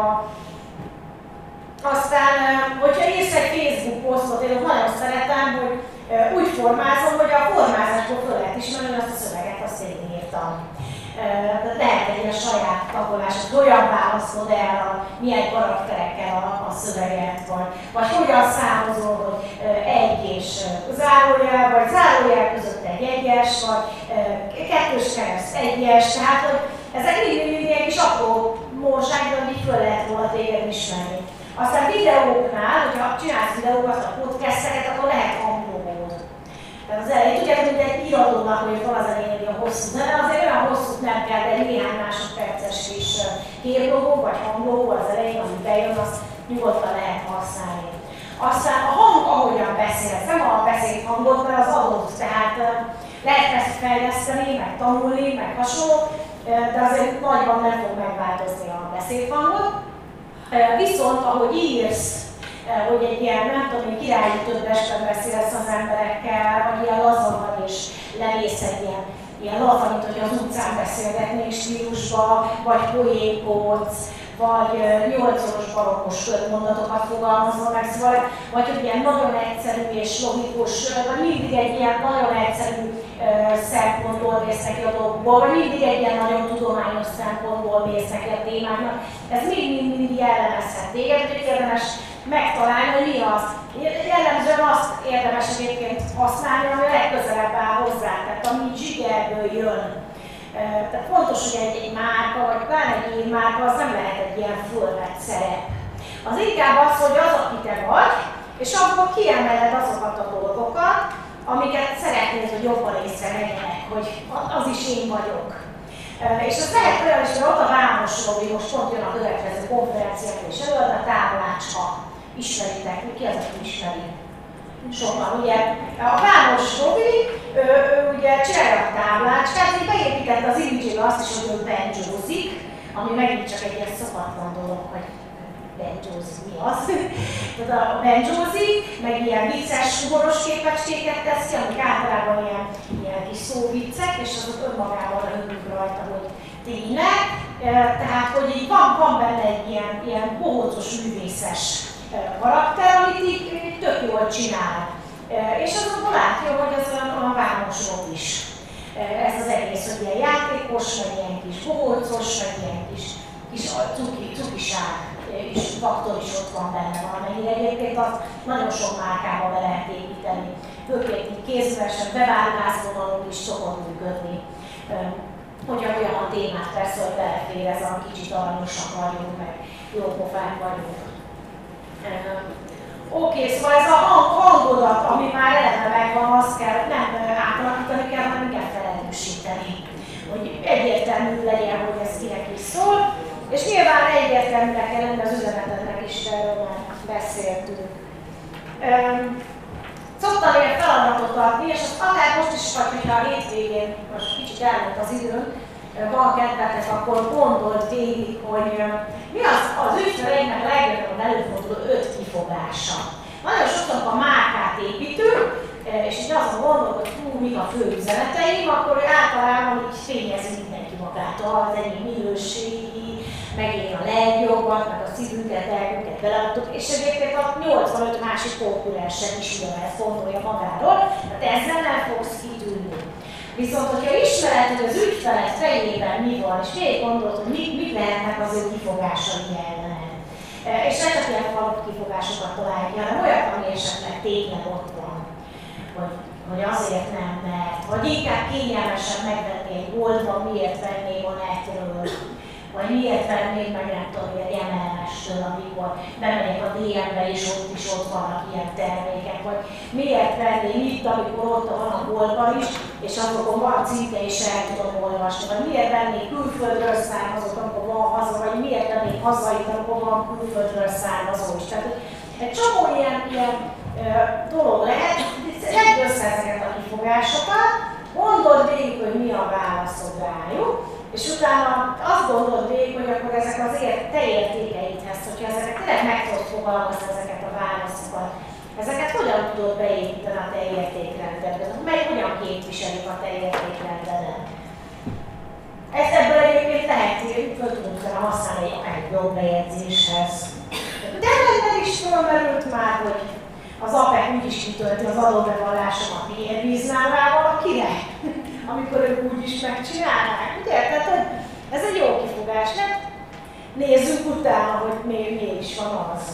Aztán, hogyha írsz egy Facebook posztot, én ott nagyon szeretem, hogy úgy formázom, hogy a formázásból föl lehet ismerni, hogy azt a szöveget azt én írtam. Lehet egy ilyen saját tagolás, hogy hogyan választod el, milyen karakterekkel a szöveget, vagy hogyan számozol, hogy egy és zárójel, vagy zárójel között egy egyes, vagy kettős kereszt egyes, tehát hogy ezek mindig ilyen kis apró morzsák, de így föl lehet volna téged ismerni. Aztán videóknál, hogyha csinálsz videókat, a podcasteket, akkor lehet hangolód. Tehát az elején, tudjátok, hogy egy iradónak, hogy van az elején egy hosszú zene, azért olyan hosszút nem kell, de egy néhány másodperces kis képlogó vagy hanglogó az elején, ami bejön, azt nyugodtan lehet használni. Aztán a hang, ahogyan beszélsz, nem a beszélt hangot, mert az adott, tehát lehet ezt fejleszteni, meg tanulni, meg hasonló, de azért nagyban nem fog megváltozni a beszélt hangot. Viszont ahogy írsz, hogy egy ilyen, nem tudom, királyi többesben beszélsz az emberekkel, vagy ilyen lazan és lemész egy ilyen laza, mint hogy az utcán beszélgetnék stílusba, vagy poénkodsz, vagy 8-szoros barokkos mondatokat fogalmazol meg, szóval, vagy hogy ilyen nagyon egyszerű és logikus, vagy mindig egy ilyen nagyon egyszerű szempontból mész neki a dolgokból, vagy mindig egy ilyen nagyon tudományos szempontból mész neki a témáknak. Ez mind jellemezhet téged, hogy érdemes megtalálni, hogy mi az. Jellemzően azt érdemes egyébként használni, ami a legközelebb áll hozzá, tehát ami zsigerből jön. Tehát fontos, hogy egy márka, vagy pláne egy írmárka, az nem lehet egy ilyen fölvett szerep. Az inkább az, hogy az, aki te vagy, és abból kiemeled azokat a dolgokat, amiket szeretnéd, hogy jobban észrevegyenek, hogy az is én vagyok. És ez lehet olyan is, hogy ott a Vámos Robi, most pont jön a következő konferenciákra és előad a táblácska. Ismeritek, ki az, aki ismeri? sokan. Ugye a Vámos Robi, ő ugye csinálja a táblácskát, így beépítette az image-ébe azt is, hogy ő benjózik, ami megint csak egy ilyen szokatlan dolog, hogy benjózik, mi az? Tehát a benjózik, meg ilyen vicces, humoros képecskéket tesz ki, amik általában ilyen kis szóviccek, és azok önmagában röhögünk rajta, hogy tényleg. Tehát, hogy így van benne egy ilyen bohócos, művészes karakter, amit így tök jól csinál. És azokból látja, hogy ez olyan Vámos Rob is. Ez az egész, hogy ilyen játékos, meg ilyen kis bohócos, meg ilyen kis cukiság és faktor is ott van benne valamennyire. Egyébként azt nagyon sok márkába be lehet építeni. Főként kézművesen, bevágásvonalon is szokott működni. Hogyha olyan témát persze, hogy belefér ez a kicsit aranyosak vagyunk, meg jópofák vagyunk. Oké, szóval ez a hangodat, ami már eleve megvan, azt kell nem átalakítani kell, hanem inkább felerősíteni. Hogy egyértelmű legyen, hogy ez kinek is szól. És nyilván egyértelműnek kell lenni az üzenetednek is, erről már beszéltünk. Szoktam ilyen feladatot adni, és azt akár most is vagy, hogyha a hétvégén, most kicsit elmúlt az időn, van kedvetek, akkor gondold végig, hogy mi az ügyfeleinknek legjobban előforduló 5 kifogása. Nagyon sokszor, ha márkát építünk, és így azon gondolod, hogy mik a fő üzeneteim, akkor általában így fényezi mindenki magát, az egyik minőségi, meg én a legjobbat, meg a szívünket, elkünket beleadtuk, és egyébként a 85 másik konkurensen is ugyanezt gondolja magáról, tehát ezzel nem fogsz kitűnni. Viszont, hogyha ismered, hogy az ügyfeled fejében mi van, és végig gondolod, hogy mik lehetnek az ő kifogásai ellen. És ne csak ilyen falott kifogásokat találj ki, hanem olyat, ami esetleg tényleg ott van. Hogy azért nem, mert, vagy inkább kényelmesen megvenni egy boltban, miért vennék a netről, vagy miért vennék meg nem tudom, egy MLS-től, amikor bemegyek a DM-be és ott vannak ilyen termékek, vagy miért venném itt, amikor ott van a boltban is, és azokon van cikke és el tudom olvasni, vagy miért vennék külföldről származott, amikor van haza, vagy miért vennék hazait, amikor van külföldről származó is. Tehát egy csomó ilyen dolog lehet, szedd össze ezeket a kifogásokat, gondold végig, hogy mi a válaszod rájuk, és utána azt gondold végig, hogy akkor ezek az te értékeidhez, hogyha ezeket tényleg meg tudod fogalmazni ezeket a válaszokat, ezeket hogyan tudod beépíteni a te értékrendedben, mely hogyan képviselik a te értékrendeden. Ezt ebből egyébként lehet, föl tudunk használni egy blogbejegyzéshez. De ebben is fölmerült már, hogy az APEC úgyis kitölti az adóbevallásomat, miért bíznál rá valakire, amikor ők úgyis megcsinálnák. Ugye? Tehát, hogy ez egy jó kifogás, nem? Nézzük utána, hogy mi is van az.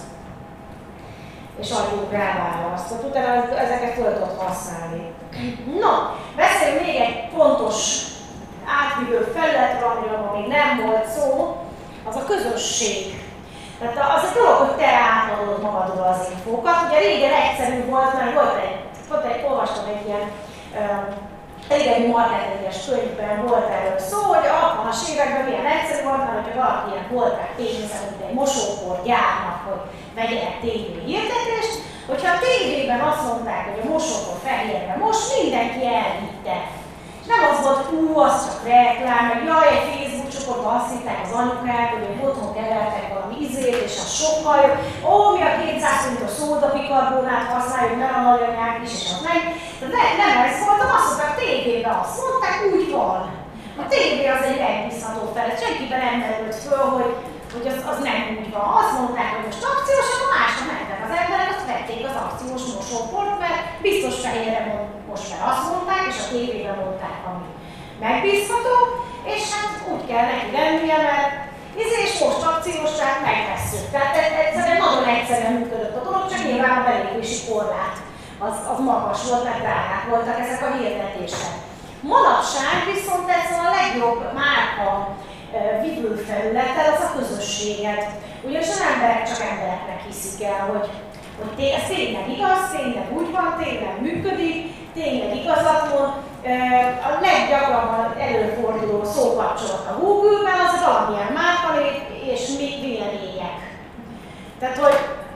És adjunk rá választ. Utána ezeket föl tudod használni. No, beszéljünk még egy fontos átvívő felületről, amiről még nem volt szó, az a közösség. Tehát az a dolog, hogy te átadod magadról az infókat. Ugye régen egyszerű volt, mert olvastam egy ilyen régebbi marketinges könyvben volt erről szó, hogy a 60-as években milyen egyszerű volt, mert hogyha valakinek volt rá pénze, mint egy mosópor gyárnak, hogy vegyenek tévé hirdetést, hogyha a tévében azt mondták, hogy a mosópor fehérre most mindenki elhitte. És nem az volt, az csak reklám, meg jaj, egy Facebook csoportban azt hitták az anyukák, hogy otthon kevertek valami ízét, és az sokkal jobb. Ó, mi a 200 forintos szódabikarbonát használjuk, mert a nagyanyák is, és az meg. De nem ez volt, azt mondták, tévében azt mondták, úgy van. A tévé az egy megbízható felett, senkiben nem merült föl, hogy az nem úgy van. Azt mondták, hogy most akciós, akkor másnap mentek az emberek, azt vették az akciós mosóport, mert biztos fehérre most már azt mondták, és a tévében mondták, ami megbízható, és hát úgy kell neki lennie, mert és most akciós, tehát megvesszük. Tehát egyszerűen nagyon egyszerűen működött a dolog, csak nyilván a belépési korlát az magas volt, mert drágák voltak ezek a hirdetések. Manapság viszont ez a legjobb márka vívőfelülete az a közösséged. Ugyanis az emberek csak embereknek hiszik el, hogy ez tényleg igaz, tényleg úgy van, tényleg működik, tényleg igazat mond. A leggyakrabban előforduló szókapcsolat a Google-ben az valamilyen márkanév és még vélemények. Tehát,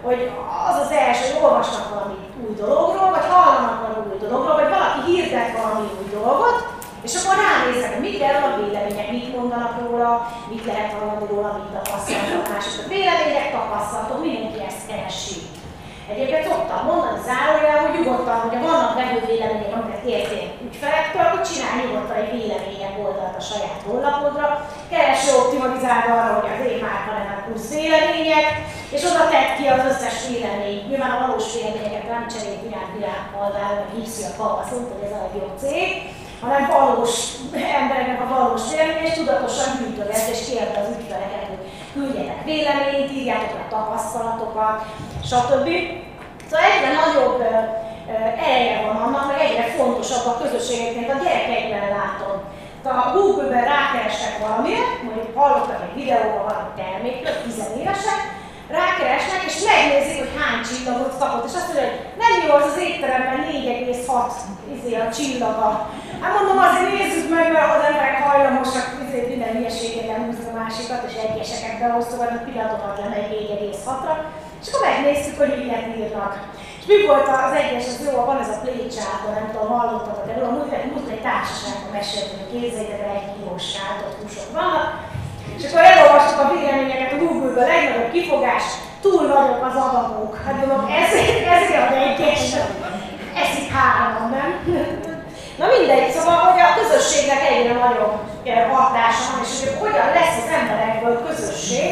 hogy az az első, hogy olvasnak valami új dologról, vagy hallanak valami új dologról, vagy valaki hirdet valami új dolgot, és akkor ránéznek, hogy mit kell a vélemények, mit mondanak róla, mit lehet hallani róla, mit tapasztalatok mások. A vélemények, tapasztalatok, mindenki ezt keresi. Egyébként szoktam mondani zárójel, hogy nyugodtan, hogyha vannak vevő vélemények, amiket értél ügyfelektől, akkor csinálj nyugodtan egy vélemények oldalt a saját honlapodra, kereső optimalizálva arra, hogy az én márka nem plusz vélemények, és oda tedd ki az összes véleményt. Nyilván a valós véleményeket nem cserél világhalván, meg hiszi a kavaszont, hogy ez a legjobb cég, hanem valós embereknek a valós vélemény, és tudatosan gyűjtöget, és kérte az ügyfeleket, hogy küldjenek véleményt, írjátok a tapasztalatokat, stb. Szóval egyre nagyobb ereje van annak, meg egyre fontosabb a közösségeknek, a gyerekeikben látom. A Google-ben rákerestek valamit, mondjuk hallottak egy videóban valami termékről, 10 évesek, rákeresnek és megnézik, hogy hány csillagot kapott, és azt mondja, hogy nem jó az az étteremben 4,6 a csillaga. Hát mondom, azért nézzük meg, mert az emberek hajlamosak minden hülyeségében húzni a másikat, és egyeseket beosztogatnak, pillanatokat lemegy 4,6-ra, és akkor megnéztük, hogy miket írnak. És mi volt az egyes, az jó, van ez a plécsátor, nem tudom, hallottatok erről, múlt egy társaságban meséltünk, hogy képzeljétek el, 1 kilós sátott húsok vannak, és akkor elolvastuk a véleményeket a Google-ből, legnagyobb kifogás, túl nagyok az adagok. Hát mondom, ezért az egyes, eszik 3, nem? Na mindegy, szóval, hogy a közösségnek egyre nagyobb hatása van, és hogy hogyan lesz az emberekből közösség.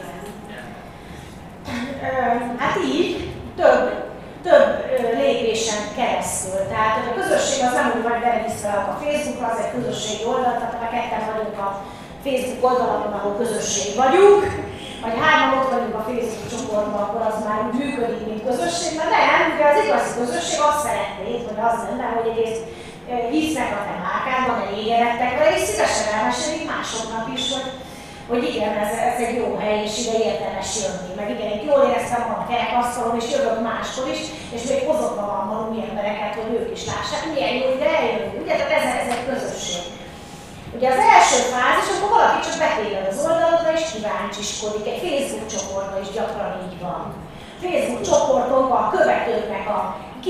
Hát így, több lépésen keresztül. Tehát hogy a közösség az nem úgy vagy beleviszve a Facebookra, az egy közösségi oldal, tehát ha ketten vagyunk a Facebook oldalon, ahol közösség vagyunk, vagy 3 ott vagyunk a Facebook csoportban, akkor az már úgy működik, mint közösség, mert nem, ugye az igazi közösség azt szeretnéd, hogy az lenne, hogy egyrészt hisznek a te márkádban, elégedettek vele, és szívesen elmesélik másoknak is, hogy igen, ez egy jó hely, és ide érdemes jönni. Meg igen, itt jól éreztem magam a kerekasztalon, és jövök máskor is, és még hozok magammal új embereket, hogy ők is lássák, milyen jó ide eljönni. Ugye, tehát ez egy közösség. Ugye az első fázis, akkor valaki csak betéved az oldalodra és kíváncsiskodik. Egy Facebook csoportban is gyakran így van. Facebook csoportokban a követőknek a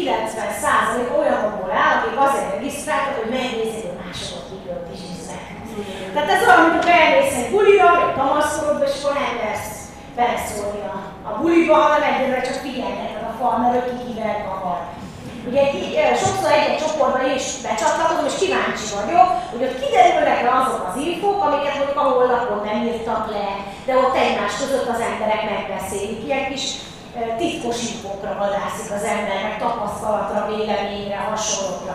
90% olyanokból áll, akik azért regisztráltak, hogy megnézik, hogy másokat kikört is hisznek. Tehát ez olyan, mint hogy elmész egy bulira, egy kamaszkorodba, és akkor nem lesz beleszólni a buliba, hanem egyre csak figyelheted a fal, mert ő kivel akar. Ugye sokszor egy csoportban is becsatlakozom, és kíváncsi vagyok, hogy ott kiderülnek le azok az infók, amiket mondjuk a honlapon nem írtak le, de ott egymás között az emberek megbeszélik. Ilyen kis titkos infókra vadászik az ember, meg tapasztalatra, véleményre, hasonlókra.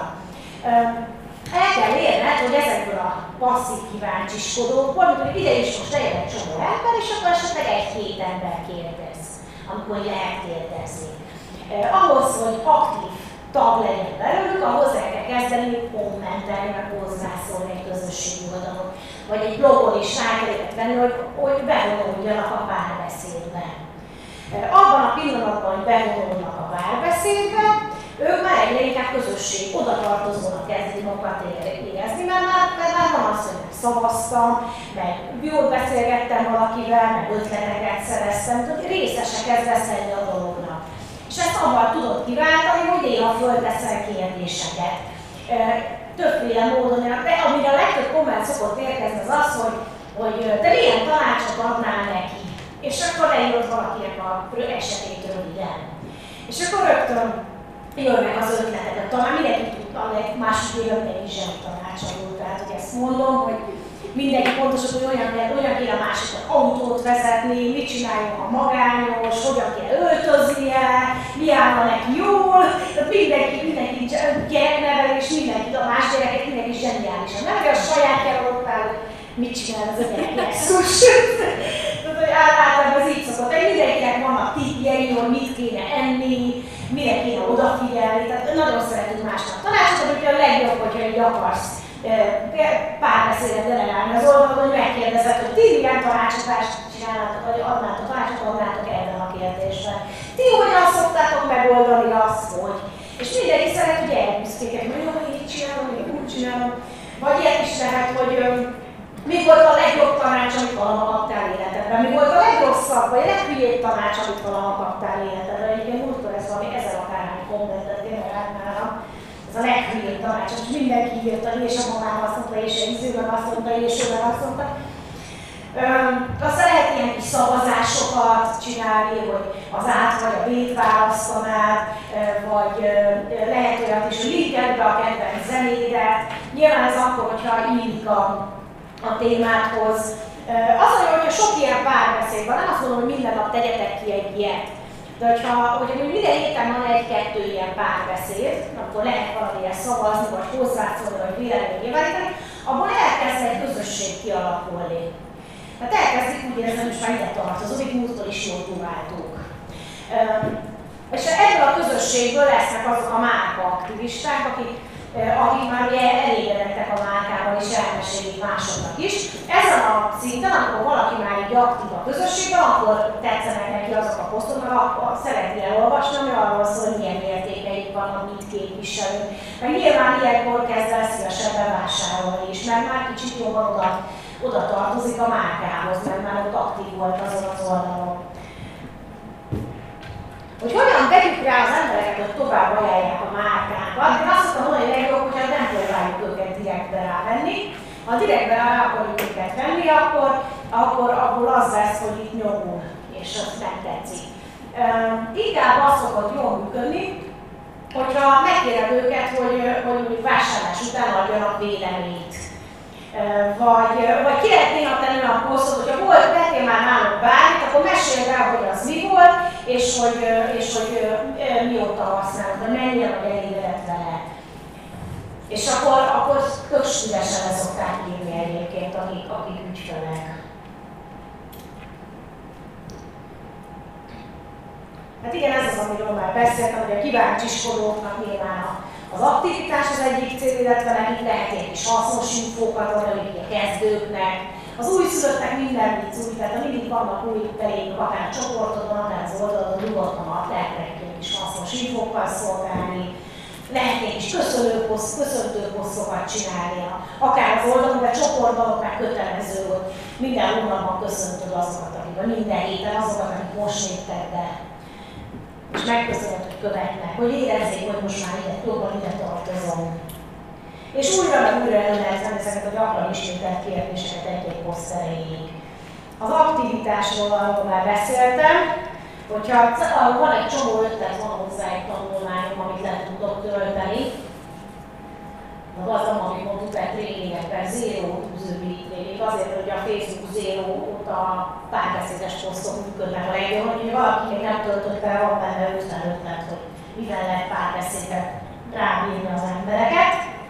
El kell érned, hogy ezekből a passzív kíváncsiskodókból, amikor ide is most eljön egy csomó ember, és akkor esetleg 1-2 ember kérdez, amikor lehet kérdezni. Ahhoz, hogy aktív tag legyen belőlük, ahhoz el kell kezdeni kommentelni, meg hozzászólni egy közösségi oldalon, vagy egy blogon is rá kell venni, hogy bevonuljanak a párbeszédbe. Abban a pillanatban, hogy bevonulnak a párbeszédbe, ők már egyre inkább közösség, oda tartozónak kezdik magukat érezni, mert már van az, hogy szavaztam, meg jól beszélgettem valakivel, meg ötleteket szereztem, hogy részesek kezdesz lenni a dolognak. És ezt abban tudod kiváltani, hogy néha fölteszel kérdéseket. Többféle módon, de amire a legtöbb komment szokott érkezni az az, hogy te milyen tanácsot adnál neki. És akkor leírod valakinek a esetét röviden. És akkor rögtön jönnek az ötletek, talán mindenki tudta, másik években is zseni tanácsadó. Tehát, hogy ezt mondom, hogy mindenki pontosan, hogy olyan kéne a másiknak autót vezetni, mit csináljon, ha magányos, hogyan kell öltöznie, mi állna neki jól. Tehát mindenki gyereknevelés, mindenki, a más gyereket mindenki zseniálisan. Nem kell a saját gyermekottál, hogy mit csinál az a gyerek jesszus. Tehát, hogy általában ez így szokott. Mindenkinek vannak tippjei, hogy mit kéne enni, mire kéne odafigyelni. Tehát nagyon szeretünk másnak tanácsot, hogy a legjobb, hogyha így akarsz párbeszédet delegálni az oldalon, hogy megkérdezed, hogy ti milyen tanácsadást csinálnátok, vagy adnátok ebben a kérdésben. Ti hogyan szoktátok megoldani azt, hogy? És mindenki szeret, hogy elbüszkéket, hogy jó, hogy így csinálom, hogy úgy csinálom. Vagy ilyet is lehet, hogy mi volt a legjobb tanács, amit valaha adtál életed. életedben? Mi volt a legrosszabb, vagy a leghülyébb tanács, amit valaha kaptál életedben? Egyébként múltkor ez valami 1000 akárhány kommentet tényleg átnálam. Ez a leghülyébb tanács, hogy mindenki írta, és a mamám azt mondta, és a izőben azt mondta, és ő azt mondta. Aztán lehet ilyen kis szavazásokat csinálni, hogy az át vagy a B-t választanád, vagy lehet olyat is, hogy linked be a kedvenc zenédet. Nyilván ez akkor, hogyha illik a témádhoz. Az olyan, hogyha sok ilyen párbeszéd van, nem azt mondom, hogy minden nap tegyetek ki egy ilyet. De hogyha minden héten van egy-kettő ilyen párbeszéd, akkor lehet valamilyen szavazni, vagy hozzászólni, vagy véleményt nyilvánítani, abból elkezd egy közösség kialakulni. Tehát elkezdik úgy érezni, hogy most már ide tartozunk, múltkor is jól próbáltuk. És ebből a közösségből lesznek azok a márka aktivisták, akik már ugye elégedettek a márkával és elmesélik másoknak is. Ezen a szinten, amikor valaki már így aktív a közösségben, akkor tetszenek neki azok a posztok, mert akkor szereti elolvasni, ami arról szól, hogy milyen értékeik vannak, mit képviselünk. Meg nyilván ilyenkor kezd el szívesebben vásárolni is, mert már kicsit jobban oda tartozik a márkához, mert már ott aktív volt azon az oldalon. Hogy hogyan vegyük rá az embereket, hogy tovább ajánlják a márkákat, én azt mondtam volna, hogy legjobb, hogyha nem próbáljuk őket direktbe rávenni. Ha direktbe rá akarjuk őket venni, akkor abból az lesz, hogy itt nyomul, és az nem tetszik. Inkább az szokott jól működni, hogyha megkéred őket, hogy mondjuk vásárlás után adjanak véleményt. Vagy ki lehet néha tenni olyan posztot, hogyha volt, vettél már náluk bármit, akkor meséld rá, hogy az mi volt, és hogy mióta használod, hogy mennyire vagy elégedett vele. És akkor tök szívesen le szokták írni egyébként, akik ügyfelek. Hát igen, ez az, amiről már beszéltem, hogy a kíváncsiskodóknak nyilván az aktivitás az egyik cél, illetve nekik lehet egy kis hasznos infókat adni a kezdőknek. Az újszülöttek minden vicc új, tehát mindig vannak új belépők, akár a csoportodon, akár az oldalon, nyugodtan lehet nekik kis hasznos infókkal szolgálni. Lehet egy kis köszöntőposztokat csinálni, akár az oldalon, de csoportban, akár kötelező, hogy minden hónapban köszöntöd azokat, akik minden héten azokat, akik most léptek be. És megköszönhet, hogy követnek, hogy érezzék, hogy most már jobban ide tartozom. És újra meg újra ellenezem ezeket a gyakran ismételt kérdéseket egy-egy poszt erejéig. Az aktivitásról arról már beszéltem, hogyha van egy csomó ötlet, van hozzá egy tanulmányom, amit le tudok tölteni. Az nem, amit mondtuk, per tréningek, per zero üzőbili tréning, azért, hogy a Facebook Zero óta párbeszédes posztok működnek a legjobb, hogy valaki még nem töltött el, van benne ötlet, hogy mivel lehet párbeszédet rábírni az embereket.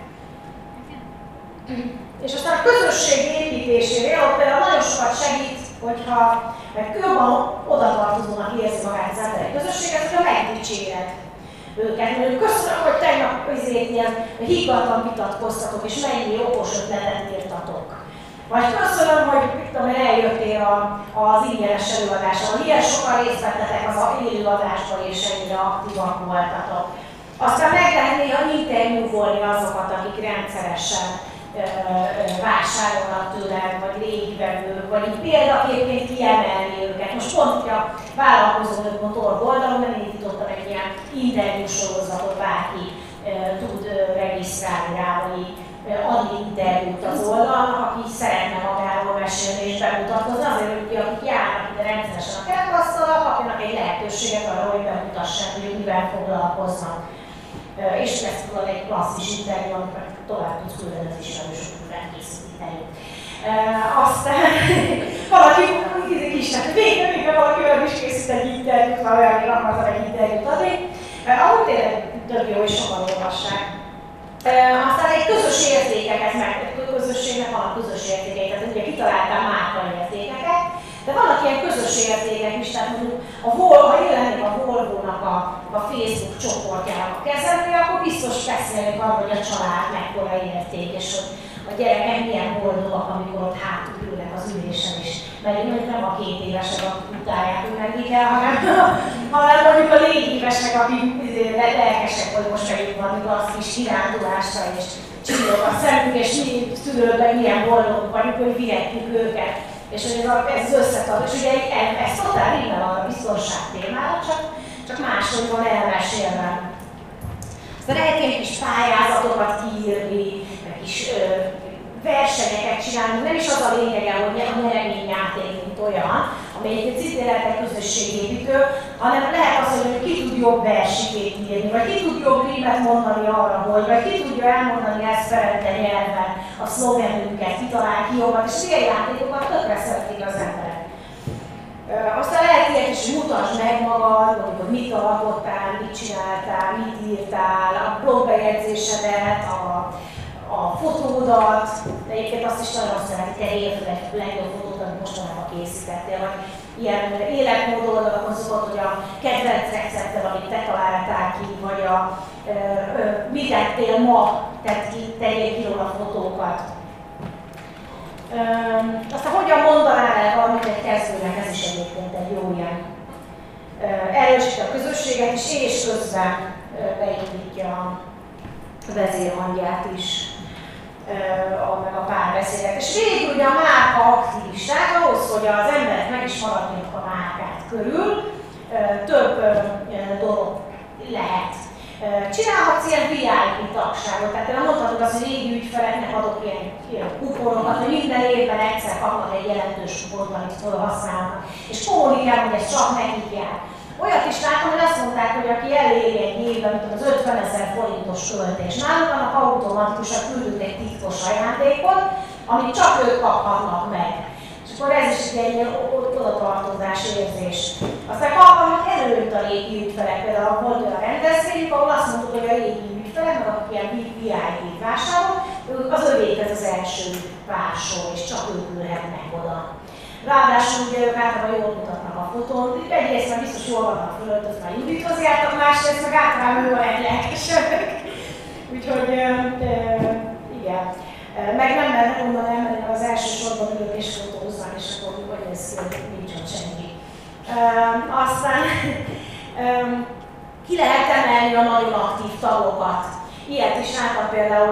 És aztán a közösség építésére, ott például nagyon sokat segít, hogyha jobban odatartozónak érzi magát az emberek közösséget, hogyha megdicséred őket. Mondjuk köszönöm, hogy tegnap ilyen higgadtan vitatkoztatok, és mennyi okos ötletet írtatok. Vagy köszönöm, hogy eljöttél az ingyenes előadásra, ilyen sokan részt vettetek az élőadásban, és ennyire aktívak voltatok. Aztán meg lehet néha interjúvolni azokat, akik rendszeresen vásárolnak tőled, vagy régivevők, vagy így példaképként kiemelni őket. Most pont, hogy a vállalkozó.org oldalon elindítottam egy ilyen interjúsorozatot, bárki tud regisztrálni rá, vagy adni interjút az oldalnak, aki szeretne magáról mesélni és bemutatkozni, azért, hogy akik járnak ide rendszeresen a kerekasztalra, kapjanak egy lehetőséget arra, hogy bemutassák, hogy mivel foglalkoznak. És lesz tudod egy klasszis interjú, amikor tovább tudsz küldeni az ismerősöknek készíteni. Aztán valaki kis, tehát végre valakivel is készít egy interjút, ha olyan még akartam egy interjút adni. Ahogy tényleg tök jó, és sokan olvassák. Aztán egy közös értékeket, mert közösségnek van a közös értékek, tehát ugye kitaláltam márkai értékeket, de vannak ilyen közös értékek is, tehát mondjuk ha én lennék a Volvo-nak a Facebook csoportjának a kezelője, akkor biztos beszélnék arról, hogy a család mekkora érték, és hogy a gyerekek milyen boldogak, amikor ott hátul ülnek az ülésen is. Mert én nem a 2 évesek, akik utálják mindenkit el, hanem mondjuk a 4 évesek, akik lelkesek, hogy most megyünk valamikor az kis kirándulásra, és csillog a szemünk, és mi szülőben milyen boldogok vagyunk, hogy vihetjük őket És hogy ez az összetart, és ugye ez totál rímel a biztonság témára, csak máshogy van elmesélve. Aztán lehet ilyen kis pályázatokat kiírni, kis versenyeket csinálni, nem is az a lényege, hogy a nyereményjáték, mint olyan, ami egy citéleltek közösségépítő, hanem lehet az, hogy ki tud jobb versikét írni, vagy ki tud jobb rímet mondani arra, hogy, vagy ki tudja elmondani Esperante nyelven a szlogenünket, kitalál ki jobban, és ilyen játékokat tökre szeretik az emberek. Aztán lehet ilyet is, hogy mutasd meg magad, mondjuk, hogy mit alkottál, mit csináltál, mit írtál, a blogbejegyzésedet, a fotódat, de egyébként azt is nagyon szeretik, te érted egy legjobb fotót, amit mostanában készítettél, vagy ilyen életmód oldalakon szokott, hogy a kedvenc recepted, amit te találtál ki, vagy mit tettél ma, tegyél ki róla fotókat. Aztán hogyan mondanál el valamit egy kezdőnek, ez is egyébként egy jó ilyen. Erősíti a közösséget is, és közben beindítja a vezérhangját is, meg a párbeszédet. És végül ugye a márka aktivisták, ahhoz, hogy az emberek meg is maradjanak a márkát körül, több dolog lehet. Csinálhatsz ilyen VIP tagságot, tehát nem mondhatod azt, hogy régi ügyfeleknek adok ilyen kuponokat, hogy minden évben egyszer kapnak egy jelentős kupont, amit felhasználnak, és kommunikál, hogy ez csak nekik jár. Olyat is láttam, hogy azt mondták, hogy aki eléri egy évben, mint az 50 000 forintos költés, náluk annak automatikusan küldünk egy titkos ajándékot, amit csak ők kaphatnak meg. És akkor ez is egy odatartozás érzés. Aztán kapnak előtt a régi ügyfelek, például volt olyan rendezvényük, ahol azt mondtuk, hogy a régi ügyfelek, meg akik ilyen VIP vásárolók, az övék ez az első vásár, és csak ők ülhetnek oda. Ráadásul ugye ők általában jól mutatnak a fotón, egyrészt már biztos jól vannak fölöltözve, már Judithoz jártak, másrészt meg általában ő a legjelkesebbek. Úgyhogy igen. Meg nem lehet mondani emberek az első sorban ülök és fotóznak, és akkor hogy néz ki, hogy nincs ott senki. Aztán ki lehet emelni a nagyon aktív tagokat. Ilyet is láttam például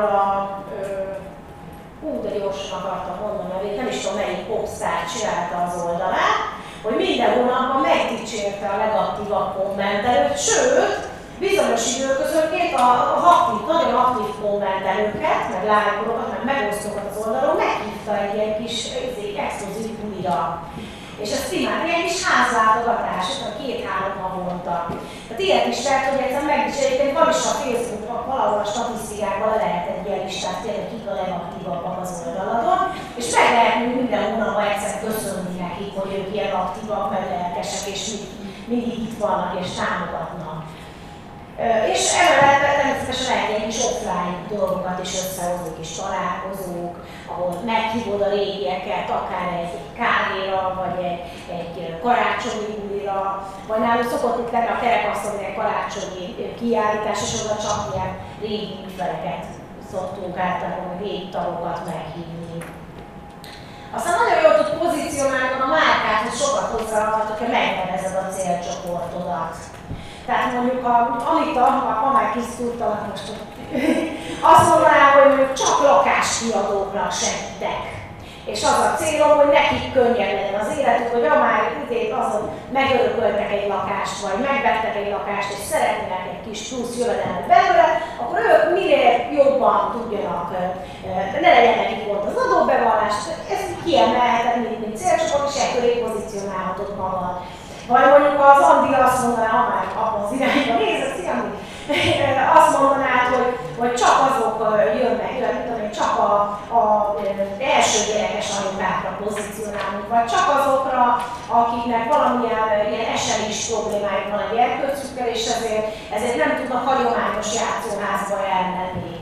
de gyorsan akartam mondani, hogy nem is tudom melyik popstar csinálta az oldalát, hogy minden hónapban megdicsérte a legaktívabb kommentelőt, sőt, bizonyos időközönként nagyon aktív kommentelőket, meg lájkolokat, meg megosztókat az oldalon meghívta egy ilyen kis exkluzív bulira. És ezt imád, ilyen kis házlátogatás, 2-3 havonta. Tehát ilyet is lehet, hogy egyszer megdicsérjék, van is a Facebookon, valahol a statisztikákban le lehet egy ilyen listát, tényleg kik a legaktívabbak az oldaladon, és meg lehet minden hónapban egyszer köszönni nekik, hogy ők ilyen aktívak, meg lelkesek, és mindig itt vannak és támogatnak. És emellett természetesen lehet ilyen kis offline dolgokat is összehozni, kis találkozók, ahol meghívod a régieket, akár egy kávéra, vagy egy karácsonyi bulira, vagy nálunk szokott itt lenni a kerekasztalon egy karácsonyi kiállítás, és oda csak ilyen régi ügyfeleket szoktunk általában, régi tagokat meghívni. Aztán nagyon jól tud pozícionálni a márkát, hogy sokat hozzáadhatok, hogy megnevezed a célcsoportodat. Tehát mondjuk Anita, ha már kis tudtalak most, azt mondaná, hogy mondjuk csak lakáskiadóknak segítek. És az a célom, hogy nekik könnyebb legyen az életük, hogy ha már azon megörököltek egy lakást, vagy megvettek egy lakást, és szeretnének egy kis plusz jövedelmet belőle, akkor ők minél jobban tudjanak, ne legyen nekik pont az adóbevallás, ezt kiemelheted, mint célcsoport, és ekköré pozícionálhatod magad. Vagy mondjuk az Andi azt mondaná, ha már abban az irányba nézett, Andi, azt mondanád, hogy csak azok jönnek, csak az első gyerekes anyukákra pozícionálunk, vagy csak azokra, akiknek valamilyen ilyen eselés problémájuk van, egy erkölcsükkel, és ezért nem tudnak hagyományos játszóházba elmenni.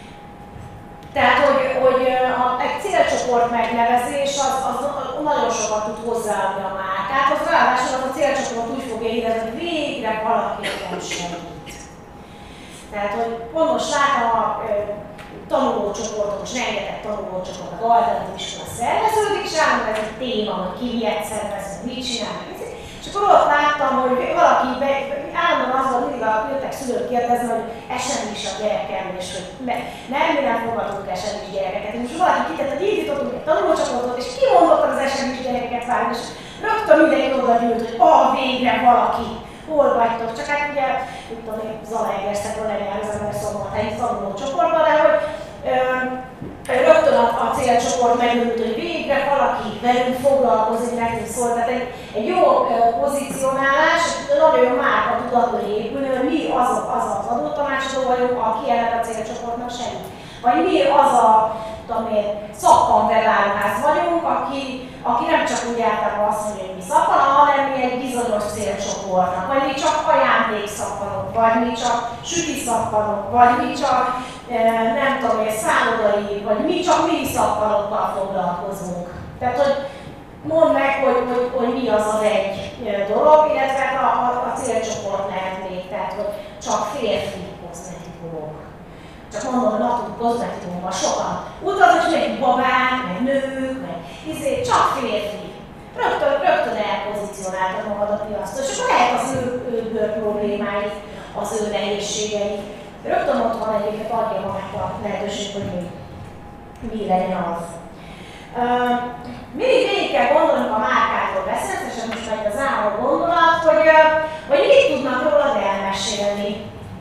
Tehát, hogy egy célcsoport megnevezés az nagyon sokat tud hozzáadni a márkát, ráadásul az a célcsoport úgy fogja érezni, hogy végre valaki nem segít. Tehát, hogy pont most látom a tanulócsoportot, most rengeteg tanulócsoport, a alternatív iskola szerveződik, és állandóan ez egy téma, hogy ki miért szervezünk, mit csinálnak. És akkor ott láttam, hogy valaki állandóan azzal mindig jöttek szülők kérdezni, hogy esen is a gyerekem, és hogy nem fogadunk esen is gyerekeket. És most valaki kitett, hogy indítottunk egy tanulócsoportot, és kimondottan az rendesen is gyerekeket várunk, és rögtön mindenki oda gyűlt, hogy végre valaki, hol vagytok. Csak hát ugye, mit tudom én, Zalaegerszegről lejárt az ember Szombathelyi tanuló csoportban, de hogy rögtön a célcsoport megörült, hogy végre valaki velünk foglalkozik, nekünk szól. Tehát egy jó pozícionálás, nagyon jó márka tudatból épülni, hogy mi az adótanácsadó vagyunk, aki eleve a célcsoportnak segít. Vagy mi az a szappanwebáruház vagyunk, aki nem csak úgy általában azt mondja, hogy mi szappan, hanem mi egy bizonyos célcsoportnak, vagy mi csak ajándékszappanok, vagy mi csak sütiszappanok, vagy mi csak nem tudom én, szállodai, vagy mi csak miniszappanokkkal foglalkozunk. Tehát, hogy mondd meg, hogy mi az az egy dolog, illetve a célcsoport lehet még, tehát, hogy csak férfi kozmetikumok. Csak mondom, hogy natunk kozmetikumban sokan utazok, hogy egy babák, meg nők, meg csak férfi. Rögtön elpozícionáltad magad a piactól, és akkor lehet az ő bőr problémáit, az ő nehézségeit. Rögtön ott van egyébként, adja magát a lehetőség, hogy mi legyen az. Mindig végig kell gondolnunk a márkákról beszélni, és most megy az álló gondolat, hogy mit tudnak rólad elmesélni.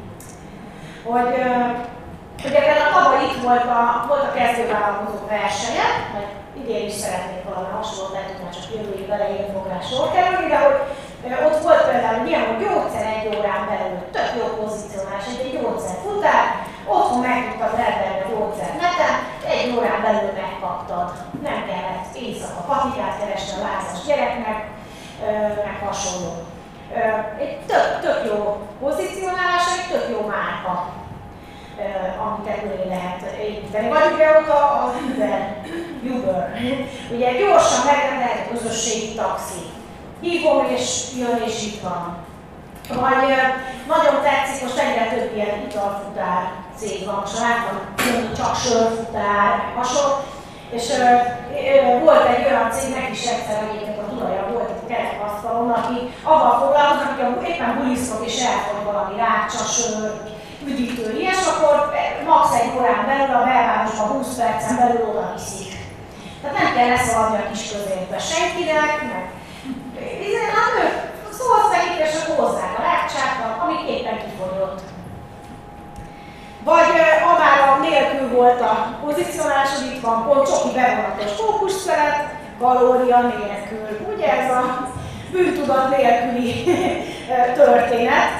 Ugye például tavaly itt volt a kezdővállalkozók versenye, mert idén is szeretnék valami hasonlót, lehet, hogy már csak jövő év elején fog rá sor kerülni, de hogy ott volt például ilyen, hogy gyógyszer egy órán belül, tök jó pozícionálás, egy gyógyszerfutár, otthon meg tudtad rendelni a gyógyszert neten, egy órán belül megkaptad. Nem kellett éjszaka patikát keresni a lázas gyereknek, meg hasonló. Egy tök jó pozícionálás, egy tök jó márka, amit ebből lehet építeni. Vagy ugye ott a Uber. Ugye gyorsan megrendelhető közösségi taxi. Hívom és jön és itt van. Vagy nagyon tetszik, most egyre több ilyen italfutár cég van, most láttam, csak sörfutár, hasonló. És volt egy olyan cégnek is egyszer egyébként a Dunaja volt egy kerekasztalon, aki avval foglalkozik, hogy éppen bulisztok és elfogy valami rákcsa, sör, üdítő, ilyes, akkor max. Egy órán belül a belvárosban 20 percen belül oda viszik. Tehát nem kell leszaladni a kis középbe senkinek, meg szólsz nekik, és akkor hozzák a rákcsákat, amik éppen kifogyott. Vagy amára nélkül volt a pozícionálás, hogy itt van pont csoki bevonatos fókuszszeret, kalória nélkül. Ugye ez a bűntudat nélküli történet.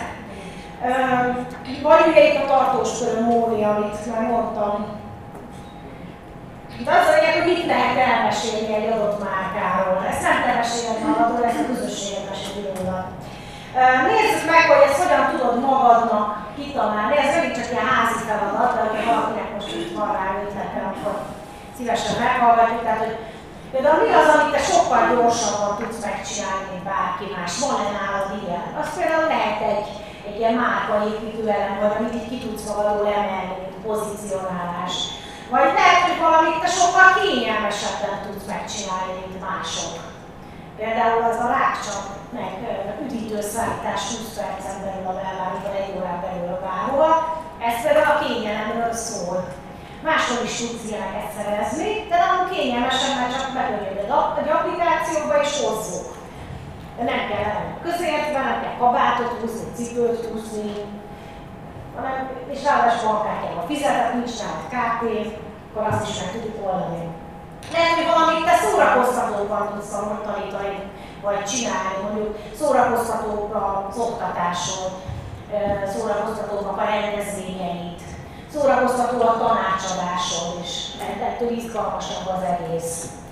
Vagy ugye itt a tartós köröm Móni, amit már mondtam. De az a lényeg, hogy mit lehet elmesélni egy adott márkáról. Ezt nem te meséled magadról, ezt a közösséget meséli róla. Nézzük meg, hogy ezt hogyan tudod magadnak kitalálni. Ez megint csak ilyen házi feladat, de hogyha valakinek most itt van rá ötlete, akkor szívesen meghallgatjuk. Tehát, hogy például mi az, amit te sokkal gyorsabban tudsz megcsinálni, mint bárki más? Van-e nálad ilyen? Az például lehet egy ilyen márkaépítő elem, vagy amit így ki tudsz magadról emelni, mint pozícionálás. Vagy lehet, hogy valamit te sokkal kényelmesebben tudsz megcsinálni, mint mások. Például az a rákcsap, meg üdítőszállítás 20 percen belül a belvárosban, egy órán belül a bárhol. Ez például a kényelemről szól. Máshol is tudsz ilyeneket szerezni, de nem kényelmesen, mert csak belőled egy applikációba és hozzuk. De nem kell lenni közértben, nem kell kabátot húzni, cipőt húzni, és ráadásul bankkártyával fizetett, nincs nálad KP, akkor azt is meg tudjuk oldani. Lehet, hogy valamit te szórakoztatóban tudsz tanítani, vagy csinálni, mondjuk szórakoztatók az oktatáson, szórakoztatók a rendezvényeit, szórakoztató a tanácsadáson is, mert ettől izgalmasabb az egész.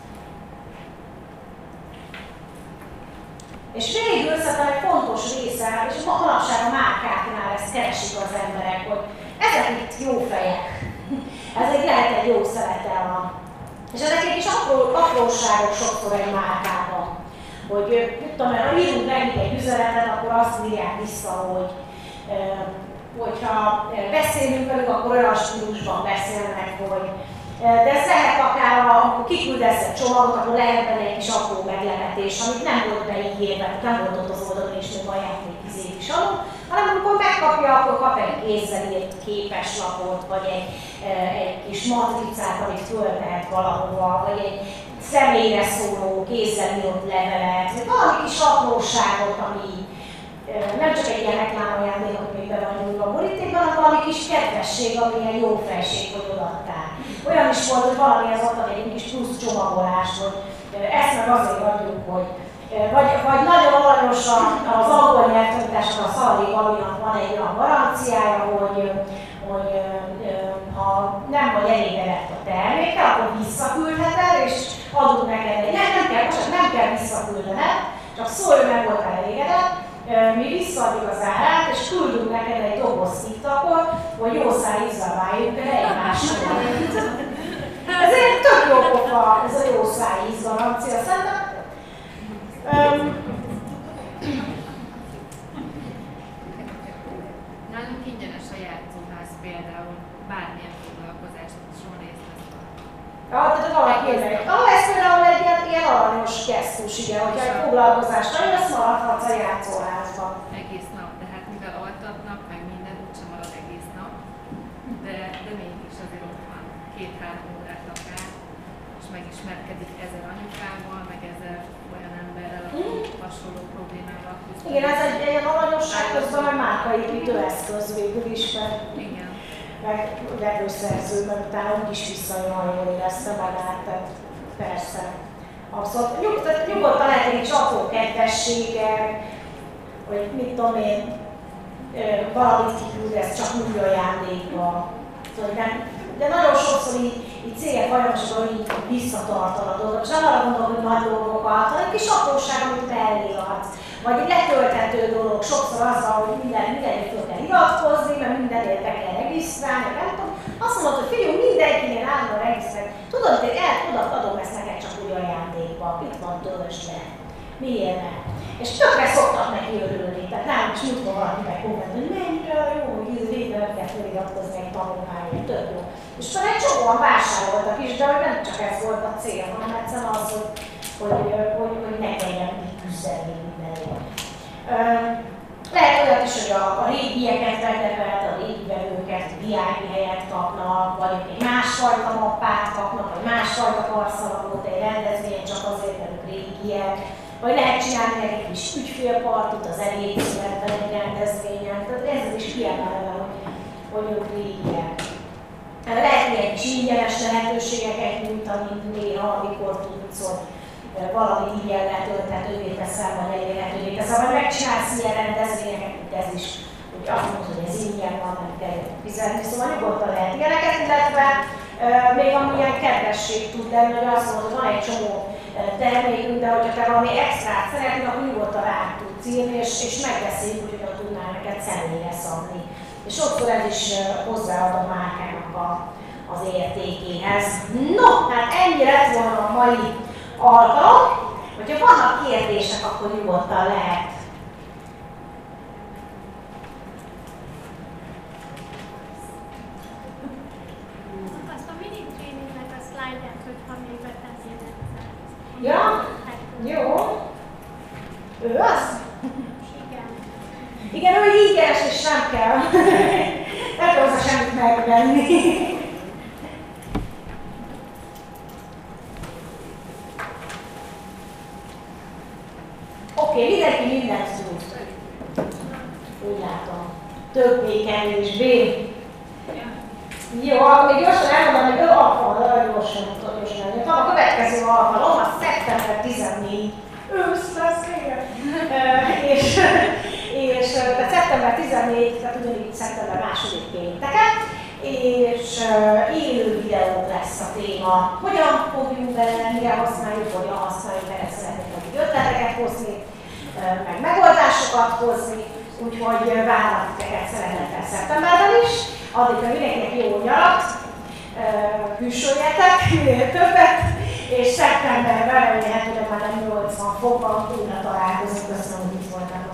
És végül szerintem egy fontos része, és manapság a márkáknál ezt keresik az emberek, hogy ezek itt jó fejek, ezek lehet egy jó szelete van. És ezek egy kis apróságok sokszor egy márkában, hogy tudom, ha írunk nekik egy üzenetet, akkor azt írják vissza, hogyha beszélünk velük, akkor olyan stílusban beszélnek, hogy de ez lehet akár, amikor kiküldesz egy csomagot, akkor lehet benne egy kis apró meglepetés, amit nem volt beígérve, nem volt ott az oldalon és még ajándékizét is adunk, hanem amikor megkapja, akkor kap egy kézzel írt képeslapot, vagy egy kis matricát, amit föltehet valahova, vagy egy személyre szóló, kézzel írott levelet, vagy valami kis apróságot, ami nem csak egy ilyen reklámajándék, ami még be van nyúlva a borítékban, hanem valami kis kedvesség, ami ilyen jó felség, hogy odaadtál. Olyan is volt, hogy valamihez adtam egy kis plusz csomagolást, hogy ezt meg azért adjuk, hogy vagy nagyon aranyos az angol nyelvtanításnak a Szalai Gabinak van egy olyan garanciája, hogy ha nem vagy elégedett a termékkel, akkor visszaküldheted, és adunk neked egy, nem kell visszaküldened, csak szólj, hogy meg voltál elégedett, mi visszaadjuk az árát, és küldünk neked egy doboz TikTokot, hogy jó szájízzel váljunk el egymásról. Ezért tök jó pofa ez a jó szájíz garancia, szerintem. Nálunk ingyenes a játszóház például, bármilyen foglalkozást soha részt vesz. Ja, tehát valaki jönnek. Ez például egy ilyen aranyos gesztus, igen, hogyha egy foglalkozást jössz, maradhatsz a játszóházban. Egész nap, de hát mivel altatnak, meg minden, úgysem marad egész nap, de mégis azért ott van 2-3 órát akár, és megismerkedik 1000 anyukával, meg 1000 olyan emberrel, aki hasonló problémával küzd. Igen, ez egy ilyen aranyosság közben a márkaépítő eszköz végül is, mert igen. meg vevőszerző, mert utána úgyis visszajön, jól érezte magát, tehát persze. Abszolút. Nyugodtan lehet egy csapó kedvességek, hogy mit tudom én, valamit kiküldesz csak úgy ajándékba. De nagyon sokszor így cégek hajlamosak, hogy így visszatartanak dolgokat, és nem arra gondolom, hogy nagy dolgokat, hanem kis apróság, amit mellé adsz. Vagy egy letölthető dolog, sokszor azzal, hogy mindenért föl kell iratkozni, mert mindenért be kell regisztrálni, nem tudom. Azt mondod, hogy figyelj, mindenkinél állandóan regisztrálni. Tudod, hogy én adom ezt neked csak úgy ajándékba, itt van, töltsd le. Miért ne? És tökre szoktak neki örülni, tehát nem is múltkor valaki meg komment, hogy mennyire jó, hogy végre nem kell feliratkozni egy tanulmányra, tök jó. És már egy csomóan vásároltak is, de nem csak ez volt a cél, hanem egyszerűen az, hogy ne kelljen így küzdeni mindenért. Lehet olyat is, hogy a régieket megnevelte, a régi vevőket VIP helyet kapnak, vagy egy másfajta mappát kapnak, vagy másfajta karszalagot egy rendezvényen csak azért, mert ők régiek. Vagy lehet csinálni egy kis ügyfélpartit az elégszületben egy rendezvényen, tehát ez is kiemelve, hogy ők régiek. Lehet ilyen kis ingyenes lehetőségeket nyújtani néha, amikor tudsz, hogy valami ingyen letölthetővé teszel, vagy elérhetővé teszel, vagy megcsinálsz ilyen rendezvényeket, mint ez is, hogy azt mondod, hogy ez ingyen van, nem kell fizetni, szóval nyugodtan lehet ilyeneket, illetve még amilyen kedvesség tud lenni, hogy azt mondod, hogy van egy csomó termékünk, de hogyha te valami extrát szeretnél, akkor nyugodtan rá tudsz írni, és megbeszéljük, hogy hogyan tudnál neked személyre szabni. És sokszor ez is hozzáad a márkának az értékéhez. No, hát ennyi lett volna a mai alkalom. Hogyha vannak kérdések, akkor nyugodtan lehet. Azt a mini tréningnek a slide-et, hogyha még betennéd egyszer. Ja? Jó. Ő az? Igen. Igen, ő ingyenes és nem kell. Nem kell hozzá semmit megvenni. Oké, mindenki mindent tud. Úgy látom. Többé, kevésbé. Jó, akkor még gyorsan elmondom, hogy alkalommal, gyorsan. A következő alkalom a szeptember 14 ősz lesz, igen. És tehát szeptember 14, tehát ugyanígy szeptember 2. pénteken, és élő videók lesz a téma. Hogyan fogjunk bele, mire használjuk, hogyan használjuk, erre szeretnék nekik ötleteket hozni, meg megoldásokat hozni, úgyhogy várlak titeket szeretettel szeptemberben is. Addig mindenkinek jó nyarat, hűsöljetek minél többet, és szeptemberben remélhetőleg már nem 80 fokban újra találkozunk. Köszönöm, hogy itt voltak.